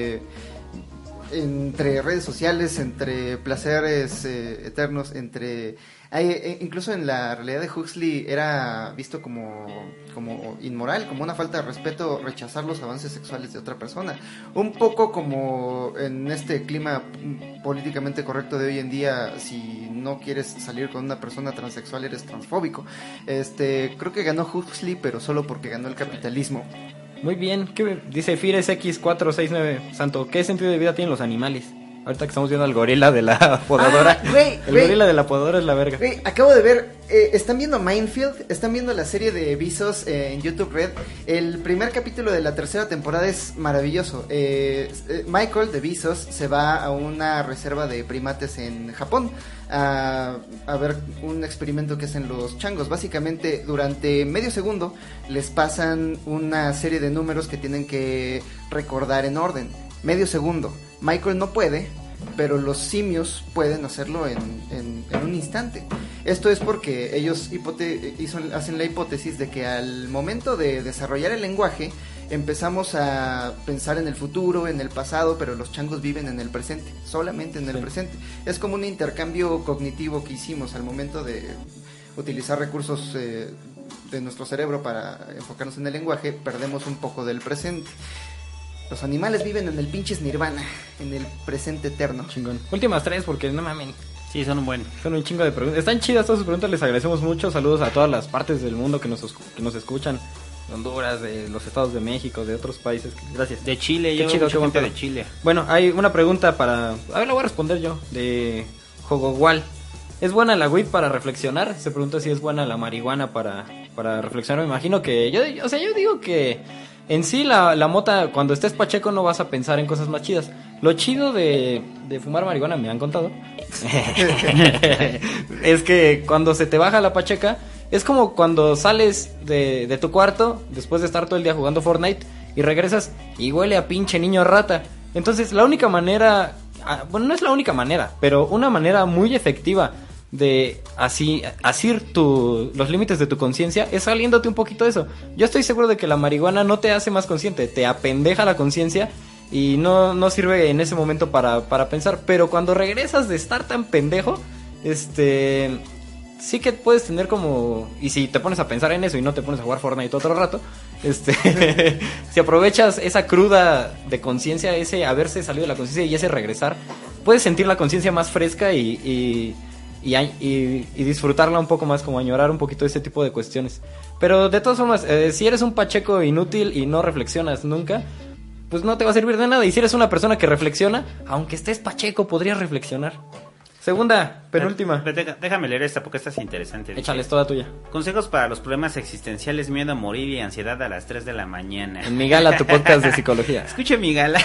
Speaker 1: Entre redes sociales, entre placeres eternos, incluso en la realidad de Huxley era visto como inmoral, como una falta de respeto rechazar los avances sexuales de otra persona, un poco como en este clima políticamente correcto de hoy en día. Si no quieres salir con una persona transexual eres transfóbico. Creo que ganó Huxley, pero solo porque ganó el capitalismo.
Speaker 3: Muy bien, ¿qué dice Fires X469? Santo, ¿qué sentido de vida tienen los animales? Ahorita que estamos viendo al gorila de la podadora. Gorila de la podadora es la verga.
Speaker 1: Acabo de ver, están viendo Mindfield, están viendo la serie de Bezos en YouTube Red. El primer capítulo de la tercera temporada es maravilloso. Michael de Bezos se va a una reserva de primates en Japón a ver un experimento que hacen los changos. Básicamente, durante medio segundo les pasan una serie de números que tienen que recordar en orden. Medio segundo. Michael no puede, pero los simios pueden hacerlo en un instante. Esto es porque ellos hacen la hipótesis de que al momento de desarrollar el lenguaje empezamos a pensar en el futuro, en el pasado, pero los changos viven en el presente, solamente en el presente. Es como un intercambio cognitivo que hicimos al momento de utilizar recursos de nuestro cerebro para enfocarnos en el lenguaje, perdemos un poco del presente. Los animales viven en el pinches nirvana, en el presente eterno.
Speaker 3: Chingón. Últimas tres, porque no mames.
Speaker 2: Sí, son
Speaker 3: Son un chingo de preguntas. Están chidas todas sus preguntas, les agradecemos mucho. Saludos a todas las partes del mundo que nos escuchan. De Honduras, de los estados de México, de otros países. Gracias.
Speaker 2: De Chile,
Speaker 3: qué chido,
Speaker 2: mucha gente de Chile.
Speaker 3: Bueno, hay una pregunta para... A ver, la voy a responder yo. De Jogowal. ¿Es buena la weed para reflexionar? Se pregunta si es buena la marihuana para para reflexionar. Me imagino que yo digo que en sí la mota, cuando estés pacheco no vas a pensar en cosas más chidas. Lo chido de fumar marihuana, me han contado, es que cuando se te baja la pacheca, es como cuando sales de tu cuarto después de estar todo el día jugando Fortnite y regresas y huele a pinche niño rata. Entonces la única manera, bueno, no es la única manera, pero una manera muy efectiva de asir los límites de tu conciencia es saliéndote un poquito de eso. Yo estoy seguro de que la marihuana no te hace más consciente, te apendeja la conciencia y no sirve en ese momento para pensar. Pero cuando regresas de estar tan pendejo, sí que puedes tener como... Y si te pones a pensar en eso y no te pones a jugar Fortnite otro rato, si aprovechas esa cruda de conciencia, ese haberse salido de la conciencia y ese regresar, puedes sentir la conciencia más fresca y disfrutarla un poco más, como añorar un poquito ese tipo de cuestiones. Pero de todas formas, si eres un pacheco inútil y no reflexionas nunca, pues no te va a servir de nada. Y si eres una persona que reflexiona, aunque estés pacheco, podrías reflexionar. Segunda, penúltima.
Speaker 2: Déjame leer esta porque esta es interesante.
Speaker 3: Échale, es toda tuya.
Speaker 2: Consejos para los problemas existenciales, miedo a morir y ansiedad a las 3 de la mañana.
Speaker 3: En Mi Gala, tu podcast de psicología.
Speaker 2: Escuche Mi Gala.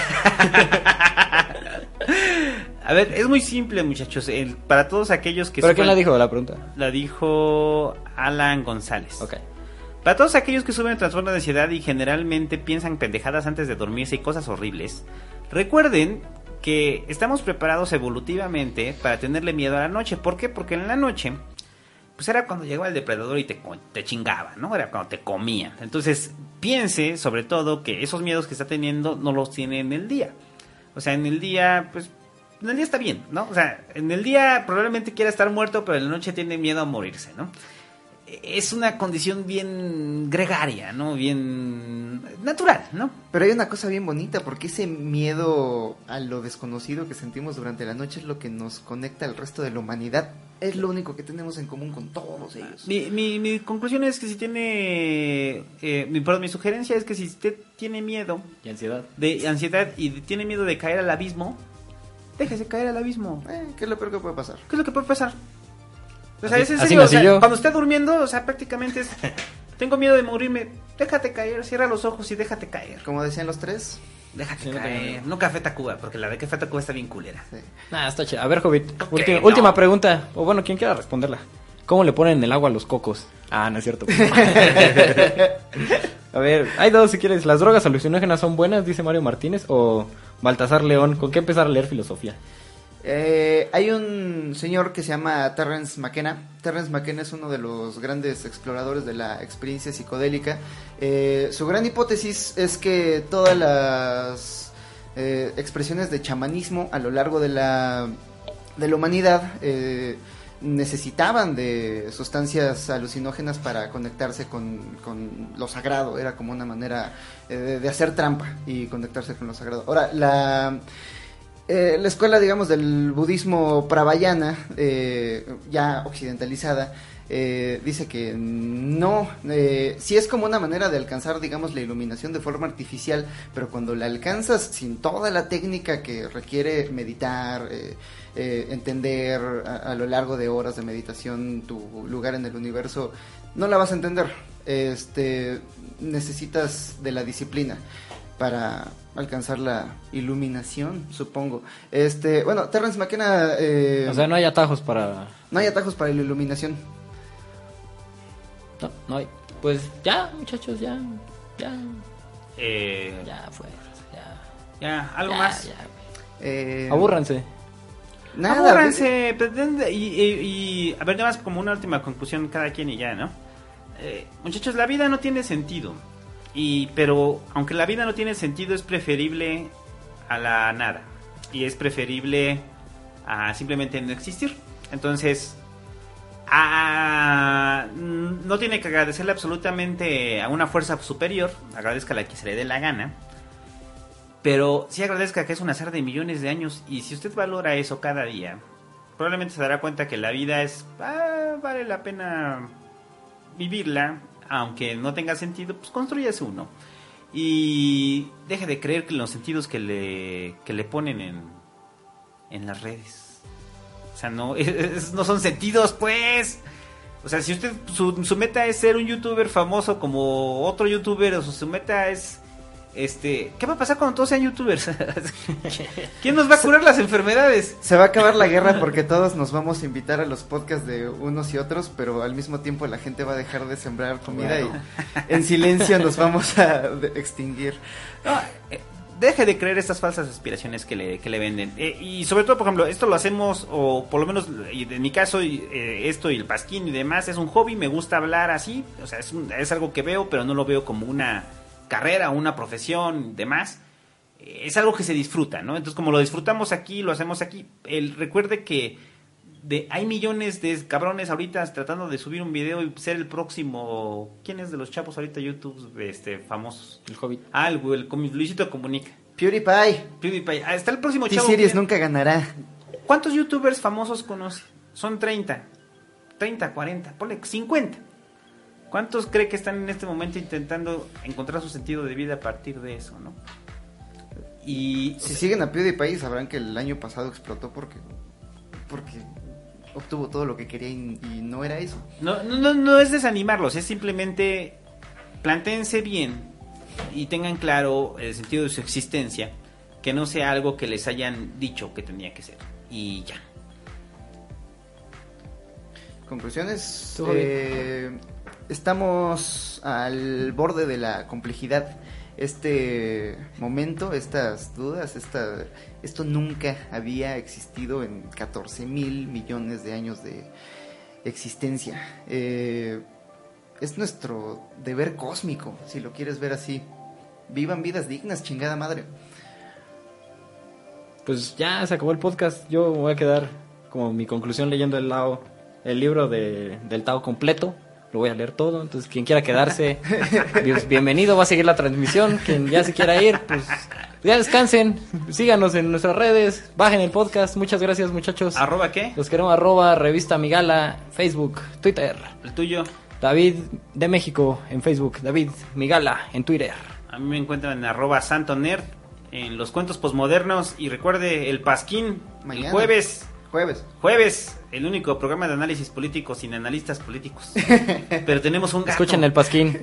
Speaker 2: A ver, es muy simple, muchachos. Para todos aquellos que...
Speaker 3: ¿Pero quién la dijo la pregunta?
Speaker 2: La dijo Alan González.
Speaker 3: Ok.
Speaker 2: Para todos aquellos que sufren trastorno de ansiedad y generalmente piensan pendejadas antes de dormirse y cosas horribles, recuerden que estamos preparados evolutivamente para tenerle miedo a la noche. ¿Por qué? Porque en la noche, pues era cuando llegaba el depredador y te chingaba, ¿no? Era cuando te comía. Entonces, piense sobre todo que esos miedos que está teniendo no los tiene en el día. O sea, en el día, pues, en el día está bien, ¿no? O sea, en el día probablemente quiera estar muerto, pero en la noche tiene miedo a morirse, ¿no? Es una condición bien gregaria, ¿no? Bien natural, ¿no?
Speaker 1: Pero hay una cosa bien bonita, porque ese miedo a lo desconocido que sentimos durante la noche es lo que nos conecta al resto de la humanidad. Es lo único que tenemos en común con todos ellos.
Speaker 2: Mi conclusión es que si tiene... mi sugerencia es que si usted tiene miedo...
Speaker 3: Y ansiedad.
Speaker 2: De ansiedad y tiene miedo de caer al abismo, déjese caer al abismo.
Speaker 1: ¿Qué es lo peor que puede pasar?
Speaker 2: ¿Qué es lo que puede pasar? O sea,
Speaker 3: Así-
Speaker 2: es en
Speaker 3: así
Speaker 2: serio, o
Speaker 3: nací
Speaker 2: sea,
Speaker 3: yo.
Speaker 2: cuando esté durmiendo, o sea, prácticamente es... Tengo miedo de morirme, déjate caer, cierra los ojos y déjate caer.
Speaker 1: Como decían los tres.
Speaker 2: Déjate
Speaker 3: Sí, no
Speaker 2: caer.
Speaker 3: tengo miedo.
Speaker 2: No Café Tacuba, porque la de Café Tacuba está bien culera.
Speaker 1: Sí.
Speaker 3: Nah, está chido. A ver, Jovit,
Speaker 2: no.
Speaker 3: última pregunta. O bueno, quien quiera responderla. ¿Cómo le ponen el agua a los cocos? Ah, no es cierto. A ver, hay dos si quieres. ¿Las drogas alucinógenas son buenas, dice Mario Martínez? O Baltasar León, ¿con qué empezar a leer filosofía?
Speaker 1: Hay un señor que se llama Terence McKenna. Terence McKenna es uno de los grandes exploradores de la experiencia psicodélica. Su gran hipótesis es que todas las expresiones de chamanismo a lo largo de la humanidad necesitaban de sustancias alucinógenas para conectarse con lo sagrado. Era como una manera de hacer trampa y conectarse con lo sagrado. Ahora, la escuela, digamos, del budismo Pravayana, ya occidentalizada, dice que no, sí es como una manera de alcanzar, digamos, la iluminación de forma artificial, pero cuando la alcanzas sin toda la técnica que requiere meditar, entender a lo largo de horas de meditación tu lugar en el universo, no la vas a entender. Necesitas de la disciplina para alcanzar la iluminación, supongo. Bueno, Terence McKenna...
Speaker 3: O sea, no hay atajos para...
Speaker 1: no hay atajos para la iluminación.
Speaker 3: No hay. Pues ya, muchachos, ya fue.
Speaker 2: Ya, algo
Speaker 3: Ya,
Speaker 2: más.
Speaker 3: ya. Abúrranse.
Speaker 1: Nada.
Speaker 2: Abúrranse, pretende, y a ver, nada más como una última conclusión cada quien y ya, ¿no? Muchachos, la vida no tiene sentido. Pero aunque la vida no tiene sentido, es preferible a la nada. Y es preferible a simplemente no existir. Entonces, no tiene que agradecerle absolutamente a una fuerza superior. Agradezca la que se le dé la gana. Pero sí agradezca que es un azar de millones de años. Y si usted valora eso cada día, probablemente se dará cuenta que la vida vale la pena vivirla. Aunque no tenga sentido, pues construyase uno. Y deje de creer que los sentidos que le ponen en las redes. O sea, no son sentidos, pues. O sea, si usted, su meta es ser un youtuber famoso como otro youtuber, o su meta es, ¿qué va a pasar cuando todos sean youtubers? ¿Quién nos va a curar las enfermedades?
Speaker 1: Se va a acabar la guerra porque todos nos vamos a invitar a los podcasts de unos y otros, pero al mismo tiempo la gente va a dejar de sembrar comida y en silencio nos vamos a extinguir.
Speaker 2: No, deje de creer estas falsas aspiraciones que le venden. Y sobre todo, por ejemplo, esto lo hacemos, o por lo menos en mi caso, esto y el pasquín y demás, es un hobby, me gusta hablar así. O sea, es algo que veo, pero no lo veo como una carrera, una profesión, demás. Es algo que se disfruta, ¿no? Entonces, como lo disfrutamos aquí, lo hacemos aquí. Recuerde que hay millones de cabrones ahorita tratando de subir un video y ser el próximo. ¿Quién es de los chavos ahorita YouTube famosos?
Speaker 3: El Hobbit.
Speaker 2: El Luisito Comunica.
Speaker 1: PewDiePie.
Speaker 2: Está el próximo chavo.
Speaker 1: T-Series nunca ganará.
Speaker 2: ¿Cuántos youtubers famosos conoce? Son 30, 40, ponle 50. ¿Cuántos cree que están en este momento intentando encontrar su sentido de vida a partir de eso, no? Y
Speaker 1: si siguen a PewDiePie sabrán que el año pasado explotó porque obtuvo todo lo que quería y no era eso.
Speaker 2: No es desanimarlos, es simplemente plantéense bien y tengan claro el sentido de su existencia, que no sea algo que les hayan dicho que tenía que ser, y ya.
Speaker 1: Conclusiones. Estamos al borde de la complejidad. Este momento, estas dudas, esto nunca había existido en 14,000 millones de años de existencia. Es nuestro deber cósmico, si lo quieres ver así. Vivan vidas dignas, chingada madre.
Speaker 3: Pues ya se acabó el podcast. Yo voy a quedar como mi conclusión leyendo el libro del Tao completo. Lo voy a leer todo, entonces quien quiera quedarse, bienvenido, va a seguir la transmisión. Quien ya se quiera ir, pues ya descansen, síganos en nuestras redes, bajen el podcast. Muchas gracias, muchachos.
Speaker 2: ¿Arroba qué?
Speaker 3: Los queremos, @revista Migala, Facebook, Twitter.
Speaker 2: ¿El tuyo?
Speaker 3: David de México en Facebook, David Migala en Twitter.
Speaker 2: A mí me encuentran en @santonerd en los cuentos posmodernos. Y recuerde, el Pasquín,
Speaker 1: mañana.
Speaker 2: El jueves, el único programa de análisis político sin analistas políticos. Pero tenemos un gato.
Speaker 3: Escuchen el Pasquín.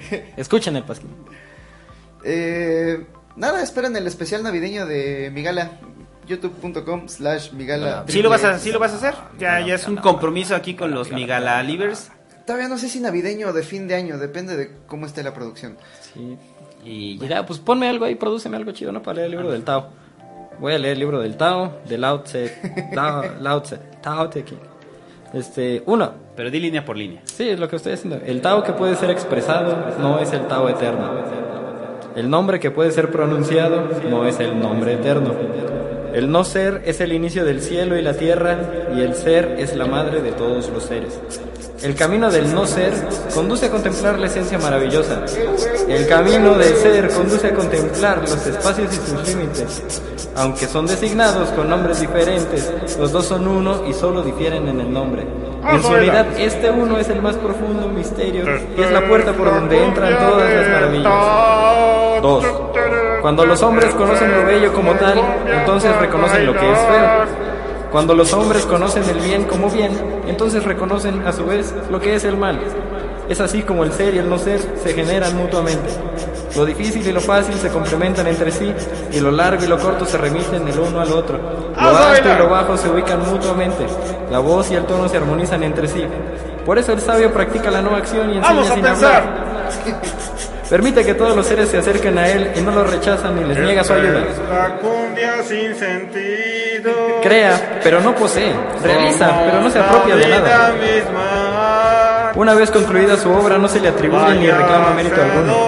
Speaker 1: Nada, esperen el especial navideño de Migala. youtube.com/Migala.
Speaker 2: ¿Sí lo vas a hacer? Ya es un compromiso aquí con los Migala Livers.
Speaker 1: Todavía no sé si navideño o de fin de año, depende de cómo esté la producción.
Speaker 3: Sí. Y ya, pues ponme algo ahí, prodúceme algo chido, ¿no? Para leer el libro del Tao. Voy a leer el libro del Tao, de Lao Tse, Tao Te Ching. Uno.
Speaker 2: Pero di línea por línea.
Speaker 3: Sí, es lo que estoy haciendo. El Tao que puede ser expresado no es el Tao eterno. El nombre que puede ser pronunciado no es el nombre eterno. El no ser es el inicio del cielo y la tierra, y el ser es la madre de todos los seres. El camino del no ser conduce a contemplar la esencia maravillosa. El camino del ser conduce a contemplar los espacios y sus límites. Aunque son designados con nombres diferentes, los dos son uno y solo difieren en el nombre. En su unidad, este uno es el más profundo misterio y es la puerta por donde entran todas las maravillas. 2. Cuando los hombres conocen lo bello como tal, entonces reconocen lo que es feo. Cuando los hombres conocen el bien como bien, entonces reconocen a su vez lo que es el mal. Es así como el ser y el no ser se generan mutuamente. Lo difícil y lo fácil se complementan entre sí, y lo largo y lo corto se remiten el uno al otro. Lo alto y lo bajo se ubican mutuamente. La voz y el tono se armonizan entre sí. Por eso el sabio practica la no acción y enseña sin hablar. Permite que todos los seres se acerquen a él y no lo rechazan ni les niega su ayuda.
Speaker 4: La cumbia sin sentido.
Speaker 3: Crea, pero no posee. Realiza, pero no se apropia de nada. Una vez concluida su obra, no se le atribuye ni reclama mérito alguno.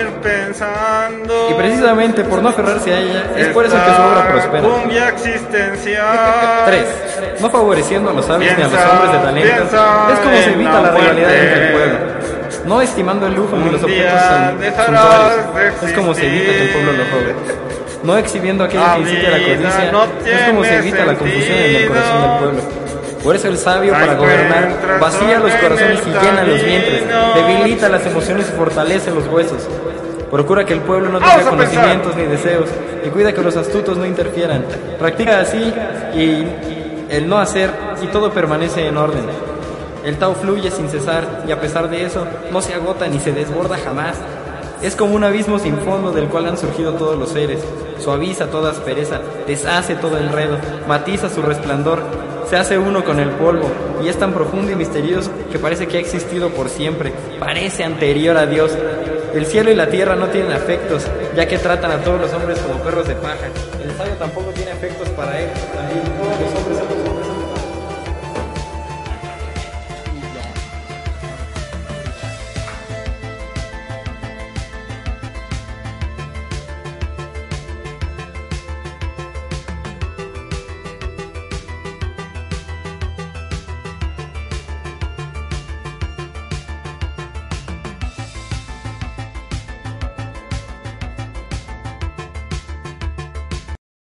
Speaker 3: Y precisamente por no aferrarse a ella, es por eso que su obra prospera. 3. No favoreciendo a los sabios ni a los hombres de talento, es como se evita la rivalidad entre el pueblo. No estimando el lujo ni los objetos suntuarios, es como se evita que el pueblo lo robe. No exhibiendo aquello que incite a la codicia, es como se evita la confusión en el corazón del pueblo. Por eso el sabio, para gobernar, vacía los corazones y llena los vientres, debilita las emociones y fortalece los huesos. Procura que el pueblo no tenga conocimientos ni deseos, y cuida que los astutos no interfieran. Practica así y el no hacer, y todo permanece en orden. El Tao fluye sin cesar y a pesar de eso no se agota ni se desborda jamás. Es como un abismo sin fondo del cual han surgido todos los seres. Suaviza toda aspereza, deshace todo enredo, matiza su resplandor, se hace uno con el polvo y es tan profundo y misterioso que parece que ha existido por siempre, parece anterior a Dios. El cielo y la tierra no tienen afectos, ya que tratan a todos los hombres como perros de paja.